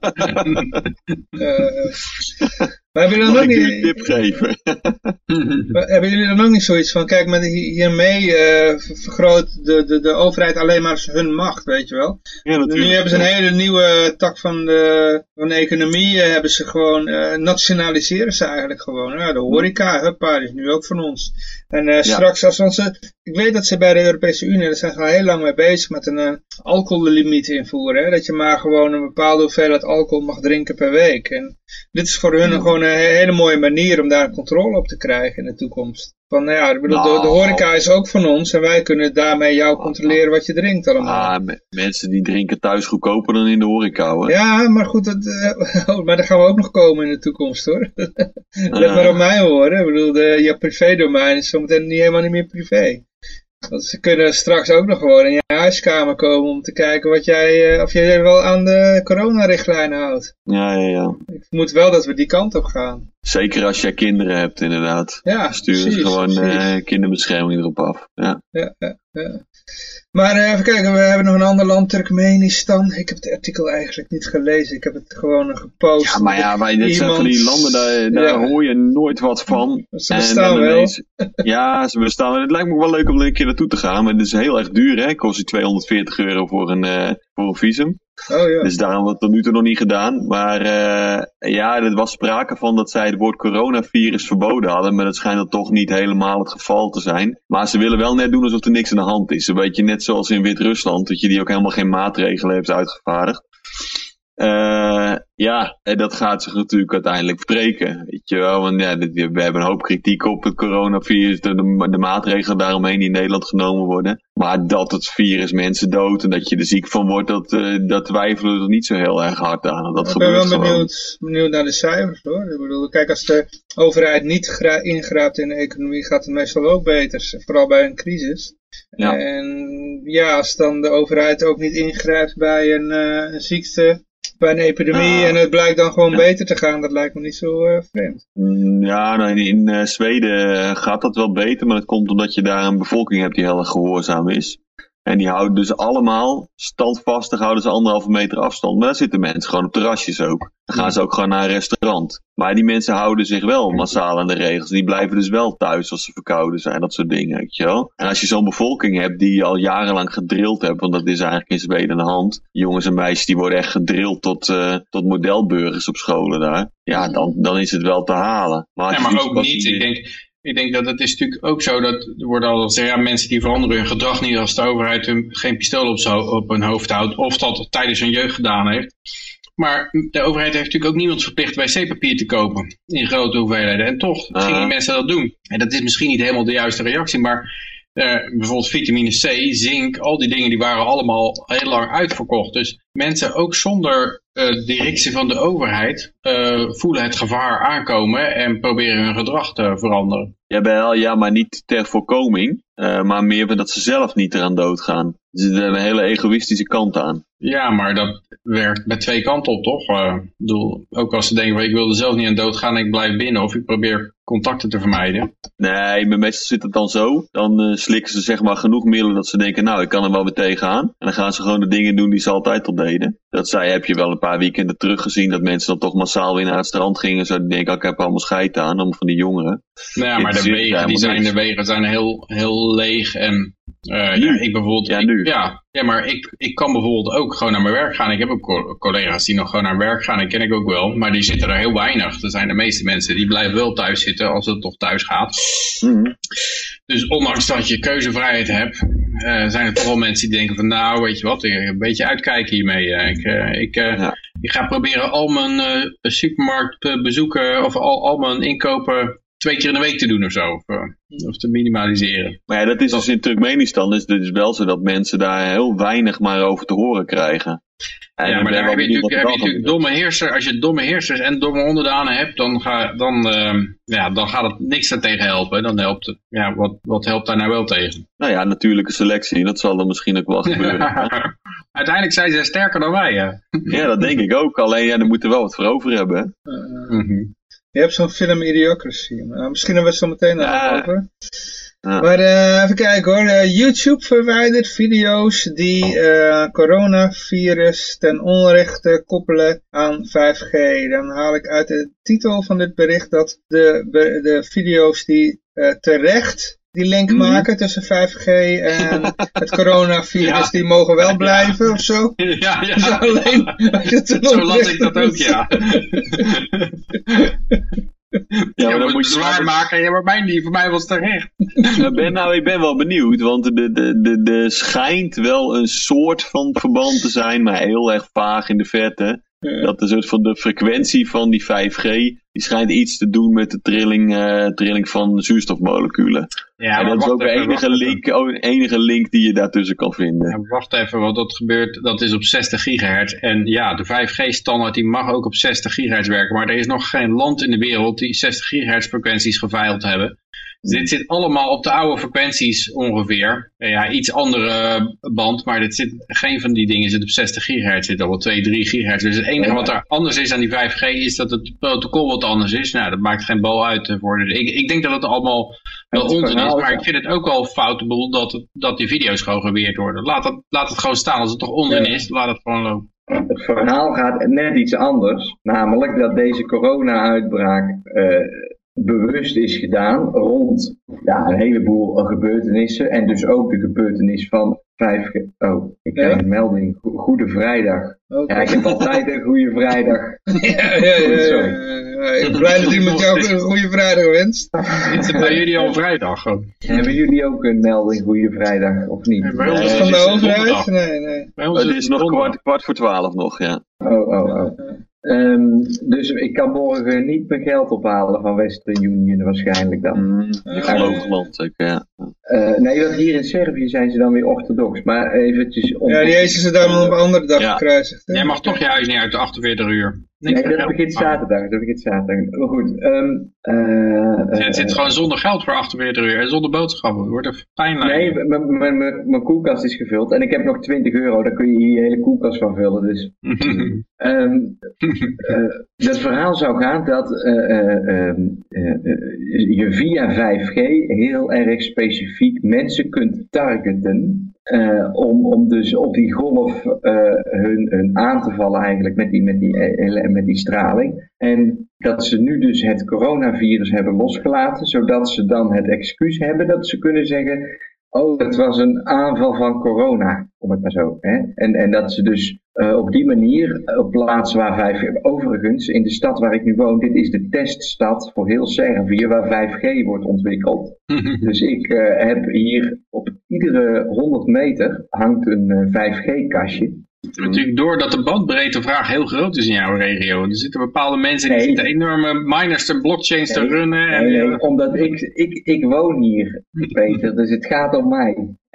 Maar hebben jullie dan ook niet een tip geven? Hebben jullie dan ook niet zoiets van, kijk, met hiermee vergroot de overheid alleen maar hun macht, weet je wel? Ja, natuurlijk. Nu hebben ze een hele nieuwe tak van de economie, hebben ze gewoon, nationaliseren ze eigenlijk gewoon. Ja, de horeca, huppa, die is nu ook van ons. En straks, ik weet dat ze bij de Europese Unie, daar zijn ze al heel lang mee bezig met een alcohollimiet invoeren. Hè? Dat je maar gewoon een bepaalde hoeveelheid alcohol mag drinken per week. En dit is voor hun gewoon een hele mooie manier om daar controle op te krijgen in de toekomst. Van, ik bedoel, de horeca is ook van ons en wij kunnen daarmee jou controleren wat je drinkt allemaal. Mensen die drinken thuis goedkoper dan in de horeca, hoor. Ja, maar goed, maar daar gaan we ook nog komen in de toekomst, hoor. Let maar op mij horen. Ik bedoel, je privédomein is zometeen helemaal niet meer privé. Want ze kunnen straks ook nog gewoon in je huiskamer komen om te kijken of jij wel aan de coronarichtlijnen houdt. Ja. Ik vermoed wel dat we die kant op gaan. Zeker als jij kinderen hebt, inderdaad. Ja, sturen ze gewoon kinderbescherming erop af. Ja. Maar even kijken, we hebben nog een ander land, Turkmenistan. Ik heb het artikel eigenlijk niet gelezen, ik heb het gewoon gepost. Ja, maar dit zijn van die landen, daar hoor je nooit wat van. Ze bestaan wel. Ja, ze bestaan. Het lijkt me ook wel leuk om er een keer naartoe te gaan, maar het is heel erg duur, hè. Het kost je €240 voor een visum. Oh, ja. Dus daarom wordt het tot nu toe nog niet gedaan. Maar er was sprake van dat zij het woord coronavirus verboden hadden. Maar dat schijnt dan toch niet helemaal het geval te zijn. Maar ze willen wel net doen alsof er niks aan de hand is. Een beetje net zoals in Wit-Rusland. Dat je die ook helemaal geen maatregelen hebt uitgevaardigd. En dat gaat zich natuurlijk uiteindelijk spreken. Weet je wel, want we hebben een hoop kritiek op het coronavirus, de maatregelen daaromheen die in Nederland genomen worden. Maar dat het virus mensen doodt en dat je er ziek van wordt, dat twijfelen we er niet zo heel erg hard aan. Dat ik ben wel benieuwd naar de cijfers, hoor. Ik bedoel, kijk, als de overheid niet ingrijpt in de economie, gaat het meestal ook beter. Vooral bij een crisis. Ja. En als dan de overheid ook niet ingrijpt bij een ziekte, bij een epidemie en het blijkt dan gewoon beter te gaan, dat lijkt me niet zo vreemd. In Zweden gaat dat wel beter, maar dat komt omdat je daar een bevolking hebt die heel erg gehoorzaam is. En die houden dus allemaal standvastig, houden ze 1,5 meter afstand. Maar daar zitten mensen gewoon op terrasjes ook. Dan gaan ze ook gewoon naar een restaurant. Maar die mensen houden zich wel massaal aan de regels. Die blijven dus wel thuis als ze verkouden zijn, dat soort dingen, weet je wel. En als je zo'n bevolking hebt die al jarenlang gedrild hebt, want dat is eigenlijk in Zweden aan de hand. Jongens en meisjes die worden echt gedrild tot modelburgers op scholen daar. Ja, dan is het wel te halen. Maar ook niet, Ik denk dat het is natuurlijk ook zo dat er worden al gezegd, mensen die veranderen hun gedrag niet als de overheid geen pistool op hun hoofd houdt of dat tijdens hun jeugd gedaan heeft. Maar de overheid heeft natuurlijk ook niemand verplicht wc-papier te kopen in grote hoeveelheden. En toch gingen die mensen dat doen. En dat is misschien niet helemaal de juiste reactie, maar bijvoorbeeld vitamine C, zink, al die dingen die waren allemaal heel lang uitverkocht. Dus mensen ook zonder directie van de overheid voelen het gevaar aankomen en proberen hun gedrag te veranderen. Ja, maar niet ter voorkoming, maar meer dat ze zelf niet eraan doodgaan. Er zit een hele egoïstische kant aan. Ja, maar dat werkt met twee kanten op, toch? Ik bedoel, ook als ze denken, ik wil er zelf niet aan doodgaan en ik blijf binnen, of ik probeer contacten te vermijden. Nee, maar meestal zit het dan zo. Dan slikken ze zeg maar genoeg middelen dat ze denken, nou, ik kan er wel weer tegenaan. En dan gaan ze gewoon de dingen doen die ze altijd al deden. Dat heb je wel een paar weekenden teruggezien, dat mensen dan toch massaal weer naar het strand gingen. Zo die denken, ik heb allemaal scheid aan, allemaal van die jongeren. Nou ja, maar de wegen zijn heel leeg en... ik bijvoorbeeld, maar ik kan bijvoorbeeld ook gewoon naar mijn werk gaan. Ik heb ook collega's die nog gewoon naar werk gaan, dat ken ik ook wel, maar die zitten er heel weinig. Er zijn de meeste mensen die blijven wel thuis zitten als het toch thuis gaat. Dus ondanks dat je keuzevrijheid hebt, zijn er toch wel mensen die denken van nou, weet je wat, ik een beetje uitkijken hiermee. Ik ga proberen al mijn supermarktbezoeken of al mijn inkopen 2 keer in de week te doen of zo. Of te minimaliseren. Maar ja, dat is dus in Turkmenistan. Dus het is wel zo dat mensen daar heel weinig maar over te horen krijgen. En ja, maar daar heb je natuurlijk domme heersers. Als je domme heersers en domme onderdanen hebt, dan gaat het niks daartegen helpen. Dan helpt het, wat helpt daar nou wel tegen? Nou ja, natuurlijke selectie. Dat zal dan misschien ook wel gebeuren. Uiteindelijk zijn ze sterker dan wij. Hè? Ja, dat denk ik ook. Alleen daar moeten we wel wat voor over hebben. Je hebt zo'n film Idiocracy. Misschien hebben we het zo meteen over. Ja. Maar even kijken hoor. YouTube verwijdert video's die coronavirus ten onrechte koppelen aan 5G. Dan haal ik uit de titel van dit bericht dat de video's die terecht die link maken tussen 5G en het coronavirus, die mogen wel blijven of zo. Ja. Dus alleen, zo las ik dat ook, ja. Ja, maar dan moet je zwaar maken. Ja, maar voor mij was het terecht. Ik ben wel benieuwd, want er schijnt wel een soort van verband te zijn, maar heel erg vaag in de verte. Dat een soort van de frequentie van die 5G, die schijnt iets te doen met de trilling van zuurstofmoleculen. Ja, en dat is ook de enige link die je daartussen kan vinden. Ja, wacht even, want dat is op 60 gigahertz. En ja, de 5G-standaard die mag ook op 60 gigahertz werken. Maar er is nog geen land in de wereld die 60 gigahertz frequenties geveild hebben. Dus dit zit allemaal op de oude frequenties ongeveer. Ja, iets andere band, maar geen van die dingen zit op 60 gigahertz. Zit al wel 2, 3 gigahertz. Dus het enige wat er anders is aan die 5G is dat het protocol wat anders is. Nou, dat maakt geen bal uit voor. Ik denk dat het allemaal wel onzin is, maar ik vind het ook wel fout dat die video's gewoon geweerd worden. Laat het gewoon staan. Als het toch onzin is, laat het gewoon lopen. Het verhaal gaat net iets anders. Namelijk dat deze corona-uitbraak bewust is gedaan rond een heleboel gebeurtenissen. En dus ook de gebeurtenis van 5G. Oh, ik krijg een melding. Goede vrijdag. Okay. Ja, ik heb altijd een goede vrijdag. Sorry. Ik ben blij dat iemand jou ook een goede vrijdag wenst. Is het bij jullie al vrijdag? Hebben jullie ook een melding goede vrijdag of niet? Bij ons is van de overheid? Nee. Het is nog kwart voor 12 nog, ja. Oh. Dus ik kan morgen niet mijn geld ophalen van Western Union waarschijnlijk dan. Ik geloof het zeker, ja. Nee, want hier in Servië zijn ze dan weer orthodox. Maar eventjes... Ja, die Jezus is daar op een andere dag gekruisigd. Jij mag toch je huis niet uit de 48 uur. Nee, dat begint zaterdag. Maar goed. Het zit gewoon zonder geld voor 48 uur en zonder boodschappen. Het wordt een fijn Nee, mijn koelkast is gevuld en ik heb nog €20. Daar kun je hier je hele koelkast van vullen. Dus. Dat verhaal zou gaan dat je via 5G heel erg specifiek mensen kunt targeten. Om dus op die golf hun aan te vallen eigenlijk met die straling. En dat ze nu dus het coronavirus hebben losgelaten, zodat ze dan het excuus hebben dat ze kunnen zeggen, oh, het was een aanval van corona, om het maar zo. Hè? En dat ze dus op die manier, op plaatsen waar 5G, overigens in de stad waar ik nu woon, dit is de teststad voor heel Servië waar 5G wordt ontwikkeld. Dus ik heb hier op iedere 100 meter hangt een 5G-kastje. Natuurlijk doordat de bandbreedtevraag heel groot is in jouw regio. Er zitten bepaalde mensen die zitten enorme miners en blockchains te runnen. Nee, omdat ik woon hier, Peter, dus het gaat om mij.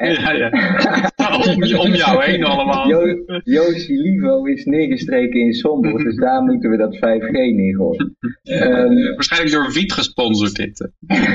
Om jou heen allemaal. Josie Livo is neergestreken in Sombor, dus daar moeten we dat 5G neergooien. Waarschijnlijk door Wiet gesponsord dit.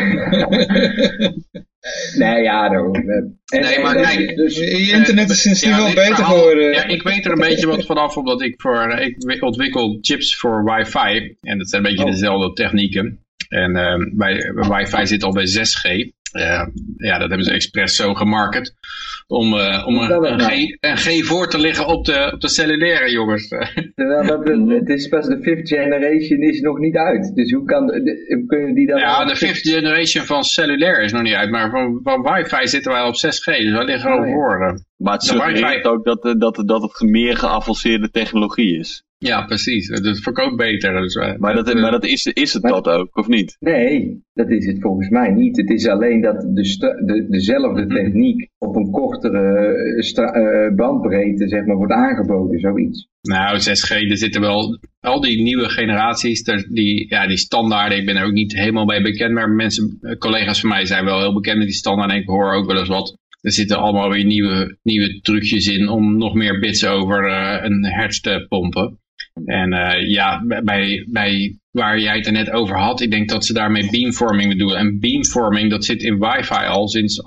Nee, ja, nee, maar kijk, dus internet is sindsdien wel beter geworden. Ja, ik weet er een beetje wat vanaf, omdat ik ontwikkel chips voor wifi. En dat zijn een beetje dezelfde technieken. En bij wifi zit al bij 6G. Ja, dat hebben ze expres zo gemarket. Om een G voor te liggen op de cellulaire, jongens. Terwijl het is pas de 5th generation is nog niet uit. Dus hoe kunnen die dan... Ja, de 5th generation van cellulair is nog niet uit. Maar van wifi zitten wij op 6G. Dus wij liggen al voor. Maar het suggereert ook dat het meer geavanceerde technologie is. Ja, precies. Het verkoopt beter. Dus maar dat is het dat ook, of niet? Nee, dat is het volgens mij niet. Het is alleen dat dezelfde techniek op een kortere bandbreedte zeg maar, wordt aangeboden, zoiets. Nou, 6G, er zitten wel al die nieuwe generaties, die standaarden, ik ben er ook niet helemaal bij bekend, maar collega's van mij zijn wel heel bekend met die standaarden en ik hoor ook wel eens wat. Er zitten allemaal weer nieuwe trucjes in om nog meer bits over een hertz te pompen. En bij waar jij het er net over had, ik denk dat ze daarmee beamforming bedoelen. En beamforming, dat zit in wifi al sinds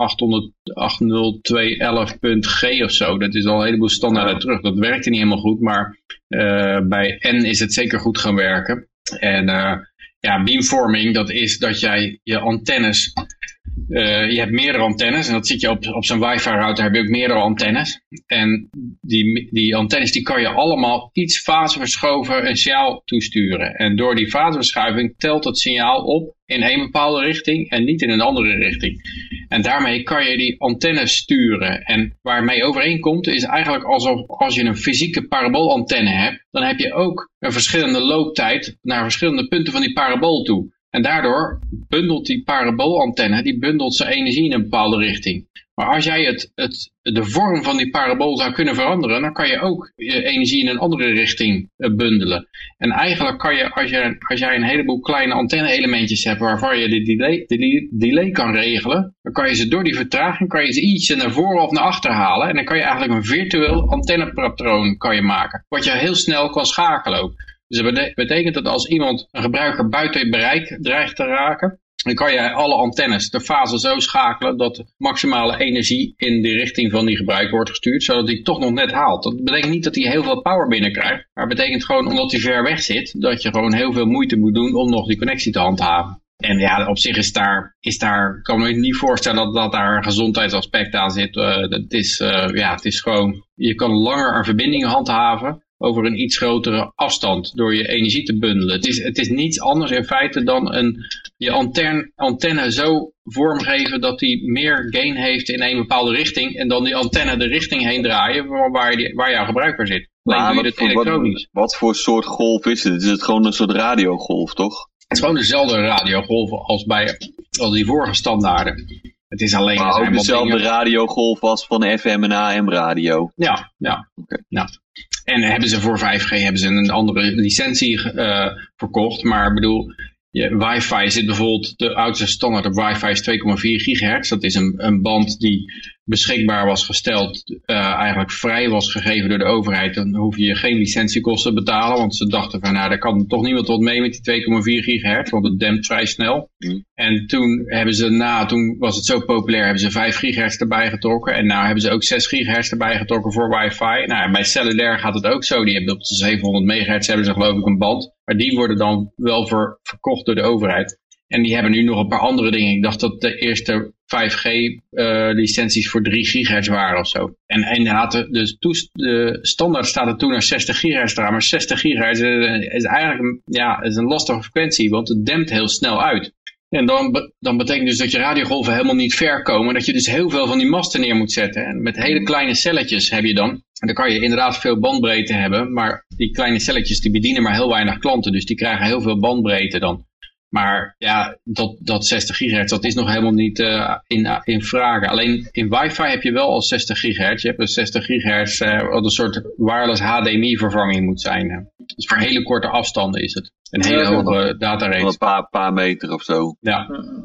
802.11.g of zo. Dat is al een heleboel standaarden terug. Dat werkte niet helemaal goed, maar bij N is het zeker goed gaan werken. En beamforming, dat is dat jij je antennes... je hebt meerdere antennes en dat zit je op zo'n wifi-router heb je ook meerdere antennes. En die antennes die kan je allemaal iets faseverschoven een signaal toesturen. En door die faseverschuiving telt het signaal op in één bepaalde richting en niet in een andere richting. En daarmee kan je die antennes sturen. En waar het mee overeenkomt is eigenlijk alsof als je een fysieke paraboolantenne hebt, dan heb je ook een verschillende looptijd naar verschillende punten van die parabool toe. En daardoor bundelt die paraboolantenne, die bundelt zijn energie in een bepaalde richting. Maar als jij de vorm van die parabool zou kunnen veranderen, dan kan je ook je energie in een andere richting bundelen. En eigenlijk kan je, als jij een heleboel kleine antenne-elementjes hebt waarvan je de delay kan regelen, dan kan je ze door die vertraging, kan je ze ietsje naar voren of naar achter halen. En dan kan je eigenlijk een virtueel antennepatroon maken, wat je heel snel kan schakelen ook. Dus dat betekent dat als een gebruiker buiten je bereik dreigt te raken, dan kan je alle antennes de fase zo schakelen dat de maximale energie in de richting van die gebruiker wordt gestuurd, zodat hij toch nog net haalt. Dat betekent niet dat hij heel veel power binnenkrijgt, maar het betekent gewoon omdat hij ver weg zit, dat je gewoon heel veel moeite moet doen om nog die connectie te handhaven. En ja, op zich ik kan me niet voorstellen dat daar een gezondheidsaspect aan zit. Het is gewoon, je kan langer een verbinding handhaven over een iets grotere afstand door je energie te bundelen. Het is niets anders in feite dan je antenne zo vormgeven dat die meer gain heeft in een bepaalde richting en dan die antenne de richting heen draaien waar jouw gebruiker zit. Alleen doe je het elektronisch. Wat voor soort golf is het? Is het gewoon een soort radiogolf, toch? Het is gewoon dezelfde radiogolf als die vorige standaarden. Het is alleen... Maar ook dezelfde radiogolf als van FM en AM radio. Ja. Okay. Ja. En hebben ze voor 5G een andere licentie verkocht. Maar ik bedoel, wifi zit bijvoorbeeld, de oudste standaard op wifi is 2,4 gigahertz. Dat is een band die beschikbaar was gesteld, eigenlijk vrij was gegeven door de overheid. Dan hoef je geen licentiekosten te betalen, want ze dachten van, daar kan toch niemand wat mee met die 2,4 gigahertz, want het dempt vrij snel. En toen toen was het zo populair, hebben ze 5 gigahertz erbij getrokken. En nou hebben ze ook 6 gigahertz erbij getrokken voor wifi. Nou, bij cellulair gaat het ook zo. Die hebben op de 700 megahertz hebben ze geloof ik een band. Maar die worden dan wel verkocht door de overheid. En die hebben nu nog een paar andere dingen. Ik dacht dat de eerste 5G licenties voor 3 gigahertz waren of zo. En inderdaad, de standaard staat er toen naar 60 gigahertz eraan. Maar 60 gigahertz is eigenlijk is een lastige frequentie, want het dempt heel snel uit. En dan betekent dus dat je radiogolven helemaal niet ver komen. Dat je dus heel veel van die masten neer moet zetten. En met hele kleine celletjes heb je dan. En dan kan je inderdaad veel bandbreedte hebben. Maar die kleine celletjes die bedienen maar heel weinig klanten. Dus die krijgen heel veel bandbreedte dan. Maar ja, dat 60 gigahertz, dat is nog helemaal niet in vragen. Alleen in wifi heb je wel al 60 gigahertz. Je hebt een 60 gigahertz wat een soort wireless HDMI vervanging moet zijn. Dus voor hele korte afstanden is het. Een hele hoge datarate. Een paar meter of zo. Ja.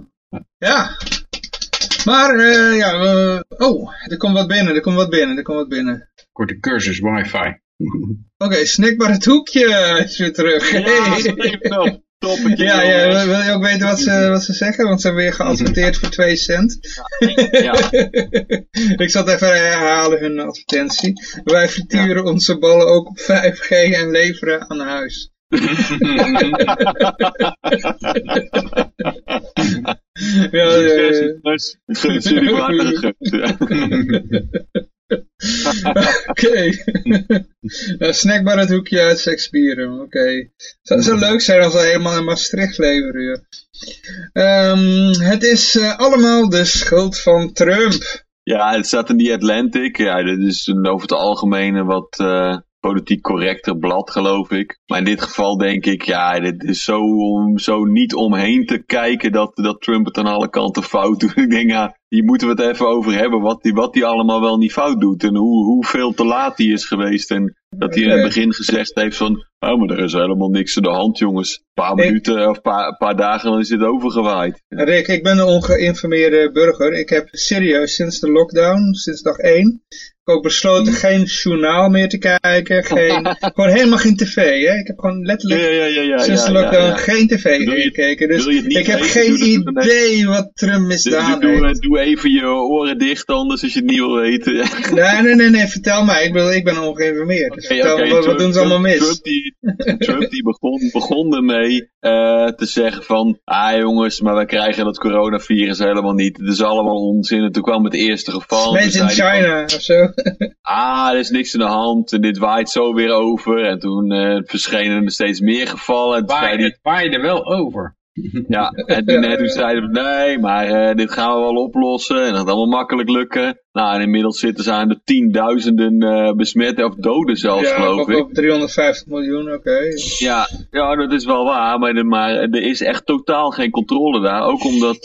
Maar, er komt wat binnen. Korte cursus wifi. Oké, Snackbar het hoekje is weer terug. Ja, Ja, wil je ook weten wat ze zeggen? Want ze hebben weer geadverteerd voor 2 cent. Ja. Ik zal het even herhalen, hun advertentie. Wij frituren onze ballen ook op 5G en leveren aan huis. Oké. Snackbar het hoekje uit Shakespeare. Oké. Zou leuk zijn als we helemaal in Maastricht leveren. Het is allemaal de schuld van Trump. Ja, het staat in die Atlantic. Ja, dit is over het algemeen een wat politiek correcter blad, geloof ik. Maar in dit geval denk ik, ja, dit is zo niet omheen te kijken dat Trump het aan alle kanten fout doet. Ik denk, ja, hier moeten we het even over hebben, wat die allemaal wel niet fout doet. En hoeveel te laat hij is geweest. En dat hij in het begin gezegd heeft van, oh, maar er is helemaal niks aan de hand, jongens. Een paar minuten of een paar dagen, dan is het overgewaaid. Rick, ik ben een ongeïnformeerde burger. Ik heb serieus sinds de lockdown, sinds dag 1... ook besloten geen journaal meer te kijken. Gewoon helemaal geen tv. Hè? Ik heb gewoon letterlijk sinds de lockdown geen tv gekeken. Dus ik heb geen idee wat Trump misdaan heeft. Doe even je oren dicht anders als je het niet wil weten. Nee, vertel mij. Ik ben ongeïnformeerd. Dus vertel me, wat doen ze allemaal mis? Trump die begon ermee te zeggen van, jongens, maar wij krijgen dat coronavirus helemaal niet. Het is allemaal onzin. En toen kwam het eerste geval. Made in China of zo. Er is niks aan de hand en dit waait zo weer over. En toen verschenen er steeds meer gevallen. Het waaide wel over. Ja, en toen zeiden we, nee, maar dit gaan we wel oplossen. En dat gaat allemaal makkelijk lukken. Nou, en inmiddels zitten ze aan de tienduizenden besmetten, of doden zelfs, geloof ik. Op 350 miljoen, oké. Ja, dat is wel waar, maar er is echt totaal geen controle daar. Ook omdat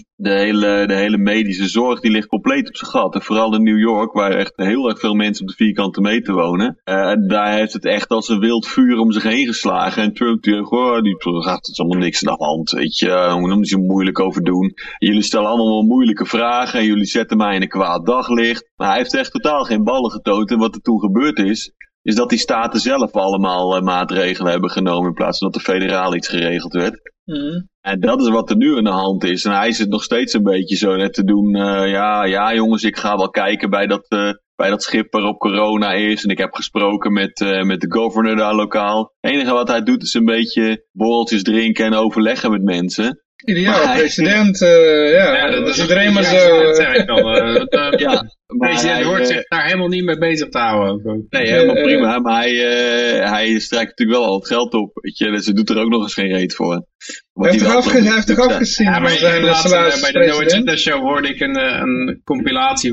de hele medische zorg, die ligt compleet op zijn gat. En vooral in New York, waar echt heel erg veel mensen op de vierkante meter wonen. Daar heeft het echt als een wild vuur om zich heen geslagen. En Trump, die gaat het allemaal niks aan de hand, weet je. Daar moet je zo moeilijk over doen. Jullie stellen allemaal wel moeilijke vragen en jullie zetten mij in een kwaad daglicht. Maar hij heeft echt totaal geen ballen getoond. En wat er toen gebeurd is dat die staten zelf allemaal maatregelen hebben genomen in plaats van dat er federaal iets geregeld werd. Mm. En dat is wat er nu aan de hand is. En hij zit nog steeds een beetje zo net te doen. Ja jongens, ik ga wel kijken bij dat schip waarop corona is. En ik heb gesproken met de governor daar lokaal. Het enige wat hij doet is een beetje borreltjes drinken en overleggen met mensen. Ideaal, president, dat is iedereen maar zo. Dat zeg ik al. De president hoort zich daar helemaal niet mee bezig te houden. Nee, helemaal prima, maar hij strijkt natuurlijk wel al het geld op. Weet je, dus hij doet er ook nog eens geen reet voor. Hij heeft toch afgezien van zijn salaris. Bij de No Agenda Show hoorde ik een compilatie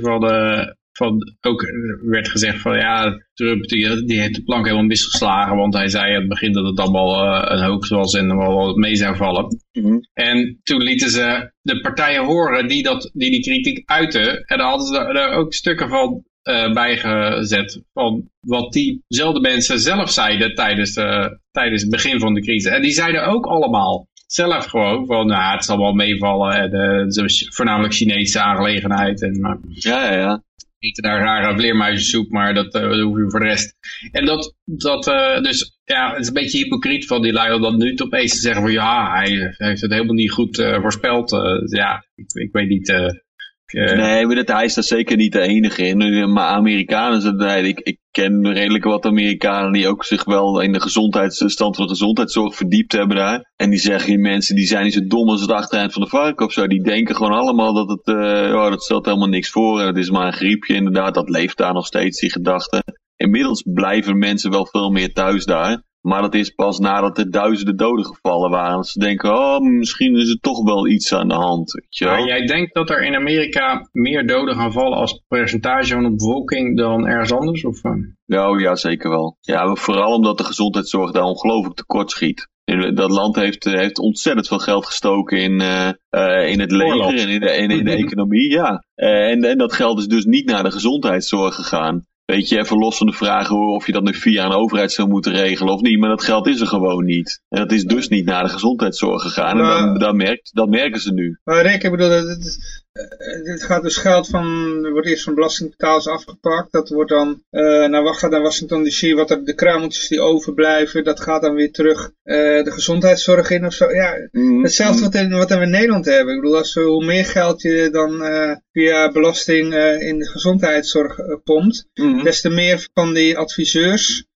van ook werd gezegd van Trump die heeft de plank helemaal misgeslagen, want hij zei aan het begin dat het allemaal een hoax was en wel mee zou vallen. Mm-hmm. En toen lieten ze de partijen horen die kritiek uiten en dan hadden ze er ook stukken van bijgezet van wat diezelfde mensen zelf zeiden tijdens het begin van de crisis. En die zeiden ook allemaal zelf gewoon van, het zal wel meevallen, voornamelijk Chinese aangelegenheid. Ja. Eten daar rare vleermuizensoep, maar dat hoef je voor de rest. En dus het is een beetje hypocriet van die lui om dan nu opeens te zeggen van hij heeft het helemaal niet goed voorspeld. Ik weet niet. Nee, maar hij is daar zeker niet de enige in. Maar Amerikanen, ik ken redelijk wat Amerikanen die ook zich wel in de stand van de gezondheidszorg verdiept hebben daar. En die zeggen, die mensen die zijn niet zo dom als het achtereind van de varken of zo. Die denken gewoon allemaal dat het, dat stelt helemaal niks voor. En het is maar een griepje inderdaad. Dat leeft daar nog steeds, die gedachte. Inmiddels blijven mensen wel veel meer thuis daar. Maar dat is pas nadat er duizenden doden gevallen waren. Dat ze denken, misschien is er toch wel iets aan de hand. Weet je wel? Jij denkt dat er in Amerika meer doden gaan vallen als percentage van de bevolking dan ergens anders? Of? Nou ja, zeker wel. Ja, vooral omdat de gezondheidszorg daar ongelooflijk tekort schiet. Dat land heeft ontzettend veel geld gestoken in het leger en in de economie. Ja. En dat geld is dus niet naar de gezondheidszorg gegaan. Weet je, even los van de vraag of je dat nu via een overheid zou moeten regelen of niet. Maar dat geld is er gewoon niet. En dat is dus niet naar de gezondheidszorg gegaan. En dat merken ze nu. Maar Rick, ik bedoel, dit gaat dus geld er wordt eerst van belastingbetalers afgepakt. Dat wordt dan, gaat naar Washington DC, de kruimeltjes die overblijven, dat gaat dan weer terug de gezondheidszorg in of zo. Ja, hetzelfde wat we in Nederland hebben. Ik bedoel, hoe meer geld je dan via belasting in de gezondheidszorg pompt, des te meer van die adviseurs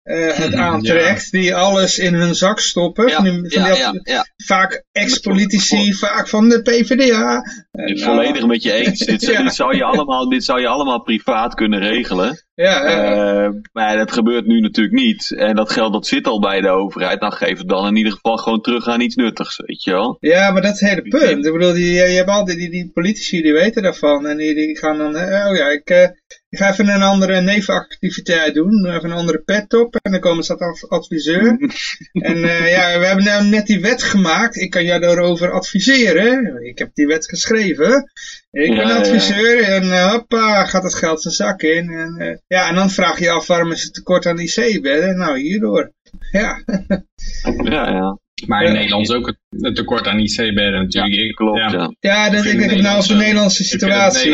het aantrekt, die alles in hun zak stoppen. Vaak ex-politici, vaak van de PvdA. Volledig met je eens. Dit zou je allemaal privaat kunnen regelen. Maar dat gebeurt nu natuurlijk niet. En dat geld dat zit al bij de overheid. Nou, geef het dan in ieder geval gewoon terug aan iets nuttigs, weet je wel. Ja, maar dat is het hele punt. Ik bedoel, je hebt altijd die politici die weten daarvan. En die gaan dan, ik ga even een andere nevenactiviteit doen. Even een andere pet op. En dan komen ze als adviseur. En we hebben nou net die wet gemaakt. Ik kan jou daarover adviseren. Ik heb die wet geschreven. Ik ben adviseur. En hoppa, gaat het geld zijn zak in. En dan vraag je je af, waarom is het tekort aan IC-bedden? Nou, hierdoor. Ja. Maar in Nederland is ook het tekort aan IC-bedden natuurlijk. Ja, klopt, ik denk het nou over de Nederlandse situatie.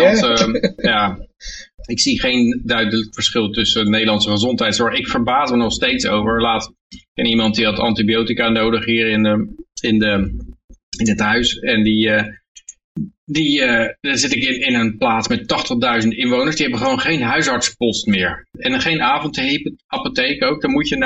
Ik zie geen duidelijk verschil tussen de Nederlandse gezondheidszorg. Ik verbaas me nog steeds over. Laatst ken iemand die had antibiotica nodig hier in het huis. En daar zit ik in een plaats met 80.000 inwoners. Die hebben gewoon geen huisartspost meer. En geen avondapotheek ook. Dan moet je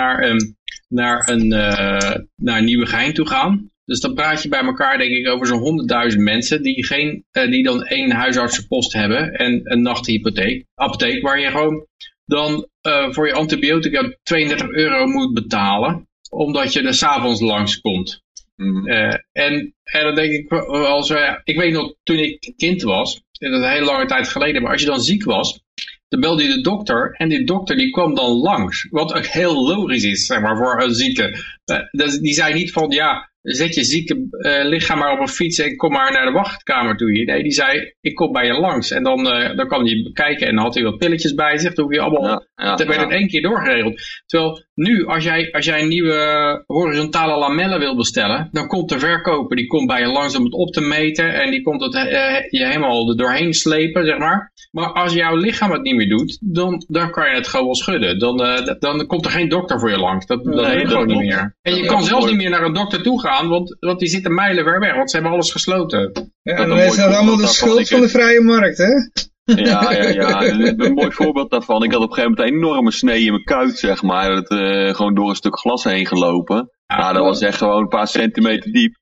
naar Nieuwegein toe gaan. Dus dan praat je bij elkaar denk ik over zo'n 100.000 mensen die dan 1 huisartsenpost hebben en een nachtapotheek waar je gewoon dan voor je antibiotica €32 moet betalen, omdat je er 's avonds langskomt. En dan denk ik, ik weet nog toen ik kind was, dat is een hele lange tijd geleden, maar als je dan ziek was, dan belde je de dokter en die dokter die kwam dan langs. Wat ook heel logisch is, zeg maar, voor een zieke. Die zei niet van, zet je zieke lichaam maar op een fiets en kom maar naar de wachtkamer toe hier. Nee, die zei, ik kom bij je langs. En dan kan hij kijken en dan had hij wat pilletjes bij zich. Dan hoef je allemaal, dat werd in 1 keer doorgeregeld. Terwijl nu, als jij een nieuwe horizontale lamellen wil bestellen, dan komt de verkoper, die komt bij je langs om het op te meten. En die komt je helemaal er doorheen slepen, zeg maar. Maar als jouw lichaam het niet meer doet, dan kan je het gewoon wel schudden. Dan komt er geen dokter voor je langs. Dat weet gewoon niet meer. En je kan zelfs niet meer naar een dokter toe gaan, want die zitten mijlen ver weg, want ze hebben alles gesloten. Ja, dan is dat allemaal de schuld van de vrije markt, hè? Een mooi voorbeeld daarvan. Ik had op een gegeven moment een enorme snee in mijn kuit, zeg maar. Gewoon door een stuk glas heen gelopen. Dat was echt gewoon een paar centimeter diep.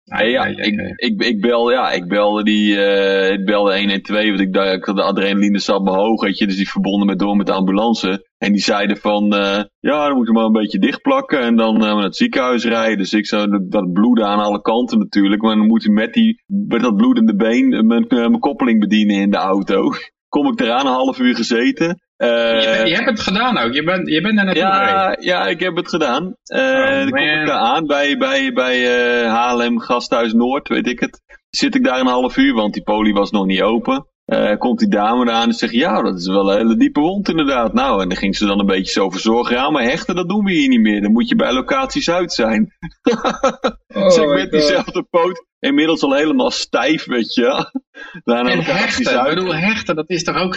Ik belde 112, want ik de adrenaline zat me hoog, weet je, dus die verbonden door met de ambulance. En die zeiden van, dan moet je maar een beetje dichtplakken en dan naar het ziekenhuis rijden. Dus ik zou dat bloeden aan alle kanten natuurlijk, maar dan moet je met dat bloedende been mijn koppeling bedienen in de auto. Kom ik eraan, een half uur gezeten. Je hebt het gedaan ook, je bent daar naartoe gereden. Ja, ik heb het gedaan. Dan kom ik daar aan bij Haarlem Gasthuis Noord, weet ik het. Zit ik daar een half uur, want die poli was nog niet open. Komt die dame eraan en zegt, dat is wel een hele diepe wond inderdaad. Nou, en dan ging ze dan een beetje zo verzorgen. Ja, maar hechten, dat doen we hier niet meer. Dan moet je bij locatie Zuid zijn. Dus ik met diezelfde poot, inmiddels al helemaal stijf, weet je. En hechten, dat is toch ook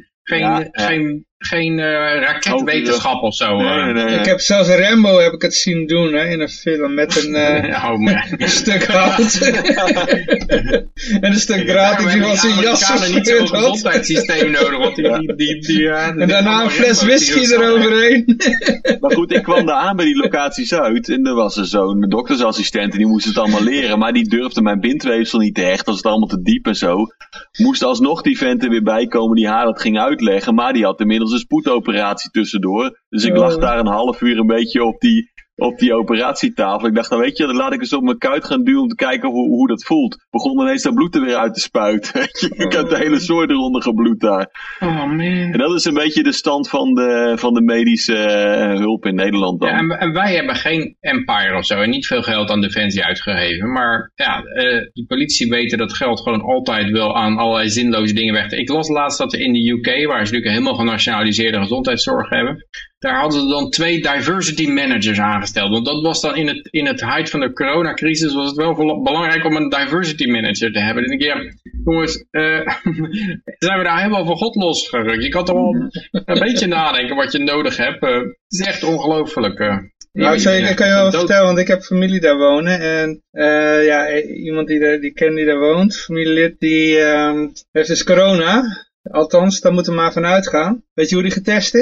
geen raketwetenschap of zo. Nee. Ik heb zelfs Rambo het zien doen in een film met een stuk hout. En een stuk draad die van zijn jas had. Niet zo'n gezondheidssysteem nodig. Want en daarna een fles whisky eroverheen. Maar goed, ik kwam daar aan bij die locatie Zuid. En er was er zo'n doktersassistent en die moest het allemaal leren. Maar die durfde mijn bindweefsel niet te hechten. Dat was het allemaal te diep en zo. Moest alsnog die vent er weer bij komen die haar dat ging uitleggen. Maar die had inmiddels een spoedoperatie tussendoor. Dus ik lag daar een half uur een beetje op die operatietafel. Ik dacht, dan weet je, dan laat ik eens op mijn kuit gaan duwen om te kijken hoe dat voelt. Begon ineens dat bloed er weer uit te spuiten. Ik had de hele soort eronder gebloed daar. Oh man. En dat is een beetje de stand van de medische hulp in Nederland dan. Ja, en wij hebben geen Empire of zo en niet veel geld aan Defensie uitgegeven. Maar de politie weten dat geld gewoon altijd wel aan allerlei zinloze dingen weg. Ik las laatst dat in de UK, waar ze natuurlijk helemaal genationaliseerde gezondheidszorg hebben, daar hadden ze dan 2 diversity managers aangesteld. Want dat was dan in het height van de coronacrisis was het wel belangrijk om een diversity manager te hebben. En ik denk, jongens, zijn we daar helemaal van God losgerukt. Je kan toch wel een beetje nadenken wat je nodig hebt. Het is echt ongelooflijk. Ik kan je wel vertellen, want ik heb familie daar wonen. En iemand die ken die daar woont, familielid, die heeft dus corona. Althans, daar moeten we maar vanuit gaan. Weet je hoe die getest is?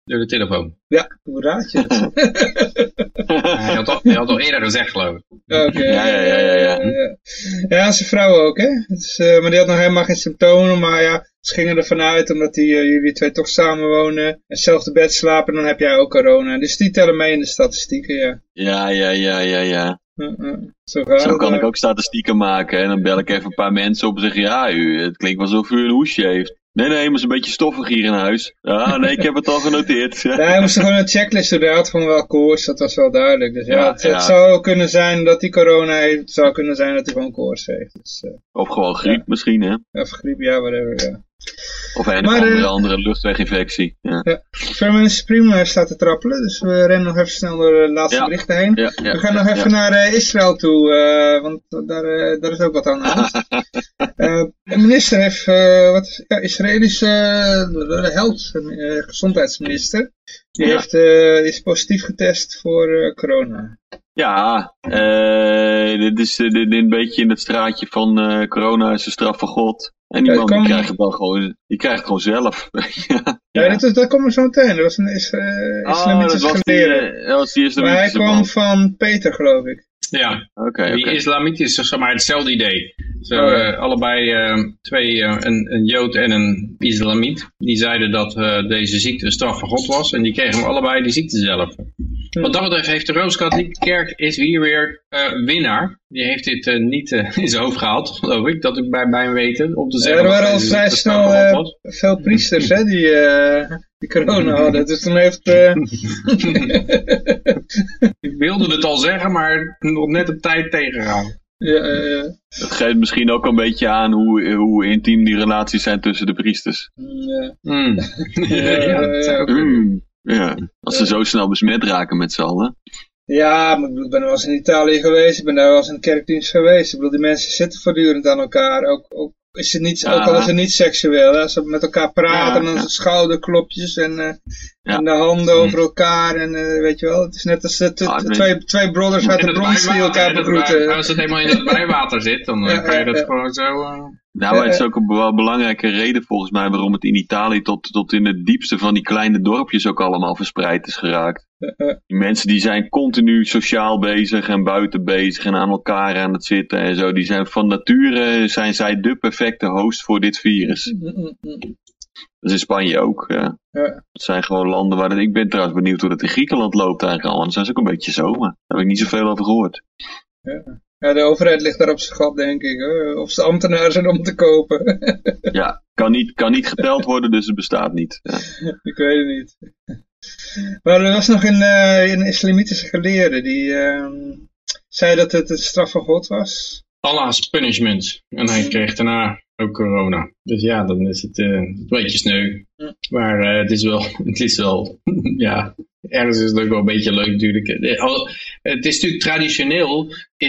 door de telefoon. Ja, hoe raad je het? Hij had al eerder gezegd, geloof ik. Oké. Ja. Zijn vrouw ook, hè? Dus, maar die had nog helemaal geen symptomen, maar ja, ze gingen ervan uit, omdat jullie twee toch samen wonen en hetzelfde bed slapen, dan heb jij ook corona. Dus die tellen mee in de statistieken, ja. Ja. Zo kan ik ook statistieken maken en dan bel ik even een paar mensen op en zeg het klinkt wel alsof u een hoesje heeft. Nee, maar het is een beetje stoffig hier in huis. Ja, nee, ik heb het al genoteerd. Ja, hij moest gewoon een checklist doen, hij had gewoon wel koorts, dat was wel duidelijk. Dus het zou kunnen zijn dat hij corona heeft, het zou kunnen zijn dat hij gewoon koorts heeft. Dus, of gewoon griep misschien, hè? Of griep, ja, whatever, ja. Of andere luchtweginfectie. Ja. Vermin Supreme staat te trappelen, dus we rennen nog even snel door de laatste berichten heen. We gaan nog even naar Israël toe, want daar is ook wat aan de hand. De minister heeft, Israëlische gezondheidsminister, die is positief getest voor corona. Ja, dit is een beetje in het straatje van corona is de straf van God. En die man die krijgt het dan gewoon, zelf. Dat komt er zo meteen. Dat was een islamitische geleerde. Maar hij kwam van Peter, geloof ik. Ja, die islamitische, zeg maar, hetzelfde idee. Allebei een Jood en een islamiet, die zeiden dat deze ziekte de straf van God was. En die kregen allebei die ziekte zelf. Wat dat betreft heeft de Rooms-Katholieke Kerk is hier weer winnaar. Die heeft dit niet in zijn hoofd gehaald, geloof ik, dat ik bij mijn weten. Om te zeggen er waren al vrij snel veel priesters hè, die corona hadden. Dus dan heeft... Ik wilde het al zeggen, maar nog net op tijd tegengaan. Ja. Dat geeft misschien ook een beetje aan hoe intiem die relaties zijn tussen de priesters. Ja, als ze zo snel besmet raken met z'n allen. Ja, maar ik ben wel eens in Italië geweest, ik ben daar wel eens in de kerkdienst geweest. Ik bedoel, die mensen zitten voortdurend aan elkaar, ook is het niet, ook al is het niet seksueel, hè? Als ze met elkaar praten en schouderklopjes en de handen over elkaar en weet je wel, het is net als twee brothers uit de brons die elkaar begroeten. Als het helemaal in het bijwater zit, dan kan je dat gewoon zo... Nou, maar het is ook een wel belangrijke reden volgens mij waarom het in Italië tot in het diepste van die kleine dorpjes ook allemaal verspreid is geraakt. Die mensen die zijn continu sociaal bezig en buiten bezig en aan elkaar aan het zitten en zo. Die zijn van nature, zijn zij de perfecte host voor dit virus. Dat is in Spanje ook. Ja. Het zijn gewoon landen waar... Ik ben trouwens benieuwd hoe dat in Griekenland loopt eigenlijk al. Want dan zijn ze ook een beetje zo, maar daar heb ik niet zoveel over gehoord. Ja, de overheid ligt daar op zijn gat, denk ik. Of ze ambtenaren zijn om te kopen. Ja, kan niet geteld worden, dus het bestaat niet. Ja. Ik weet het niet. Maar er was nog een islamitische geleerde die zei dat het een straf van God was. Allah's punishment. En hij kreeg daarna ook corona. Dus ja, dan is het een beetje sneu. Maar het is wel, ja, ergens is het ook wel een beetje leuk natuurlijk. Het is natuurlijk traditioneel,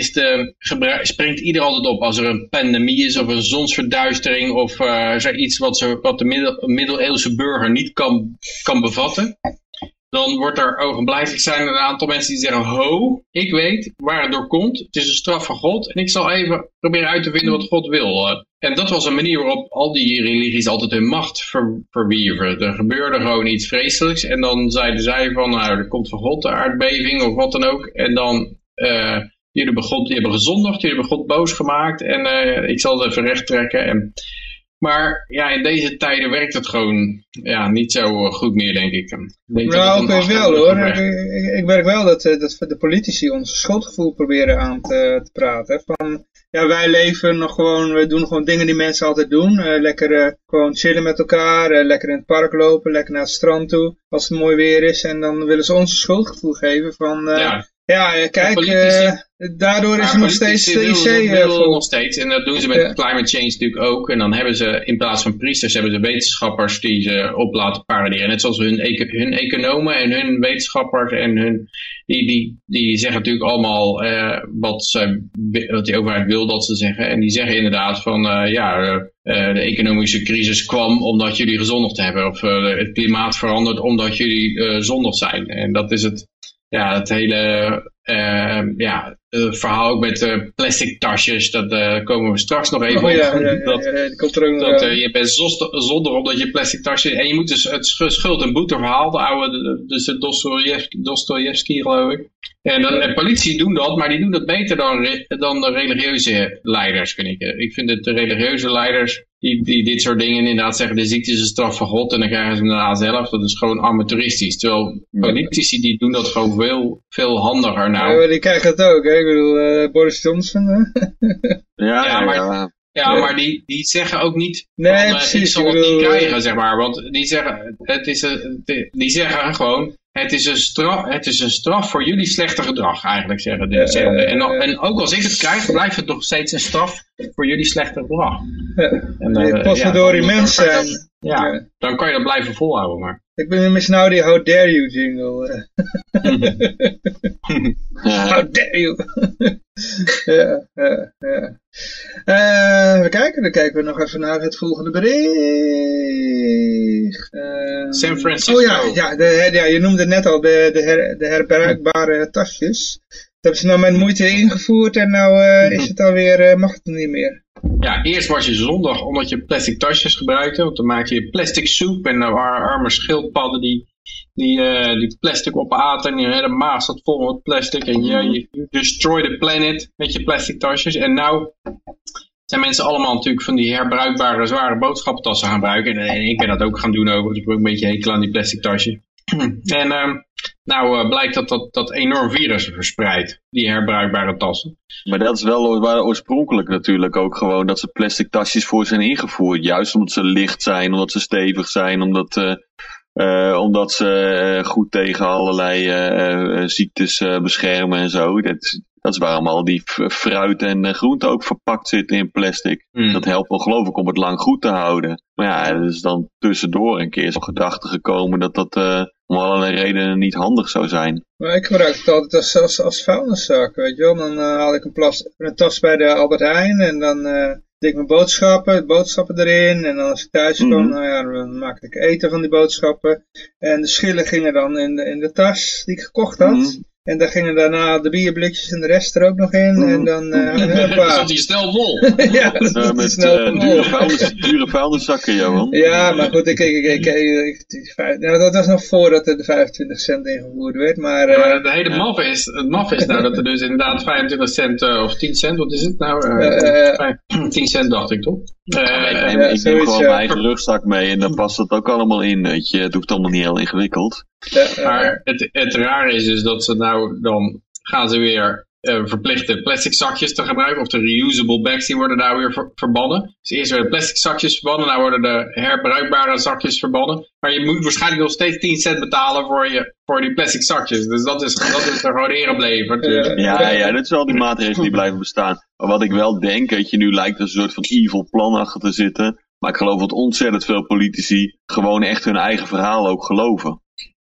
springt ieder altijd op als er een pandemie is of een zonsverduistering of iets wat de middeleeuwse burger niet kan bevatten. Dan wordt er ogenblikkelijk zijn een aantal mensen die zeggen, ik weet waar het door komt. Het is een straf van God en ik zal even proberen uit te vinden wat God wil. En dat was een manier waarop al die religies altijd hun macht verwierven. Er gebeurde gewoon iets vreselijks en dan zeiden zij van, nou, er komt van God de aardbeving of wat dan ook. En dan, jullie hebben gezondigd, jullie hebben God boos gemaakt en ik zal het even recht trekken. Maar ja, in deze tijden werkt het gewoon niet zo goed meer, denk ik. Nou, ik wel hoor. Ik merk wel dat de politici ons schuldgevoel proberen aan te praten. Van, ja, wij leven nog gewoon, we doen gewoon dingen die mensen altijd doen. Lekker gewoon chillen met elkaar, lekker in het park lopen, lekker naar het strand toe, als het mooi weer is. En dan willen ze ons een schuldgevoel geven van... Ja, kijk, daardoor is er nog steeds de IC vol. Nog steeds, en dat doen ze met climate change natuurlijk ook. En dan hebben ze, in plaats van priesters, hebben ze wetenschappers die ze op laten paraderen. Net zoals hun economen en hun wetenschappers en die zeggen natuurlijk allemaal wat de overheid wil dat ze zeggen. En die zeggen inderdaad van, de economische crisis kwam omdat jullie gezondigd hebben. Of het klimaat verandert omdat jullie zondig zijn. En dat is het hele het verhaal ook met plastic tasjes, dat komen we straks nog even op. Die komt er ook nog aan. Je bent zonder omdat je plastic tasjes... En je moet dus het schuld- en boeteverhaal, de oude, dus de Dostojevski geloof ik. En de politie doen dat, maar die doen dat beter dan de religieuze leiders, vind ik. Ik vind dat de religieuze leiders die dit soort dingen inderdaad zeggen, de ziekte is een straf van God en dan krijgen ze hem daarna zelf. Dat is gewoon amateuristisch. Terwijl politici die doen dat gewoon veel handiger nou. Ja, maar die krijgen het ook, hè? Ik bedoel, Boris Johnson. Maar die zeggen ook niet, nee, precies, ik zal het niet krijgen, zeg maar. Want die zeggen gewoon, het is een straf voor jullie slechte gedrag, eigenlijk zeggen de. En ook als ik het krijg, blijft het nog steeds een straf voor jullie slechte gedrag. Potverdorie mensen. Dan kan je dat blijven volhouden, maar. Ik ben mis nou die How Dare You jingle. How dare you. Dan kijken we nog even naar het volgende bericht. San Francisco. Je noemde net al de herbruikbare tasjes. Dat hebben ze nou met moeite ingevoerd en nou is het alweer, mag het niet meer. Ja, eerst was je zondag omdat je plastic tasjes gebruikte, want dan maak je plastic soep en arme schildpadden die plastic opaten en je hele maag zat vol met plastic en je destroy the planet met je plastic tasjes. En nou zijn mensen allemaal natuurlijk van die herbruikbare zware boodschappentassen gaan gebruiken en ik ben dat ook gaan doen ook, want ik heb ook een beetje hekel aan die plastic tasjes. En blijkt dat enorm virus verspreidt, die herbruikbare tassen. Maar dat is wel oorspronkelijk natuurlijk ook gewoon dat ze plastic tasjes voor zijn ingevoerd. Juist omdat ze licht zijn, omdat ze stevig zijn, omdat ze goed tegen allerlei ziektes beschermen en zo. Dat is waarom al die fruit en groenten ook verpakt zitten in plastic. Dat helpt ongelooflijk om het lang goed te houden. Maar ja, er is dan tussendoor een keer zo'n gedachte gekomen dat om allerlei redenen niet handig zou zijn. Maar ik gebruik het altijd als vuilniszak, weet je wel. Dan haal ik een tas bij de Albert Heijn en dan deed ik mijn boodschappen erin. En dan als ik thuis kwam, dan maakte ik eten van die boodschappen. En de schillen gingen dan in de tas die ik gekocht had. En daar gingen daarna de bierblikjes en de rest er ook nog in. En dan zat die snel vol. Ja, met dure vuilniszakken, Johan. Ja, maar goed, dat was nog voordat er de 25 cent ingevoerd werd. Maar het hele maf is nou dat er dus inderdaad 25 cent of 10 cent, wat is het nou? 10 cent dacht ik toch? Ik neem gewoon mijn eigen rugzak mee en dan past het ook allemaal in, weet je. Het hoeft allemaal niet heel ingewikkeld. Maar het rare is dus dat ze nou dan gaan ze weer verplichte plastic zakjes te gebruiken. Of de reusable bags, die worden daar weer verbannen. Dus eerst werden plastic zakjes verbannen, nou worden de herbruikbare zakjes verbannen. Maar je moet waarschijnlijk nog steeds 10 cent betalen voor die plastic zakjes. Dus dat is er gewoon ingebleven. Ja, dat zijn al die maatregelen die blijven bestaan. Maar wat ik wel denk, weet je, nu lijkt er een soort van evil plan achter te zitten. Maar ik geloof dat ontzettend veel politici gewoon echt hun eigen verhaal ook geloven.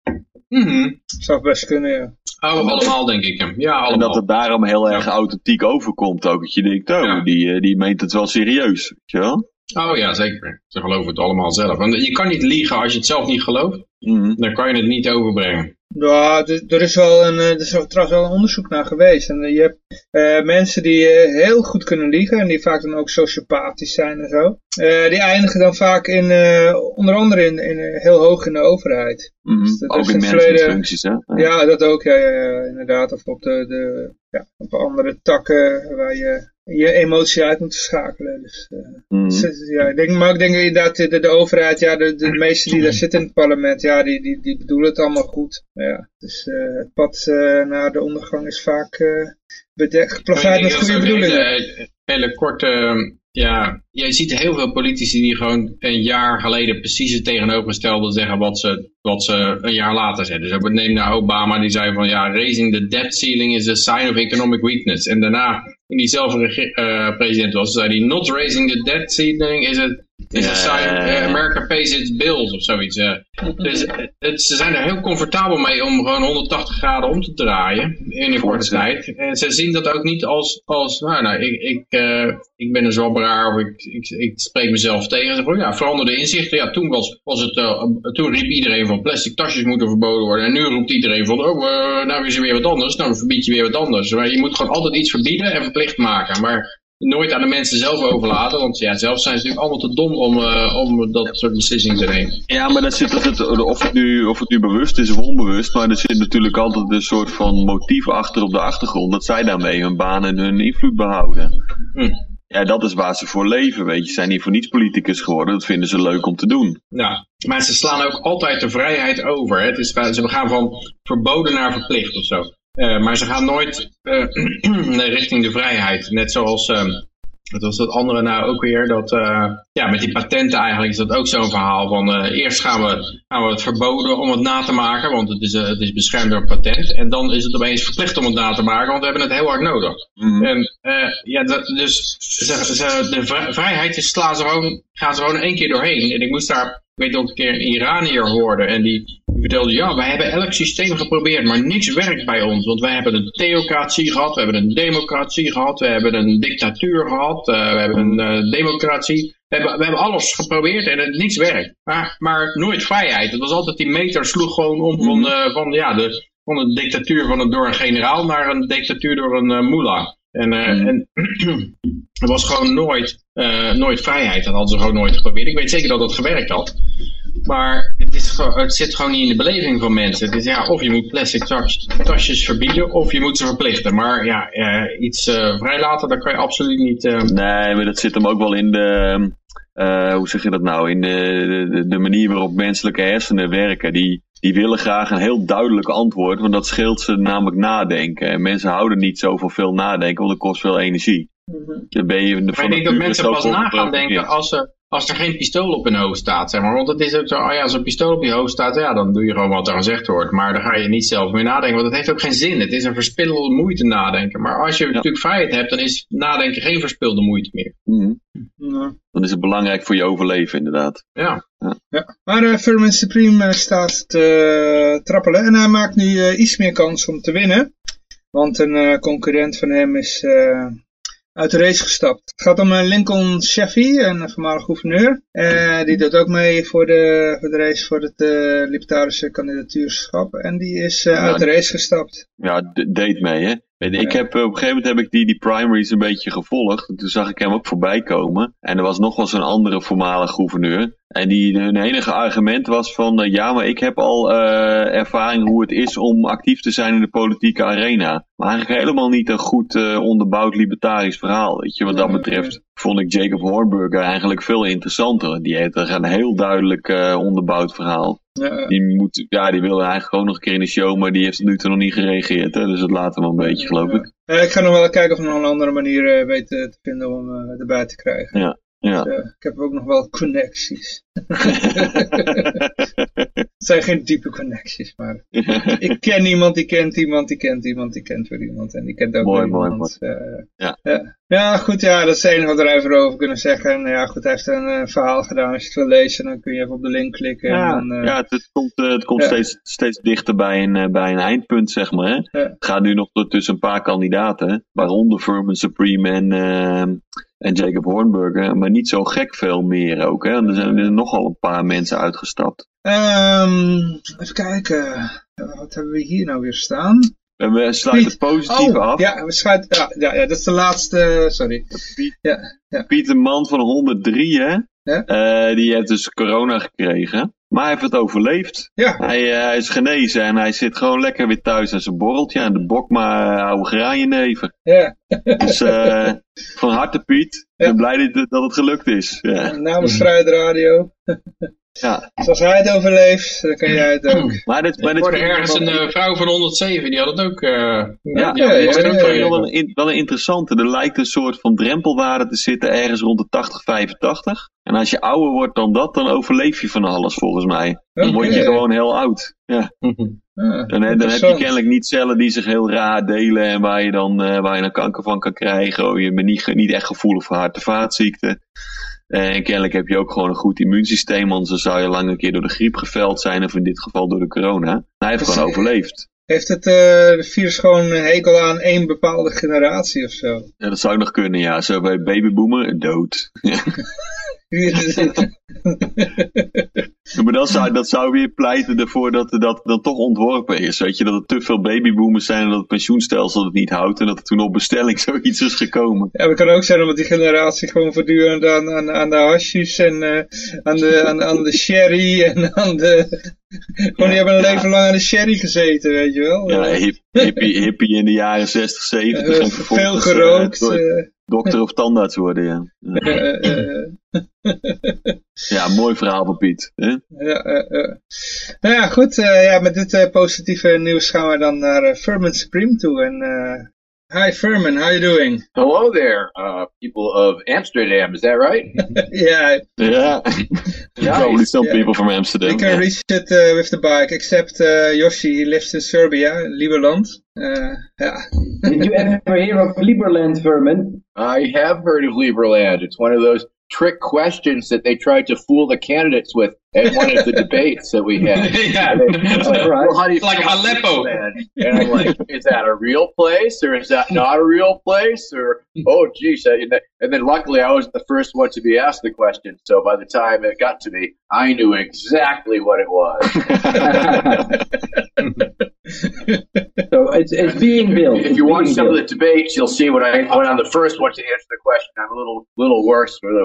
Zou best kunnen, ja. Allemaal denk ik. Ja, allemaal. En dat het daarom heel erg authentiek overkomt ook. Dat je denkt, die meent het wel serieus. Weet je wel? Oh ja, zeker. Ze geloven het allemaal zelf. Want je kan niet liegen als je het zelf niet gelooft. Dan kan je het niet overbrengen. Ja, er is trouwens wel een onderzoek naar geweest. En je hebt mensen die heel goed kunnen liegen en die vaak dan ook sociopathisch zijn en zo. Die eindigen dan vaak onder andere in heel hoog in de overheid. Dus ook in managementfuncties, hè? Ja, dat ook, ja, inderdaad. Of op op andere takken waar je emotie uit moet schakelen. Dus, ik denk inderdaad de overheid, de meesten die daar zitten in het parlement, die bedoelen het allemaal goed. Ja, dus het pad naar de ondergang is vaak geplaveid met goede bedoelingen. Hele korte... je ziet heel veel politici die gewoon een jaar geleden precies het tegenovergestelde zeggen wat ze een jaar later zeggen. Dus neem naar Obama, die zei van raising the debt ceiling is a sign of economic weakness. En daarna, toen hij zelf president was, zei hij not raising the debt ceiling is een sign, America pays its bills of zoiets. Dus ze zijn er heel comfortabel mee om gewoon 180 graden om te draaien in een korte tijd. En ze zien dat ook niet als ik ben een zwabberaar of ik spreek mezelf tegen. Zeg, ja, veranderde inzichten. Ja, toen toen riep iedereen van plastic tasjes moeten verboden worden. En nu roept iedereen van, nou is er weer wat anders. Nou, dan verbied je weer wat anders. Maar je moet gewoon altijd iets verbieden en verplicht maken. Maar nooit aan de mensen zelf overlaten, want ja, zelf zijn ze natuurlijk allemaal te dom om dat soort beslissingen te nemen. Ja, maar of het nu bewust is of onbewust, maar er zit natuurlijk altijd een soort van motief achter op de achtergrond, dat zij daarmee hun baan en hun invloed behouden. Ja, dat is waar ze voor leven, weet je. Ze zijn niet voor niets politicus geworden, dat vinden ze leuk om te doen. Ja, maar ze slaan ook altijd de vrijheid over. Hè? Ze gaan van verboden naar verplicht of zo. Maar ze gaan nooit richting de vrijheid. Net zoals, wat was dat andere nou ook weer? Met die patenten eigenlijk is dat ook zo'n verhaal van eerst gaan we het verboden om het na te maken, want het is beschermd door patent. En dan is het opeens verplicht om het na te maken, want we hebben het heel hard nodig. En de vrijheid gaan ze gewoon 1 keer doorheen. En ik weet nog een keer een Iranier hoorde en die vertelde, ja, wij hebben elk systeem geprobeerd, maar niks werkt bij ons. Want wij hebben een theocratie gehad, we hebben een democratie gehad, we hebben een dictatuur gehad, we hebben een democratie. We hebben alles geprobeerd en niks werkt. Maar nooit vrijheid. Het was altijd die meter sloeg gewoon om van de dictatuur door een generaal naar een dictatuur door een mullah. En er was gewoon nooit vrijheid. Dat hadden ze gewoon nooit geprobeerd. Ik weet zeker dat het gewerkt had. Maar het zit gewoon niet in de beleving van mensen. Het is, of je moet plastic tasjes verbieden of je moet ze verplichten. Maar iets vrijlaten, dat kan je absoluut niet. Nee, maar dat zit hem ook wel in de... hoe zeg je dat nou? In de manier waarop menselijke hersenen werken. Die willen graag een heel duidelijk antwoord, want dat scheelt ze namelijk nadenken. En mensen houden niet zo van veel nadenken, want dat kost veel energie. Dan ben je maar ik denk dat mensen pas na gaan denken als er geen pistool op hun hoofd staat, zeg maar. Want het is ook zo, als er een pistool op je hoofd staat, ja, dan doe je gewoon wat er gezegd wordt. Maar dan ga je niet zelf meer nadenken, want het heeft ook geen zin. Het is een verspilde moeite nadenken. Maar als je natuurlijk vrijheid hebt, dan is nadenken geen verspilde moeite meer. Dan is het belangrijk voor je overleven, inderdaad. Ja. Maar Vermin Supreme staat te trappelen en hij maakt nu iets meer kans om te winnen. Want een concurrent van hem is uit de race gestapt. Het gaat om Lincoln Chafee, een voormalig gouverneur. Die doet ook mee voor de race voor het libertarische kandidatuurschap. En die is uit de race gestapt. Ja, deed mee, hè. Ik heb, op een gegeven moment heb ik die primaries een beetje gevolgd. En toen zag ik hem ook voorbij komen. En er was nog wel zo'n andere voormalig gouverneur. En hun enige argument was van, ja, maar ik heb al ervaring hoe het is om actief te zijn in de politieke arena. Maar eigenlijk helemaal niet een goed onderbouwd libertarisch verhaal. Weet je, wat dat betreft vond ik Jacob Hornberger eigenlijk veel interessanter. Die heeft een heel duidelijk onderbouwd verhaal. Die wilde eigenlijk gewoon nog een keer in de show, maar die heeft tot nu toe nog niet gereageerd. Hè? Dus dat laten we een beetje, geloof ik. Ik ga nog wel kijken of we nog een andere manier weten te vinden om erbij te krijgen. Ja. Dus, ik heb ook nog wel connecties. Het zijn geen diepe connecties, maar ik ken iemand die kent iemand, die kent iemand, die kent weer iemand en die kent ook weer iemand. Ja, goed, dat is het enige wat we er even over kunnen zeggen. En ja, goed, hij heeft een verhaal gedaan. Als je het wil lezen, dan kun je even op de link klikken. Het komt steeds dichter bij een eindpunt, zeg maar. Hè? Het gaat nu nog tussen een paar kandidaten, waaronder Vermin Supreme en Jacob Hornberger, maar niet zo gek veel meer ook. Hè? En er zijn er nogal een paar mensen uitgestapt. Even kijken, wat hebben we hier nou weer staan? We sluiten positief af. Ja, we sluiten, dat is de laatste, sorry. Piet, een man van 103, hè? Ja? Die heeft dus corona gekregen. Maar hij heeft het overleefd. Ja. Hij is genezen en hij zit gewoon lekker weer thuis aan zijn borreltje. En de bok maar oude graaienneven. Ja. Dus van harte Piet. Ik ben blij dat het gelukt is. Ja. Namens Vrijheid Radio. Ja. Zoals hij het overleeft, dan kan jij het ook. Maar dit ergens een vrouw van 107, die had het ook. Wel een interessante. Er lijkt een soort van drempelwaarde te zitten ergens rond de 80, 85. En als je ouder wordt dan dat, dan overleef je van alles volgens mij. Dan word je gewoon heel oud. Ja. Dan heb je kennelijk niet cellen die zich heel raar delen en waar je dan kanker van kan krijgen. Je bent niet echt gevoelig voor hart- en vaatziekten. En kennelijk heb je ook gewoon een goed immuunsysteem, anders dan zou je lang een keer door de griep geveld zijn, of in dit geval door de corona. Hij heeft gewoon overleefd. Heeft het virus gewoon een hekel aan één bepaalde generatie of zo? Ja, dat zou nog kunnen, ja. Zo bij babyboomer, dood. Maar dat zou weer pleiten ervoor dat dat toch ontworpen is. Weet je, dat er te veel babyboomers zijn en dat het pensioenstelsel het niet houdt. En dat er toen op bestelling zoiets is gekomen. Ja, dat kan ook zijn omdat die generatie gewoon voortdurend aan de hashish en aan de sherry en aan de... Gewoon die hebben een leven lang aan de sherry gezeten, weet je wel. Ja, hippie in de jaren 60, 70. En veel gerookt. Dokter of tandarts worden, ja. Ja, mooi verhaal van Piet. Hè? Nou ja, goed. Met dit positieve nieuws gaan we dan naar Furman Supreme toe. En, hi Furman, how are you doing? Hello there, people of Amsterdam, is that right? Yeah. Yeah. Probably some people from Amsterdam. You can reach it with the bike, except Yoshi, he lives in Serbia, Liberland. Did you ever hear of Liberland, Furman? I have heard of Liberland. It's one of those trick questions that they tried to fool the candidates with at one of the debates that we had. Yeah. Well, how do you like Aleppo. And I'm like, is that a real place or is that not a real place? Or, oh, geez. And then luckily I was the first one to be asked the question. So by the time it got to me, I knew exactly what it was. So it's being built. If you watch some of the debates, you'll see when I went on the first one to answer the question. I'm a little worse for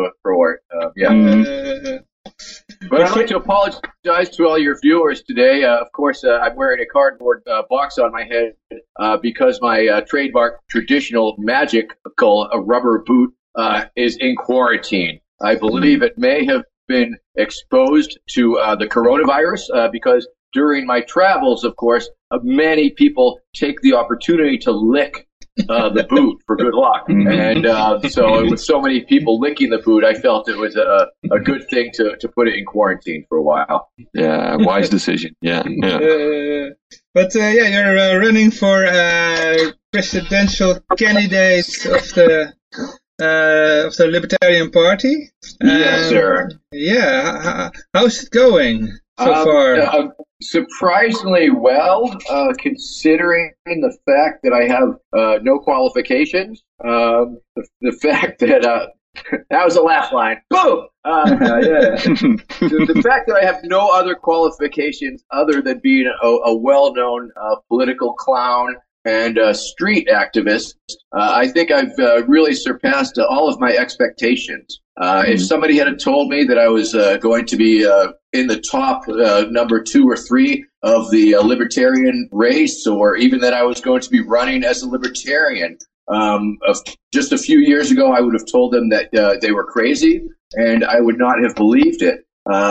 it. But I'd like to apologize to all your viewers today. Of course, I'm wearing a cardboard box on my head because my trademark traditional magical rubber boot is in quarantine. I believe it may have been exposed to the coronavirus because during my travels, of course, many people take the opportunity to lick the boot for good luck. And so with so many people licking the boot, I felt it was a good thing to put it in quarantine for a while. Yeah, wise decision. Yeah. But you're running for presidential candidate of the Libertarian Party. Yes, sir. Yeah, how's it going so far? Surprisingly well, considering the fact that I have no qualifications. The fact that that was a laugh line. Boom! The fact that I have no other qualifications other than being a well-known political clown and a street activist, I think I've really surpassed all of my expectations. If somebody had told me that I was going to be in the top number 2 or 3 of the libertarian race, or even that I was going to be running as a libertarian, just a few years ago, I would have told them that they were crazy, and I would not have believed it.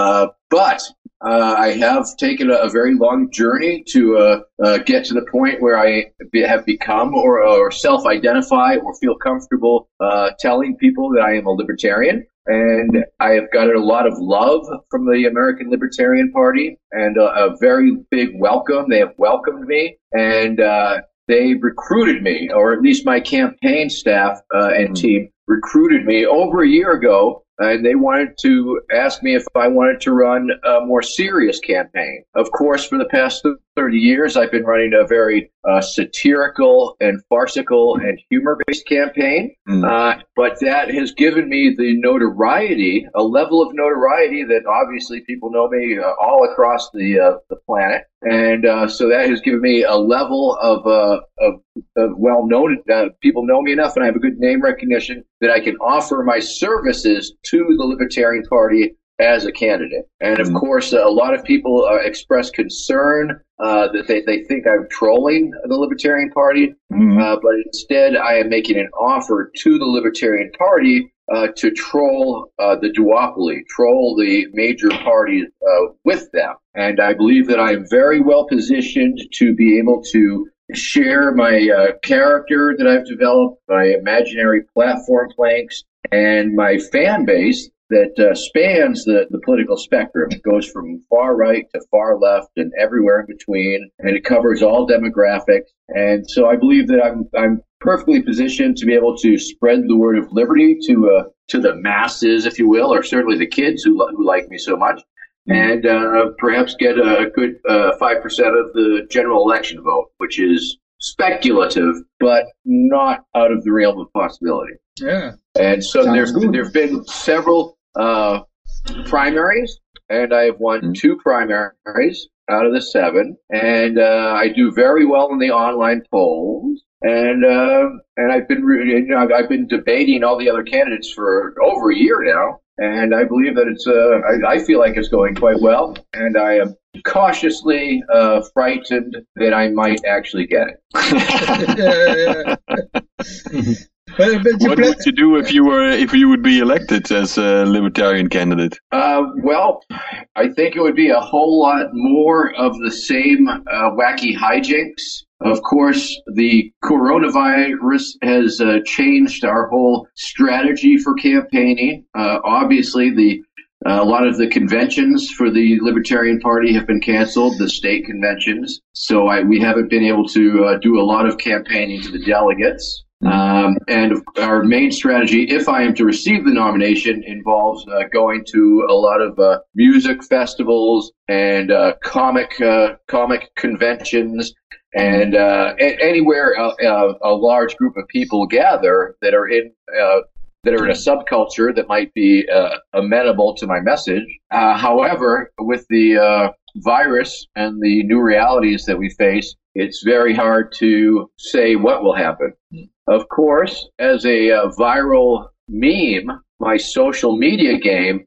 But I have taken a very long journey to get to the point where I have become or self-identify or feel comfortable telling people that I am a libertarian. And I have gotten a lot of love from the American Libertarian Party and a very big welcome. They have welcomed me, and they recruited me, or at least my campaign staff and team recruited me over a year ago. And they wanted to ask me if I wanted to run a more serious campaign. Of course, for the past 30 years, I've been running a very satirical and farcical and humor-based campaign. But that has given me the notoriety, a level of notoriety that obviously people know me all across the planet. And so that has given me a level of well-known, people know me enough and I have a good name recognition that I can offer my services to the Libertarian Party as a candidate. And of course, a lot of people express concern that they think I'm trolling the Libertarian Party, but instead I am making an offer to the Libertarian Party to troll the duopoly, troll the major parties with them. And I believe that I am very well positioned to be able to share my character that I've developed, my imaginary platform planks, and my fan base that spans the political spectrum. It goes from far right to far left and everywhere in between, and it covers all demographics. And so I believe that I'm perfectly positioned to be able to spread the word of liberty to the masses, if you will, or certainly the kids who like me so much, and perhaps get a good 5% of the general election vote, which is speculative, but not out of the realm of possibility. Yeah. And so there've been several primaries, and I have won 2 primaries out of the 7, and I do very well in the online polls. And I've been debating all the other candidates for over a year now, and I believe that it's I feel like it's going quite well, and I am cautiously frightened that I might actually get it. What would you do if you would be elected as a libertarian candidate? Well, I think it would be a whole lot more of the same wacky hijinks. Of course, the coronavirus has changed our whole strategy for campaigning. Obviously, a lot of the conventions for the Libertarian Party have been canceled, the state conventions. So we haven't been able to do a lot of campaigning to the delegates. And our main strategy, if I am to receive the nomination, involves going to a lot of music festivals and comic conventions, and anywhere a large group of people gather that are in a subculture that might be amenable to my message. However, with the virus and the new realities that we face, it's very hard to say what will happen. Of course, as a viral meme, my social media game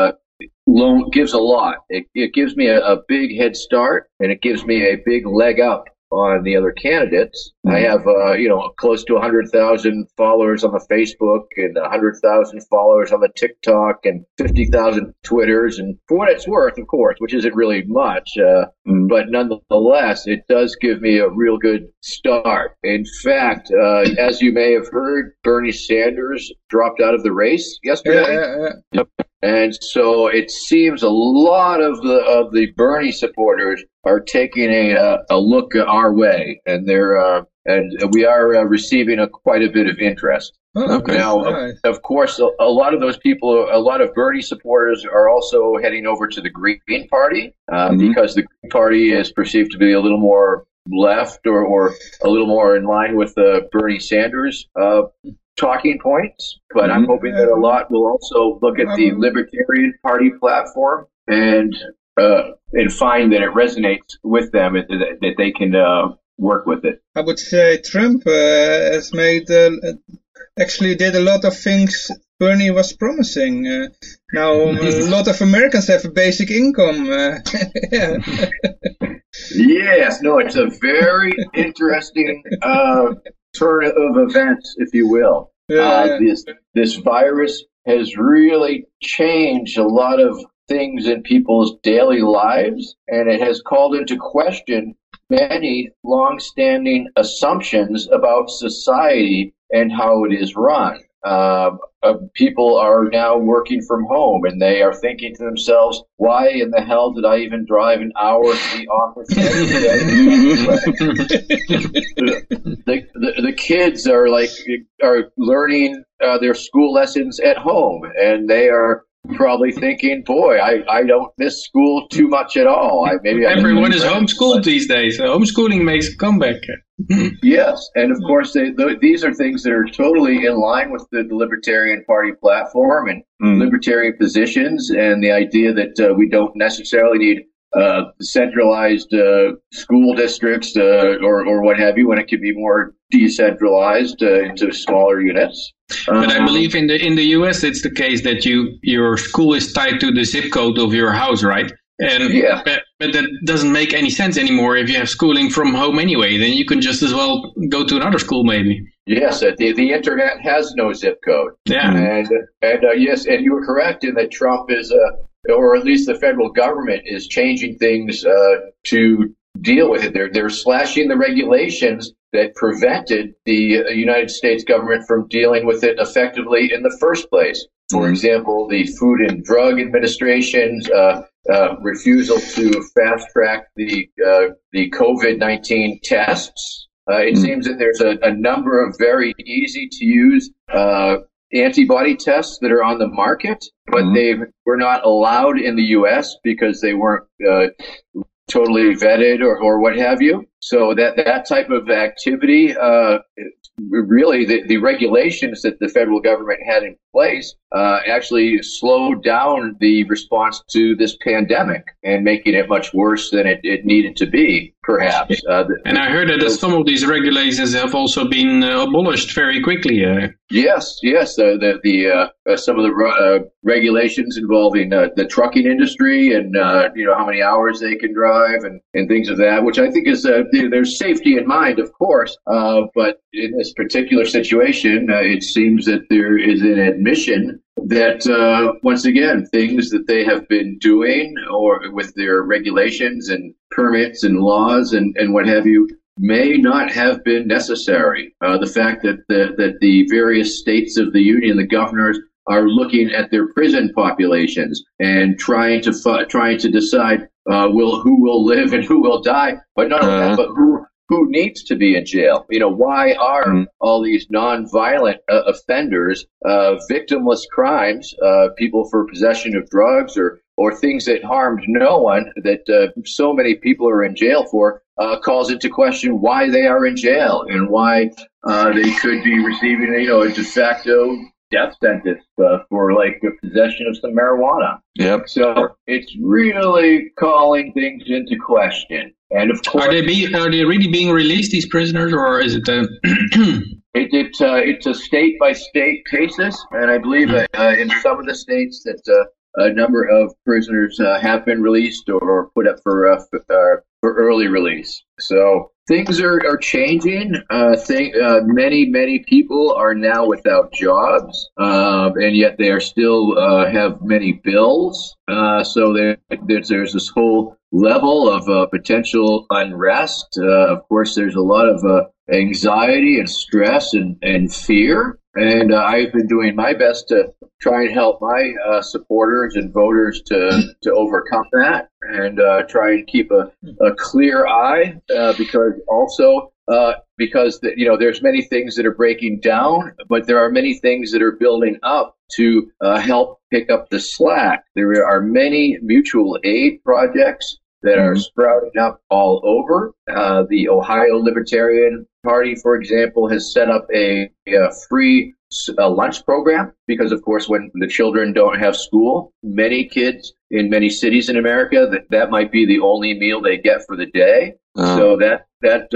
gives a lot. It gives me a big head start, and it gives me a big leg up on the other candidates. I have, close to 100,000 followers on the Facebook and 100,000 followers on the TikTok and 50,000 Twitters. And for what it's worth, of course, which isn't really much, but nonetheless, it does give me a real good start. In fact, as you may have heard, Bernie Sanders dropped out of the race yesterday. Yep. And so it seems a lot of the Bernie supporters are taking a look our way, and we are receiving quite a bit of interest. Oh, okay. Now, nice. of course, a lot of those people, a lot of Bernie supporters are also heading over to the Green Party because the Green Party is perceived to be a little more left or a little more in line with Bernie Sanders talking points, but I'm hoping that a lot will also look at the Libertarian Party platform and find that it resonates with them, that they can work with it. I would say Trump has made actually did a lot of things Bernie was promising. Now a lot of Americans have a basic income. Yes, no, it's a very interesting turn of events, if you will. This virus has really changed a lot of things in people's daily lives, and it has called into question many long-standing assumptions about society and how it is run. People are now working from home, and they are thinking to themselves, why in the hell did I even drive an hour to the office every day? The kids are learning their school lessons at home, and they are probably thinking, boy, I don't miss school too much at all. Everyone is homeschooled these days. Homeschooling makes a comeback. Yes, and of course, these are things that are totally in line with the Libertarian Party platform and libertarian positions, and the idea that we don't necessarily need centralized school districts or what have you, when it could be more decentralized into smaller units. But I believe in the US it's the case that your school is tied to the zip code of your house, right? And but that doesn't make any sense anymore if you have schooling from home anyway. Then you can just as well go to another school, maybe. Yes, the internet has no zip code. Yeah, and yes, and you were correct in that Trump is, or at least the federal government is changing things to deal with it. They're slashing the regulations that prevented the United States government from dealing with it effectively in the first place. For example, the Food and Drug Administration's refusal to fast track the COVID-19 tests It seems that there's a number of very easy to use antibody tests that are on the market, but they were not allowed in the U.S. because they weren't totally vetted or what have you. So that type of activity, really the regulations that the federal government had in place actually slowed down the response to this pandemic and making it much worse than it needed to be, perhaps. And I heard that some of these regulations have also been abolished very quickly. Yes. Some of the regulations involving the trucking industry and how many hours they can drive and things of that, which I think is there's safety in mind, of course, but in this particular situation, it seems that there is an admission that once again, things that they have been doing or with their regulations and permits and laws and what have you may not have been necessary. The fact that the various states of the union, the governors, are looking at their prison populations and trying to decide who will live and who will die, but not only that, but who needs to be in jail. Why are all these nonviolent offenders, victimless crimes, people for possession of drugs or things that harmed no one, that so many people are in jail for, calls into question why they are in jail and why they could be receiving a de facto death sentence for like possession of some marijuana. Yep. So it's really calling things into question. And of course, are they really being released, these prisoners, or is it? It's a state by state basis, and I believe in some of the states that a number of prisoners have been released or put up for early release. So things are changing. Many people are now without jobs, and yet they are still have many bills. So there's this whole level of potential unrest. Of course, there's a lot of anxiety and stress and fear. And I've been doing my best to try and help my supporters and voters to overcome that and try and keep a clear eye because there's many things that are breaking down, but there are many things that are building up to help pick up the slack. There are many mutual aid projects that are sprouting up all over. The Ohio Libertarian Party, for example, has set up a free lunch program because, of course, when the children don't have school, many kids in many cities in America, that might be the only meal they get for the day. So that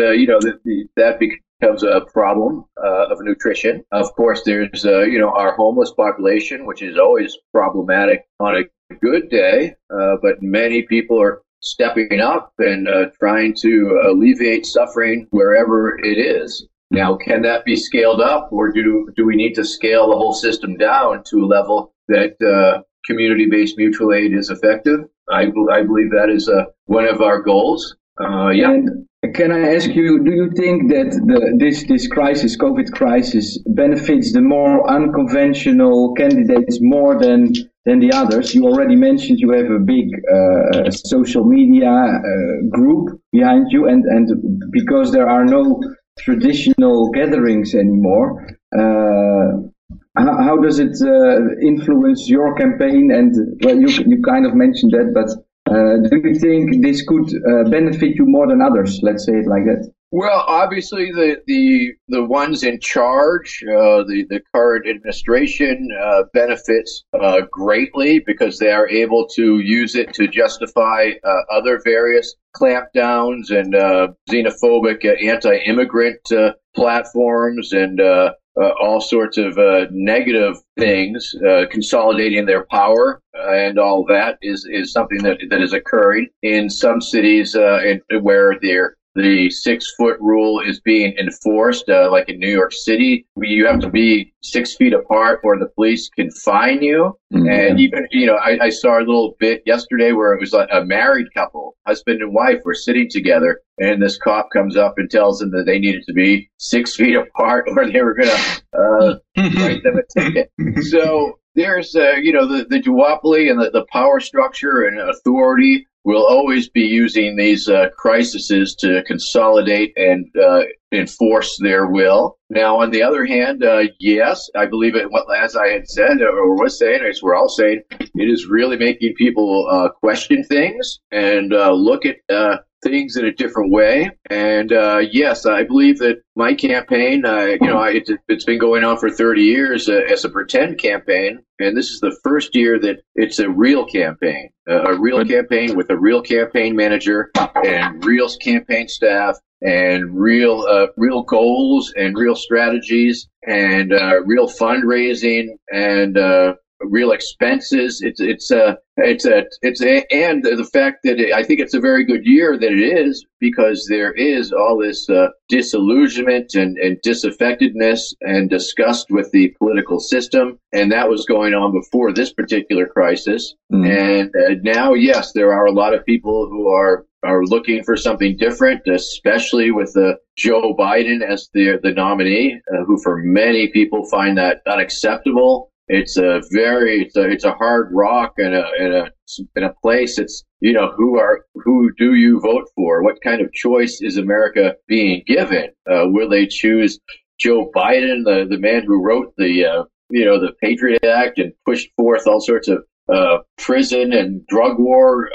becomes a problem of nutrition. Of course, there's our homeless population, which is always problematic on a good day, but many people are stepping up and trying to alleviate suffering wherever it is. Now, can that be scaled up, or do we need to scale the whole system down to a level that community-based mutual aid is effective? I believe that is one of our goals. And can I ask you, do you think that this crisis, COVID crisis, benefits the more unconventional candidates more than the others? You already mentioned you have a big social media group behind you, and because there are no traditional gatherings anymore, how does it influence your campaign? And well, you kind of mentioned that, but do you think this could benefit you more than others? Let's say it like that. Well, obviously the ones in charge, the current administration benefits greatly because they are able to use it to justify other various clampdowns and xenophobic anti-immigrant platforms and all sorts of negative things, consolidating their power, and all that is something that is occurring in some cities where the 6-foot rule is being enforced, like in New York City. You have to be 6 feet apart or the police can fine you. Mm-hmm. And even, I saw a little bit yesterday where it was like a married couple, husband and wife, were sitting together, and this cop comes up and tells them that they needed to be 6 feet apart or they were going to write them a ticket. So there's, the duopoly and the power structure and authority will always be using these crises to consolidate and enforce their will. Now, on the other hand, yes, I believe it, as I had said, or was saying, as we're all saying, it is really making people question things and look at things in a different way. And yes, I believe that my campaign, it's been going on for 30 years as a pretend campaign. And this is the first year that it's a real campaign, campaign with a real campaign manager and real campaign staff and real goals and real strategies and real fundraising and real expenses. And the fact that I think it's a very good year that it is, because there is all this disillusionment and disaffectedness and disgust with the political system, and that was going on before this particular crisis. And now, yes, there are a lot of people who are looking for something different, especially with Joe Biden as the nominee, who for many people find that unacceptable. It's a hard rock in a place. It's, who do you vote for? What kind of choice is America being given? Will they choose Joe Biden, the man who wrote the Patriot Act and pushed forth all sorts of prison and drug war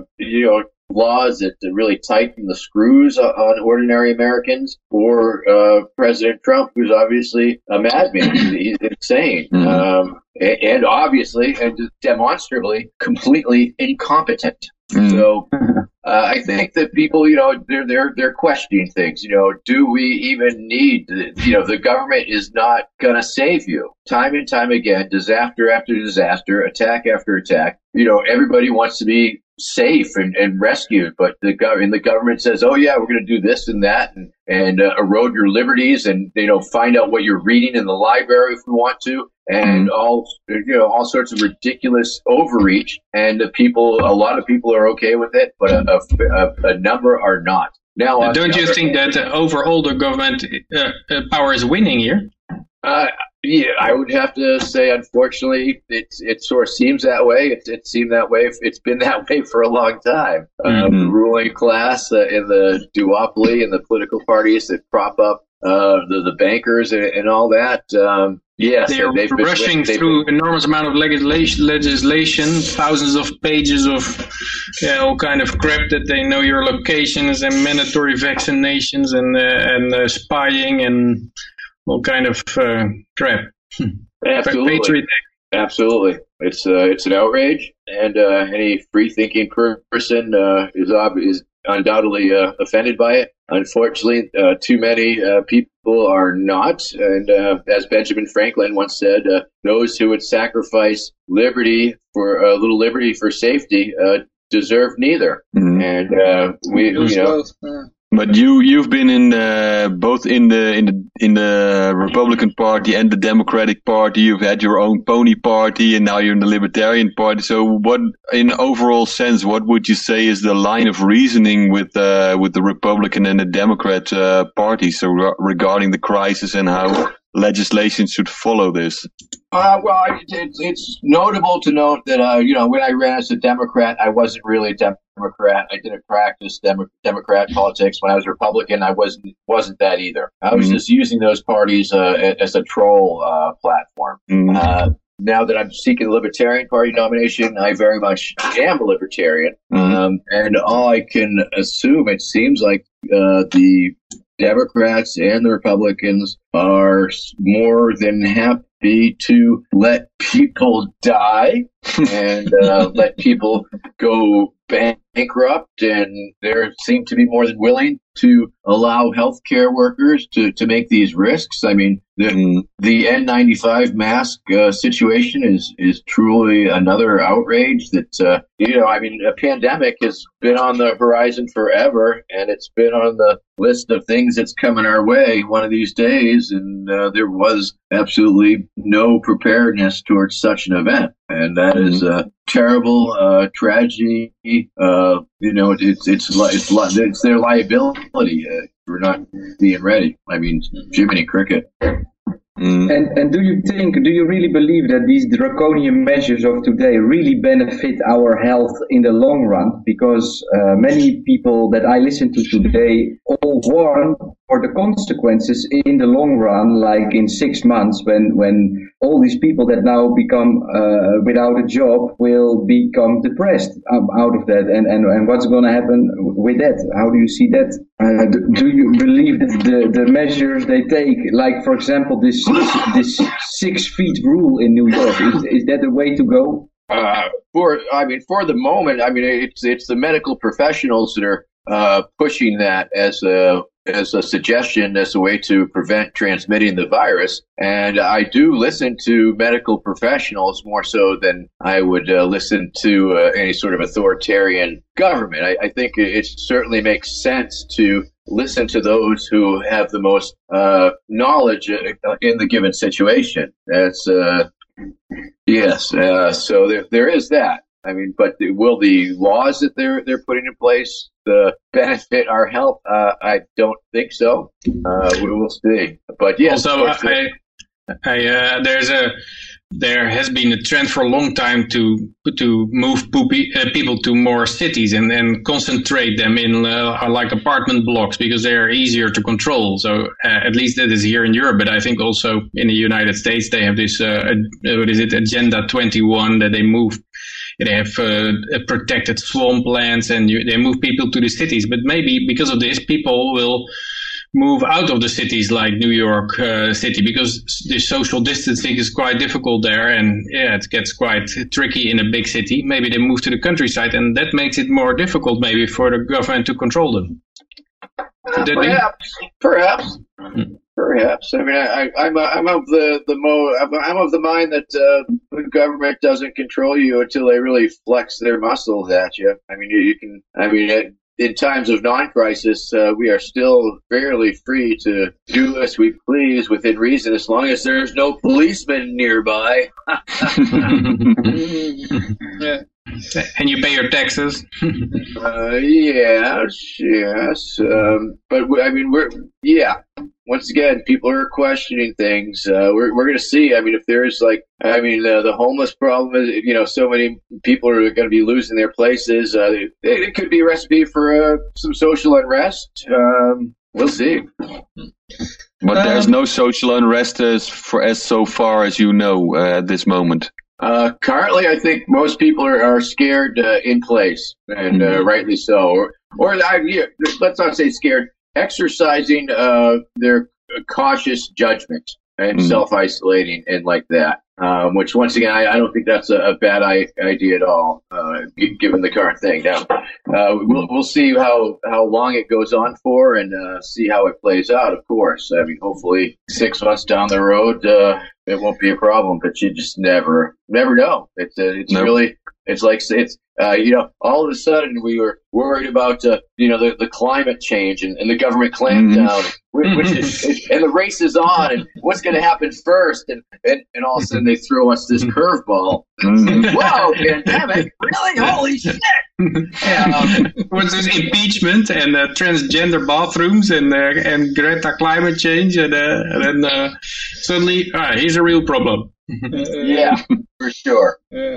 laws that really tighten the screws on ordinary Americans, or President Trump, who's obviously a madman. He's insane. And obviously and demonstrably completely incompetent. So I think that people, they're questioning things. Do we even need, the government is not going to save you. Time and time again, disaster after disaster, attack after attack. Everybody wants to be safe and rescued, but the government says, oh yeah, we're going to do this and that and erode your liberties and find out what you're reading in the library if we want to, and all sorts of ridiculous overreach. And a lot of people are okay with it, but a number are not. Now, don't you think that overall the government power is winning here? Yeah, I would have to say, unfortunately, it sort of seems that way. It seemed that way. It's been that way for a long time. The ruling class in the duopoly and the political parties that prop up the bankers and all that. Yes, they're rushing through enormous amount of legislation, thousands of pages of all kind of crap that they know your locations and mandatory vaccinations and spying and all kind of crap. Absolutely. Absolutely. It's an outrage, and any free-thinking person is undoubtedly offended by it. Unfortunately, too many people are not. And as Benjamin Franklin once said, those who would sacrifice liberty for a little liberty for safety deserve neither. And But you've been in both in the Republican Party and the Democratic Party. You've had your own pony party, and now you're in the Libertarian Party. So, what, in overall sense, what would you say is the line of reasoning with the Republican and the Democrat party? So, regarding the crisis and how legislation should follow this? Well, it's notable to note that when I ran as a Democrat, I wasn't really a Democrat. I didn't practice Democrat politics. When I was Republican, I wasn't that either. I was just using those parties as a troll platform. Now that I'm seeking the Libertarian Party nomination, I very much am a Libertarian. And all I can assume, it seems like the Democrats and the Republicans are more than happy to let people die and let people go bankrupt, and they seem to be more than willing to allow healthcare workers to make these risks. I mean, the N95 mask situation is truly another outrage that, a pandemic has been on the horizon forever, and it's been on the list of things that's coming our way one of these days, and there was absolutely no preparedness towards such an event. And that is a terrible tragedy. It's their liability for not being ready. I mean, Jiminy Cricket. And do you really believe that these draconian measures of today really benefit our health in the long run? Because many people that I listen to today all warn for the consequences in the long run, like in 6 months when all these people that now become without a job will become depressed out of that. And what's going to happen with that? How do you see that? Do you believe that the measures they take, like for example this 6 feet rule in New York, is that the way to go? For the moment, it's the medical professionals that are pushing that as a suggestion, as a way to prevent transmitting the virus. And I do listen to medical professionals more so than I would listen to any sort of authoritarian government. I think it certainly makes sense to listen to those who have the most knowledge in the given situation. That's yes. So there is that. But will the laws that they're putting in place benefit our health? I don't think so. We will see. But yes. Also, there has been a trend for a long time to move people to more cities and concentrate them in like apartment blocks because they are easier to control. So at least that is here in Europe, but I think also in the United States they have this Agenda 21 that they move. They have protected swamplands and they move people to the cities. But maybe because of this, people will move out of the cities like New York City because the social distancing is quite difficult there. And it gets quite tricky in a big city. Maybe they move to the countryside and that makes it more difficult maybe for the government to control them. Perhaps. Perhaps. I'm of the mind that the government doesn't control you until they really flex their muscles at you. In times of non-crisis, we are still fairly free to do as we please within reason, as long as there's no policeman nearby. And you pay your taxes. Yes. But once again, people are questioning things. We're going to see. If there's the homeless problem is, so many people are going to be losing their places. It could be a recipe for some social unrest. We'll see. But there's no social unrest as so far as you know at this moment. Currently, I think most people are scared in place, and rightly so. Or let's not say scared, exercising their cautious judgment and self-isolating and like that. Which, once again, I don't think that's a bad idea at all, given the current thing. Now, we'll see how long it goes on for and see how it plays out, of course. Hopefully 6 months down the road, it won't be a problem, but you just never know. It's nope. Really, it's like, all of a sudden we were worried about, the climate change and the government clampdown, which is, and the race is on, and what's going to happen first, and all of a sudden they throw us this curveball. Whoa, pandemic! Really? Holy shit! What's this impeachment and transgender bathrooms and Greta climate change, and then suddenly here's a real problem. Yeah, for sure.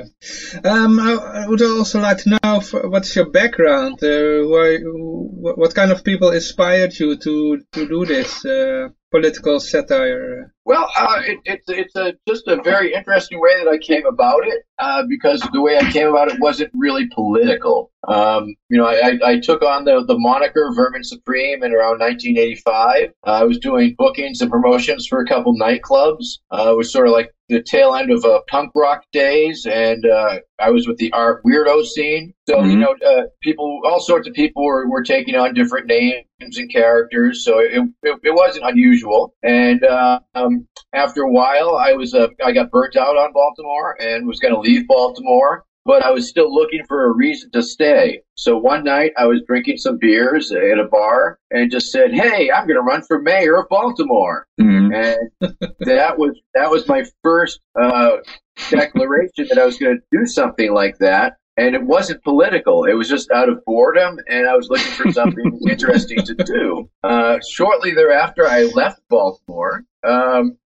I would also like to know what's your background. What kind of people inspired you to do this political satire? Well, it's just a very interesting way that I came about it, because the way I came about it wasn't really political. I took on the moniker Vermin Supreme in around 1985. I was doing bookings and promotions for a couple nightclubs. It was sort of like the tail end of punk rock days, and I was with the art weirdo scene. So, all sorts of people were taking on different names and characters. So it wasn't unusual. And after a while, I got burnt out on Baltimore and was going to leave Baltimore. But I was still looking for a reason to stay. So one night I was drinking some beers at a bar and just said, "Hey, I'm going to run for mayor of Baltimore." And that was my first declaration that I was going to do something like that. And it wasn't political. It was just out of boredom, and I was looking for something interesting to do. Shortly thereafter, I left Baltimore.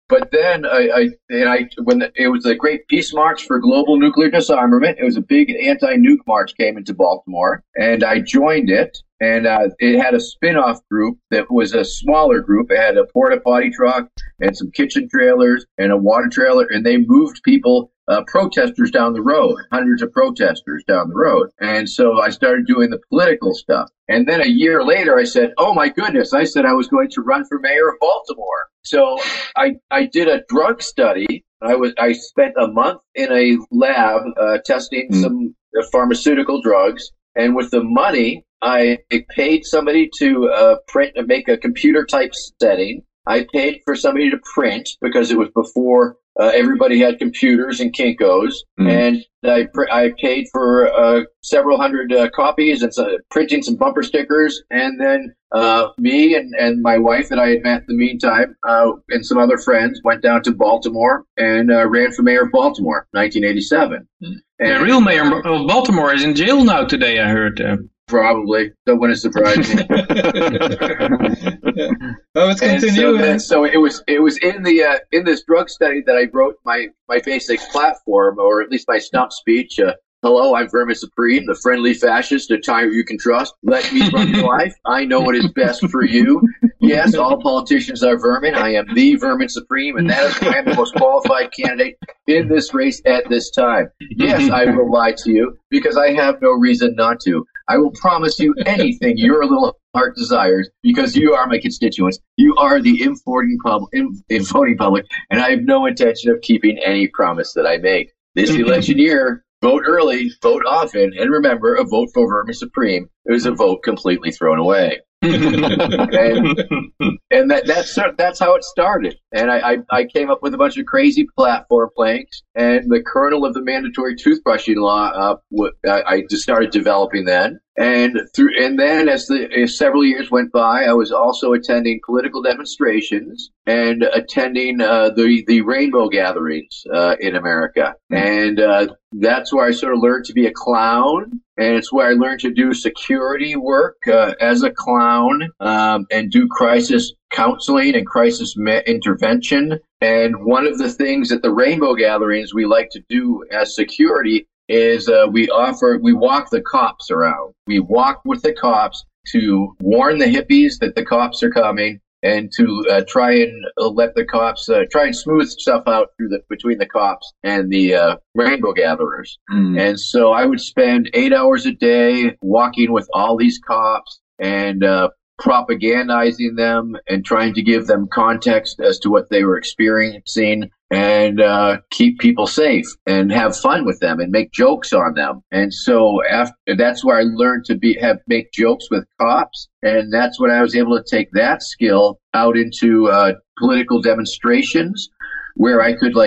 But then it was the Great Peace March for Global Nuclear Disarmament. It was a big anti-nuke march came into Baltimore, and I joined it. And it had a spin-off group that was a smaller group. It had a porta potty truck and some kitchen trailers and a water trailer, and they moved people, protesters down the road, hundreds of protesters down the road. And so I started doing the political stuff. And then a year later, I said, oh my goodness, I said I was going to run for mayor of Baltimore. So I did a drug study. I spent a month in a lab testing some pharmaceutical drugs, and with the money, I paid somebody to print and make a computer type setting. I paid for somebody to print because it was before everybody had computers and Kinkos. And I paid for several hundred copies and printing some bumper stickers. And then me and my wife that I had met in the meantime and some other friends went down to Baltimore and ran for mayor of Baltimore, 1987. And the real mayor of Baltimore is in jail now today, I heard. Probably. That wouldn't surprise me. Well, let's continue. So it was in the in this drug study that I wrote my basic platform, or at least my stump speech. Hello, I'm Vermin Supreme, the friendly fascist, a tyrant you can trust. Let me run your life. I know what is best for you. Yes, all politicians are vermin. I am the Vermin Supreme, and that is why I'm the most qualified candidate in this race at this time. Yes, I will lie to you because I have no reason not to. I will promise you anything your little heart desires because you are my constituents. You are the voting public, and I have no intention of keeping any promise that I make. This election year, vote early, vote often, and remember, a vote for Vermin Supreme is a vote completely thrown away. and that's how it started. And I came up with a bunch of crazy platform planks, and the kernel of the mandatory toothbrushing law. I just started developing then. And then as several years went by, I was also attending political demonstrations and attending the rainbow gatherings in America. And that's where I sort of learned to be a clown. And it's where I learned to do security work as a clown and do crisis counseling and crisis intervention. And one of the things at the rainbow gatherings we like to do as security is we walk the cops around. We walk with the cops to warn the hippies that the cops are coming, and to try and let the cops try and smooth stuff out between the cops and the rainbow gatherers. And so I would spend 8 hours a day walking with all these cops and propagandizing them and trying to give them context as to what they were experiencing, and keep people safe and have fun with them and make jokes on them. And so that's where I learned to make jokes with cops. And that's when I was able to take that skill out into political demonstrations, where I could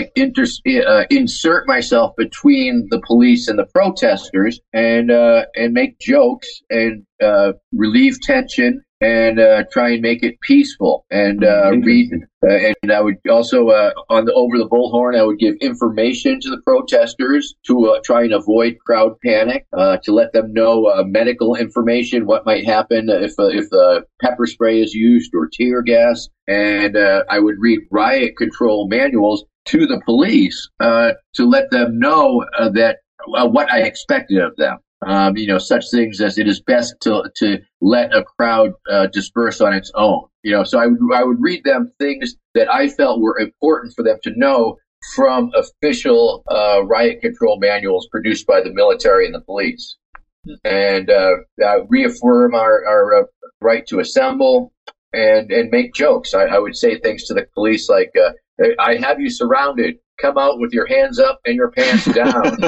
insert myself between the police and the protesters and make jokes and relieve tension and try and make it peaceful and read. And I would also over the bullhorn, I would give information to the protesters to try and avoid crowd panic, to let them know medical information, what might happen if pepper spray is used or tear gas. And I would read riot control manuals to the police to let them know that what I expected of them. Such things as it is best to let a crowd disperse on its own. So I would read them things that I felt were important for them to know from official riot control manuals produced by the military and the police, and reaffirm our right to assemble and make jokes. I would say things to the police like, "I have you surrounded. Come out with your hands up and your pants down."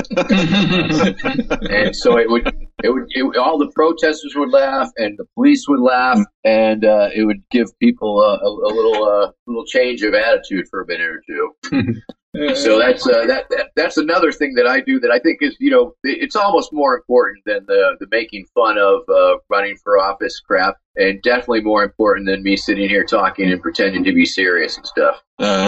And so all the protesters would laugh and the police would laugh, and it would give people a little change of attitude for a minute or two. So that's another thing that I do that I think is, it's almost more important than the making fun of running for office crap, and definitely more important than me sitting here talking and pretending to be serious and stuff.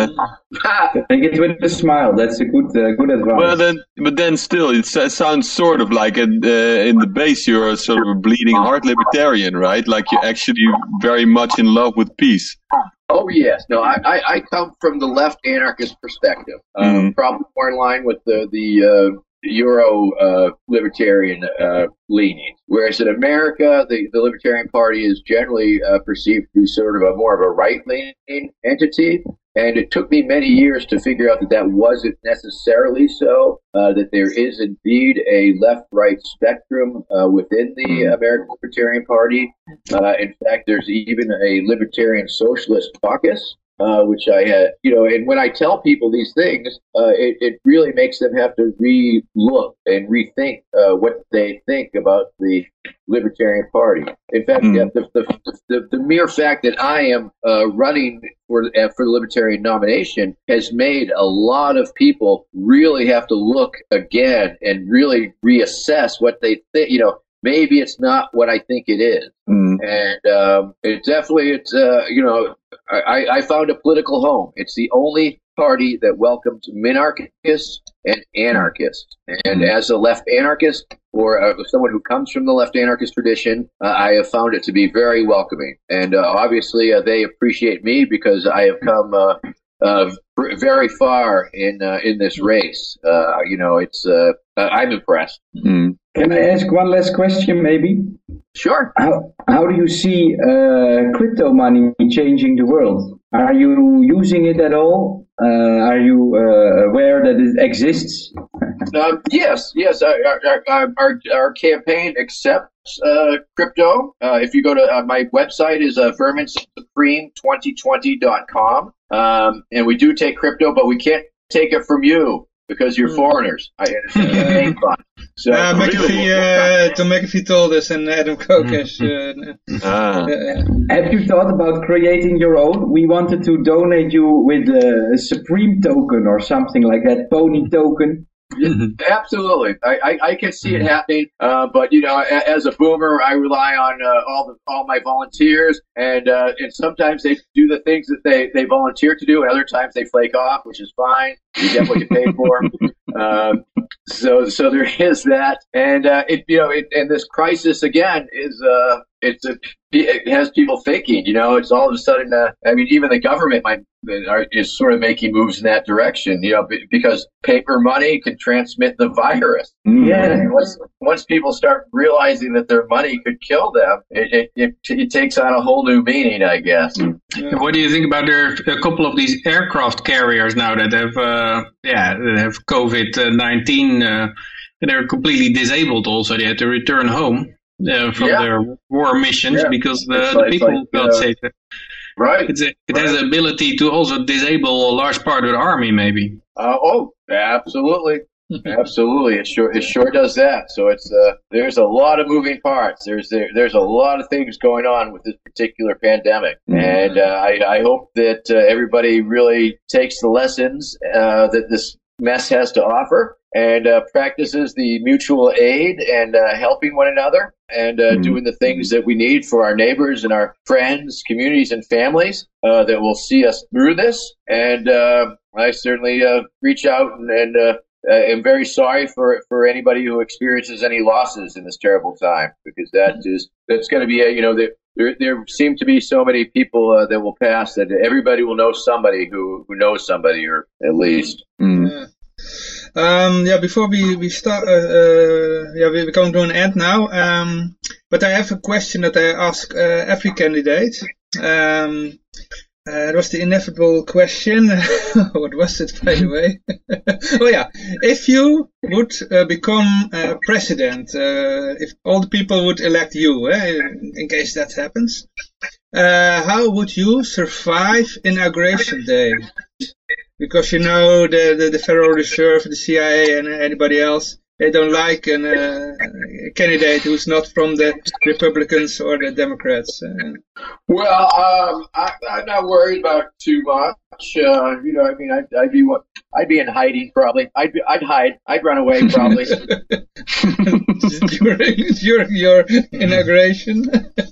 Take it with a smile. That's a good advice. But then still, it sounds sort of like in the base you're sort of a bleeding heart libertarian, right? Like you're actually very much in love with peace. Oh yes, no, I come from the left anarchist perspective, probably more in line with the Euro libertarian leanings. Whereas in America, the Libertarian Party is generally perceived to be sort of more of a right-leaning entity. And it took me many years to figure out that wasn't necessarily so, that there is indeed a left-right spectrum within the American Libertarian Party. In fact, there's even a Libertarian Socialist Caucus, which I had, and when I tell people these things, it really makes them have to re-look and rethink what they think about the Libertarian Party. In fact, the mere fact that I am running for the Libertarian nomination has made a lot of people really have to look again and really reassess what they think. Maybe it's not what I think it is. And I found a political home. It's the only party that welcomes minarchists and anarchists. And as a left anarchist, or someone who comes from the left anarchist tradition, I have found it to be very welcoming. And obviously, they appreciate me because I have come very far in this race. I'm impressed. Can I ask one last question, maybe? Sure. How do you see crypto money changing the world? Are you using it at all? Are you aware that it exists? Yes. Our campaign accepts crypto. If you go to my website is verminsupreme2020.com, and we do take crypto, but we can't take it from you because you're foreigners. Tom McAfee told us, and Adam Kokesh. Have you thought about creating your own? We wanted to donate you with a Supreme token or something like that, pony token. Absolutely, I can see it happening. But as a boomer, I rely on all my volunteers, and sometimes they do the things that they volunteer to do, and other times they flake off, which is fine. You get what you pay for. So there is that, and and this crisis again is it has people thinking. It's all of a sudden. Even the government is sort of making moves in that direction. Because paper money can transmit the virus. Yeah. And once people start realizing that their money could kill them, it takes on a whole new meaning, I guess. Yeah. What do you think about a couple of these aircraft carriers now that have COVID-19 and they're completely disabled? Also, they had to return home from their war missions because the people got sick. Right. It has the ability to also disable a large part of the army, maybe. Absolutely. Absolutely. It sure does that. So there's a lot of moving parts. There's a lot of things going on with this particular pandemic. And I hope that everybody really takes the lessons that this mess has to offer and practices the mutual aid and helping one another and doing the things that we need for our neighbors and our friends, communities, and families that will see us through this. And I certainly reach out and am very sorry for anybody who experiences any losses in this terrible time, because that's going to be there seem to be so many people that will pass that everybody will know somebody who knows somebody, or at least. Before we start, we're coming to an end now. But I have a question that I ask every candidate. It was the inevitable question. What was it, by the way? If you would become president, if all the people would elect you, in case that happens, how would you survive Inauguration Day? Because the Federal Reserve, the CIA, and anybody else, they don't like a candidate who's not from the Republicans or the Democrats. Well, I'm not worried about too much. I'd be in hiding probably. I'd hide. I'd run away probably. your inauguration.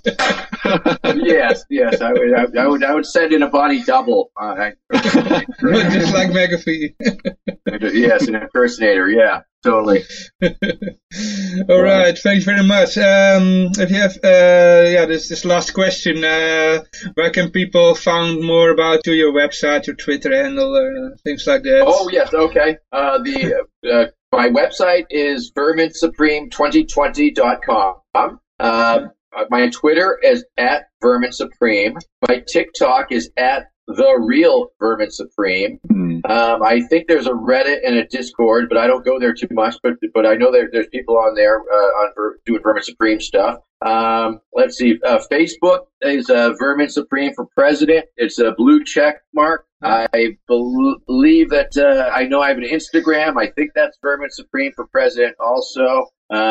Yes. I would send in a body double. Just like McAfee. Yes, an impersonator. Yeah. Totally. All right. Thanks very much. If you have this last question. question, where can people find more about you, your website, your Twitter handle, things like that? Oh, yes, okay. My website is verminsupreme2020.com. My Twitter is @verminsupreme. My TikTok is @TheRealVerminSupreme. I think there's a Reddit and a Discord, but I don't go there too much. But I know there's people on there doing Vermin Supreme stuff. Let's see. Facebook is Vermin Supreme for President. It's a blue check mark. I believe that I know I have an Instagram. I think that's Vermin Supreme for President also.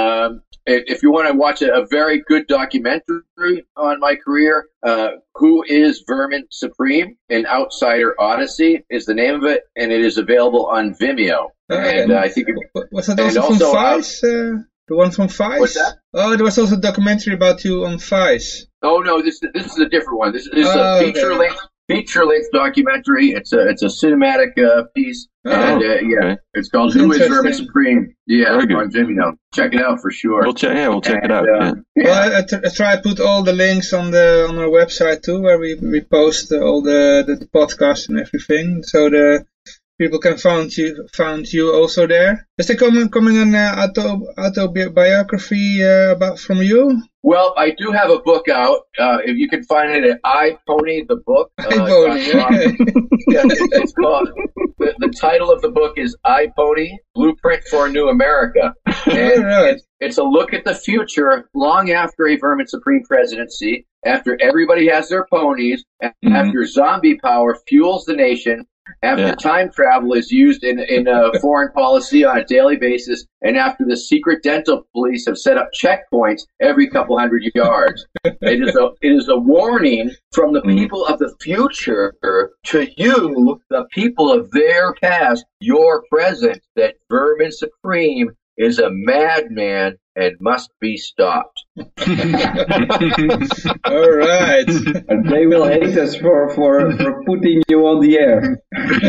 If you want to watch a very good documentary on my career, Who is Vermin Supreme? An Outsider Odyssey is the name of it, and it is available on Vimeo. And I think was that also from Vice? The one from Vice? What's that? Oh, there was also a documentary about you on Vice. Oh no, this is a different one. This is a feature-length documentary. It's a cinematic piece, and it's called "Who is Vermin Supreme?" Yeah, on Vimeo. Check it out for sure. We'll check it out. Well, I try to put all the links on our website too, where we post all the podcasts and everything, so the people can find you also there. Is there coming an autobiography from you? Well, I do have a book out. If you can find it at iPony the book. iPony, it's called. The title of the book is iPony: Blueprint for a New America, and it's a look at the future long after a Vermin Supreme presidency, after everybody has their ponies, after zombie power fuels the nation. After time travel is used in foreign policy on a daily basis, and after the secret dental police have set up checkpoints every couple hundred yards. It is a warning from the people of the future to you, the people of their past, your present, that Vermin Supreme is a madman and must be stopped. All right. And they will hate us for putting you on the air.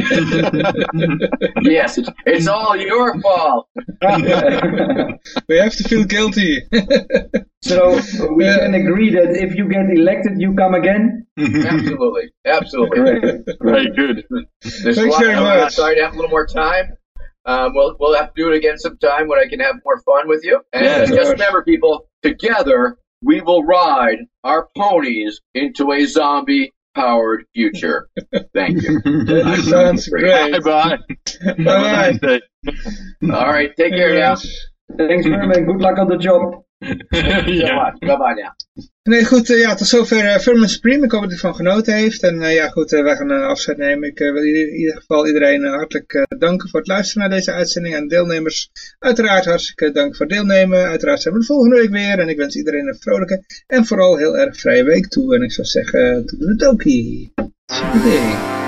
Yes, it's all your fault. We have to feel guilty. So we can agree that if you get elected, you come again? Absolutely. Great. Very good. Thanks very much. Sorry to have a little more time. We'll have to do it again sometime when I can have more fun with you. And just remember, people, together we will ride our ponies into a zombie-powered future. Thank you. That sounds great. Bye. Bye. All right, take care now. Thanks, Vermin. Good luck on the job. Bye-bye now. Nee, goed, tot zover Vermin Supreme. Ik hoop dat u ervan genoten heeft. En wij gaan afscheid nemen. Ik wil in ieder geval iedereen hartelijk danken voor het luisteren naar deze uitzending. En deelnemers uiteraard hartstikke dank voor het deelnemen. Uiteraard zijn we de volgende week weer. En ik wens iedereen een vrolijke en vooral heel erg vrije week toe. En ik zou zeggen, toedeledokie. Super ding.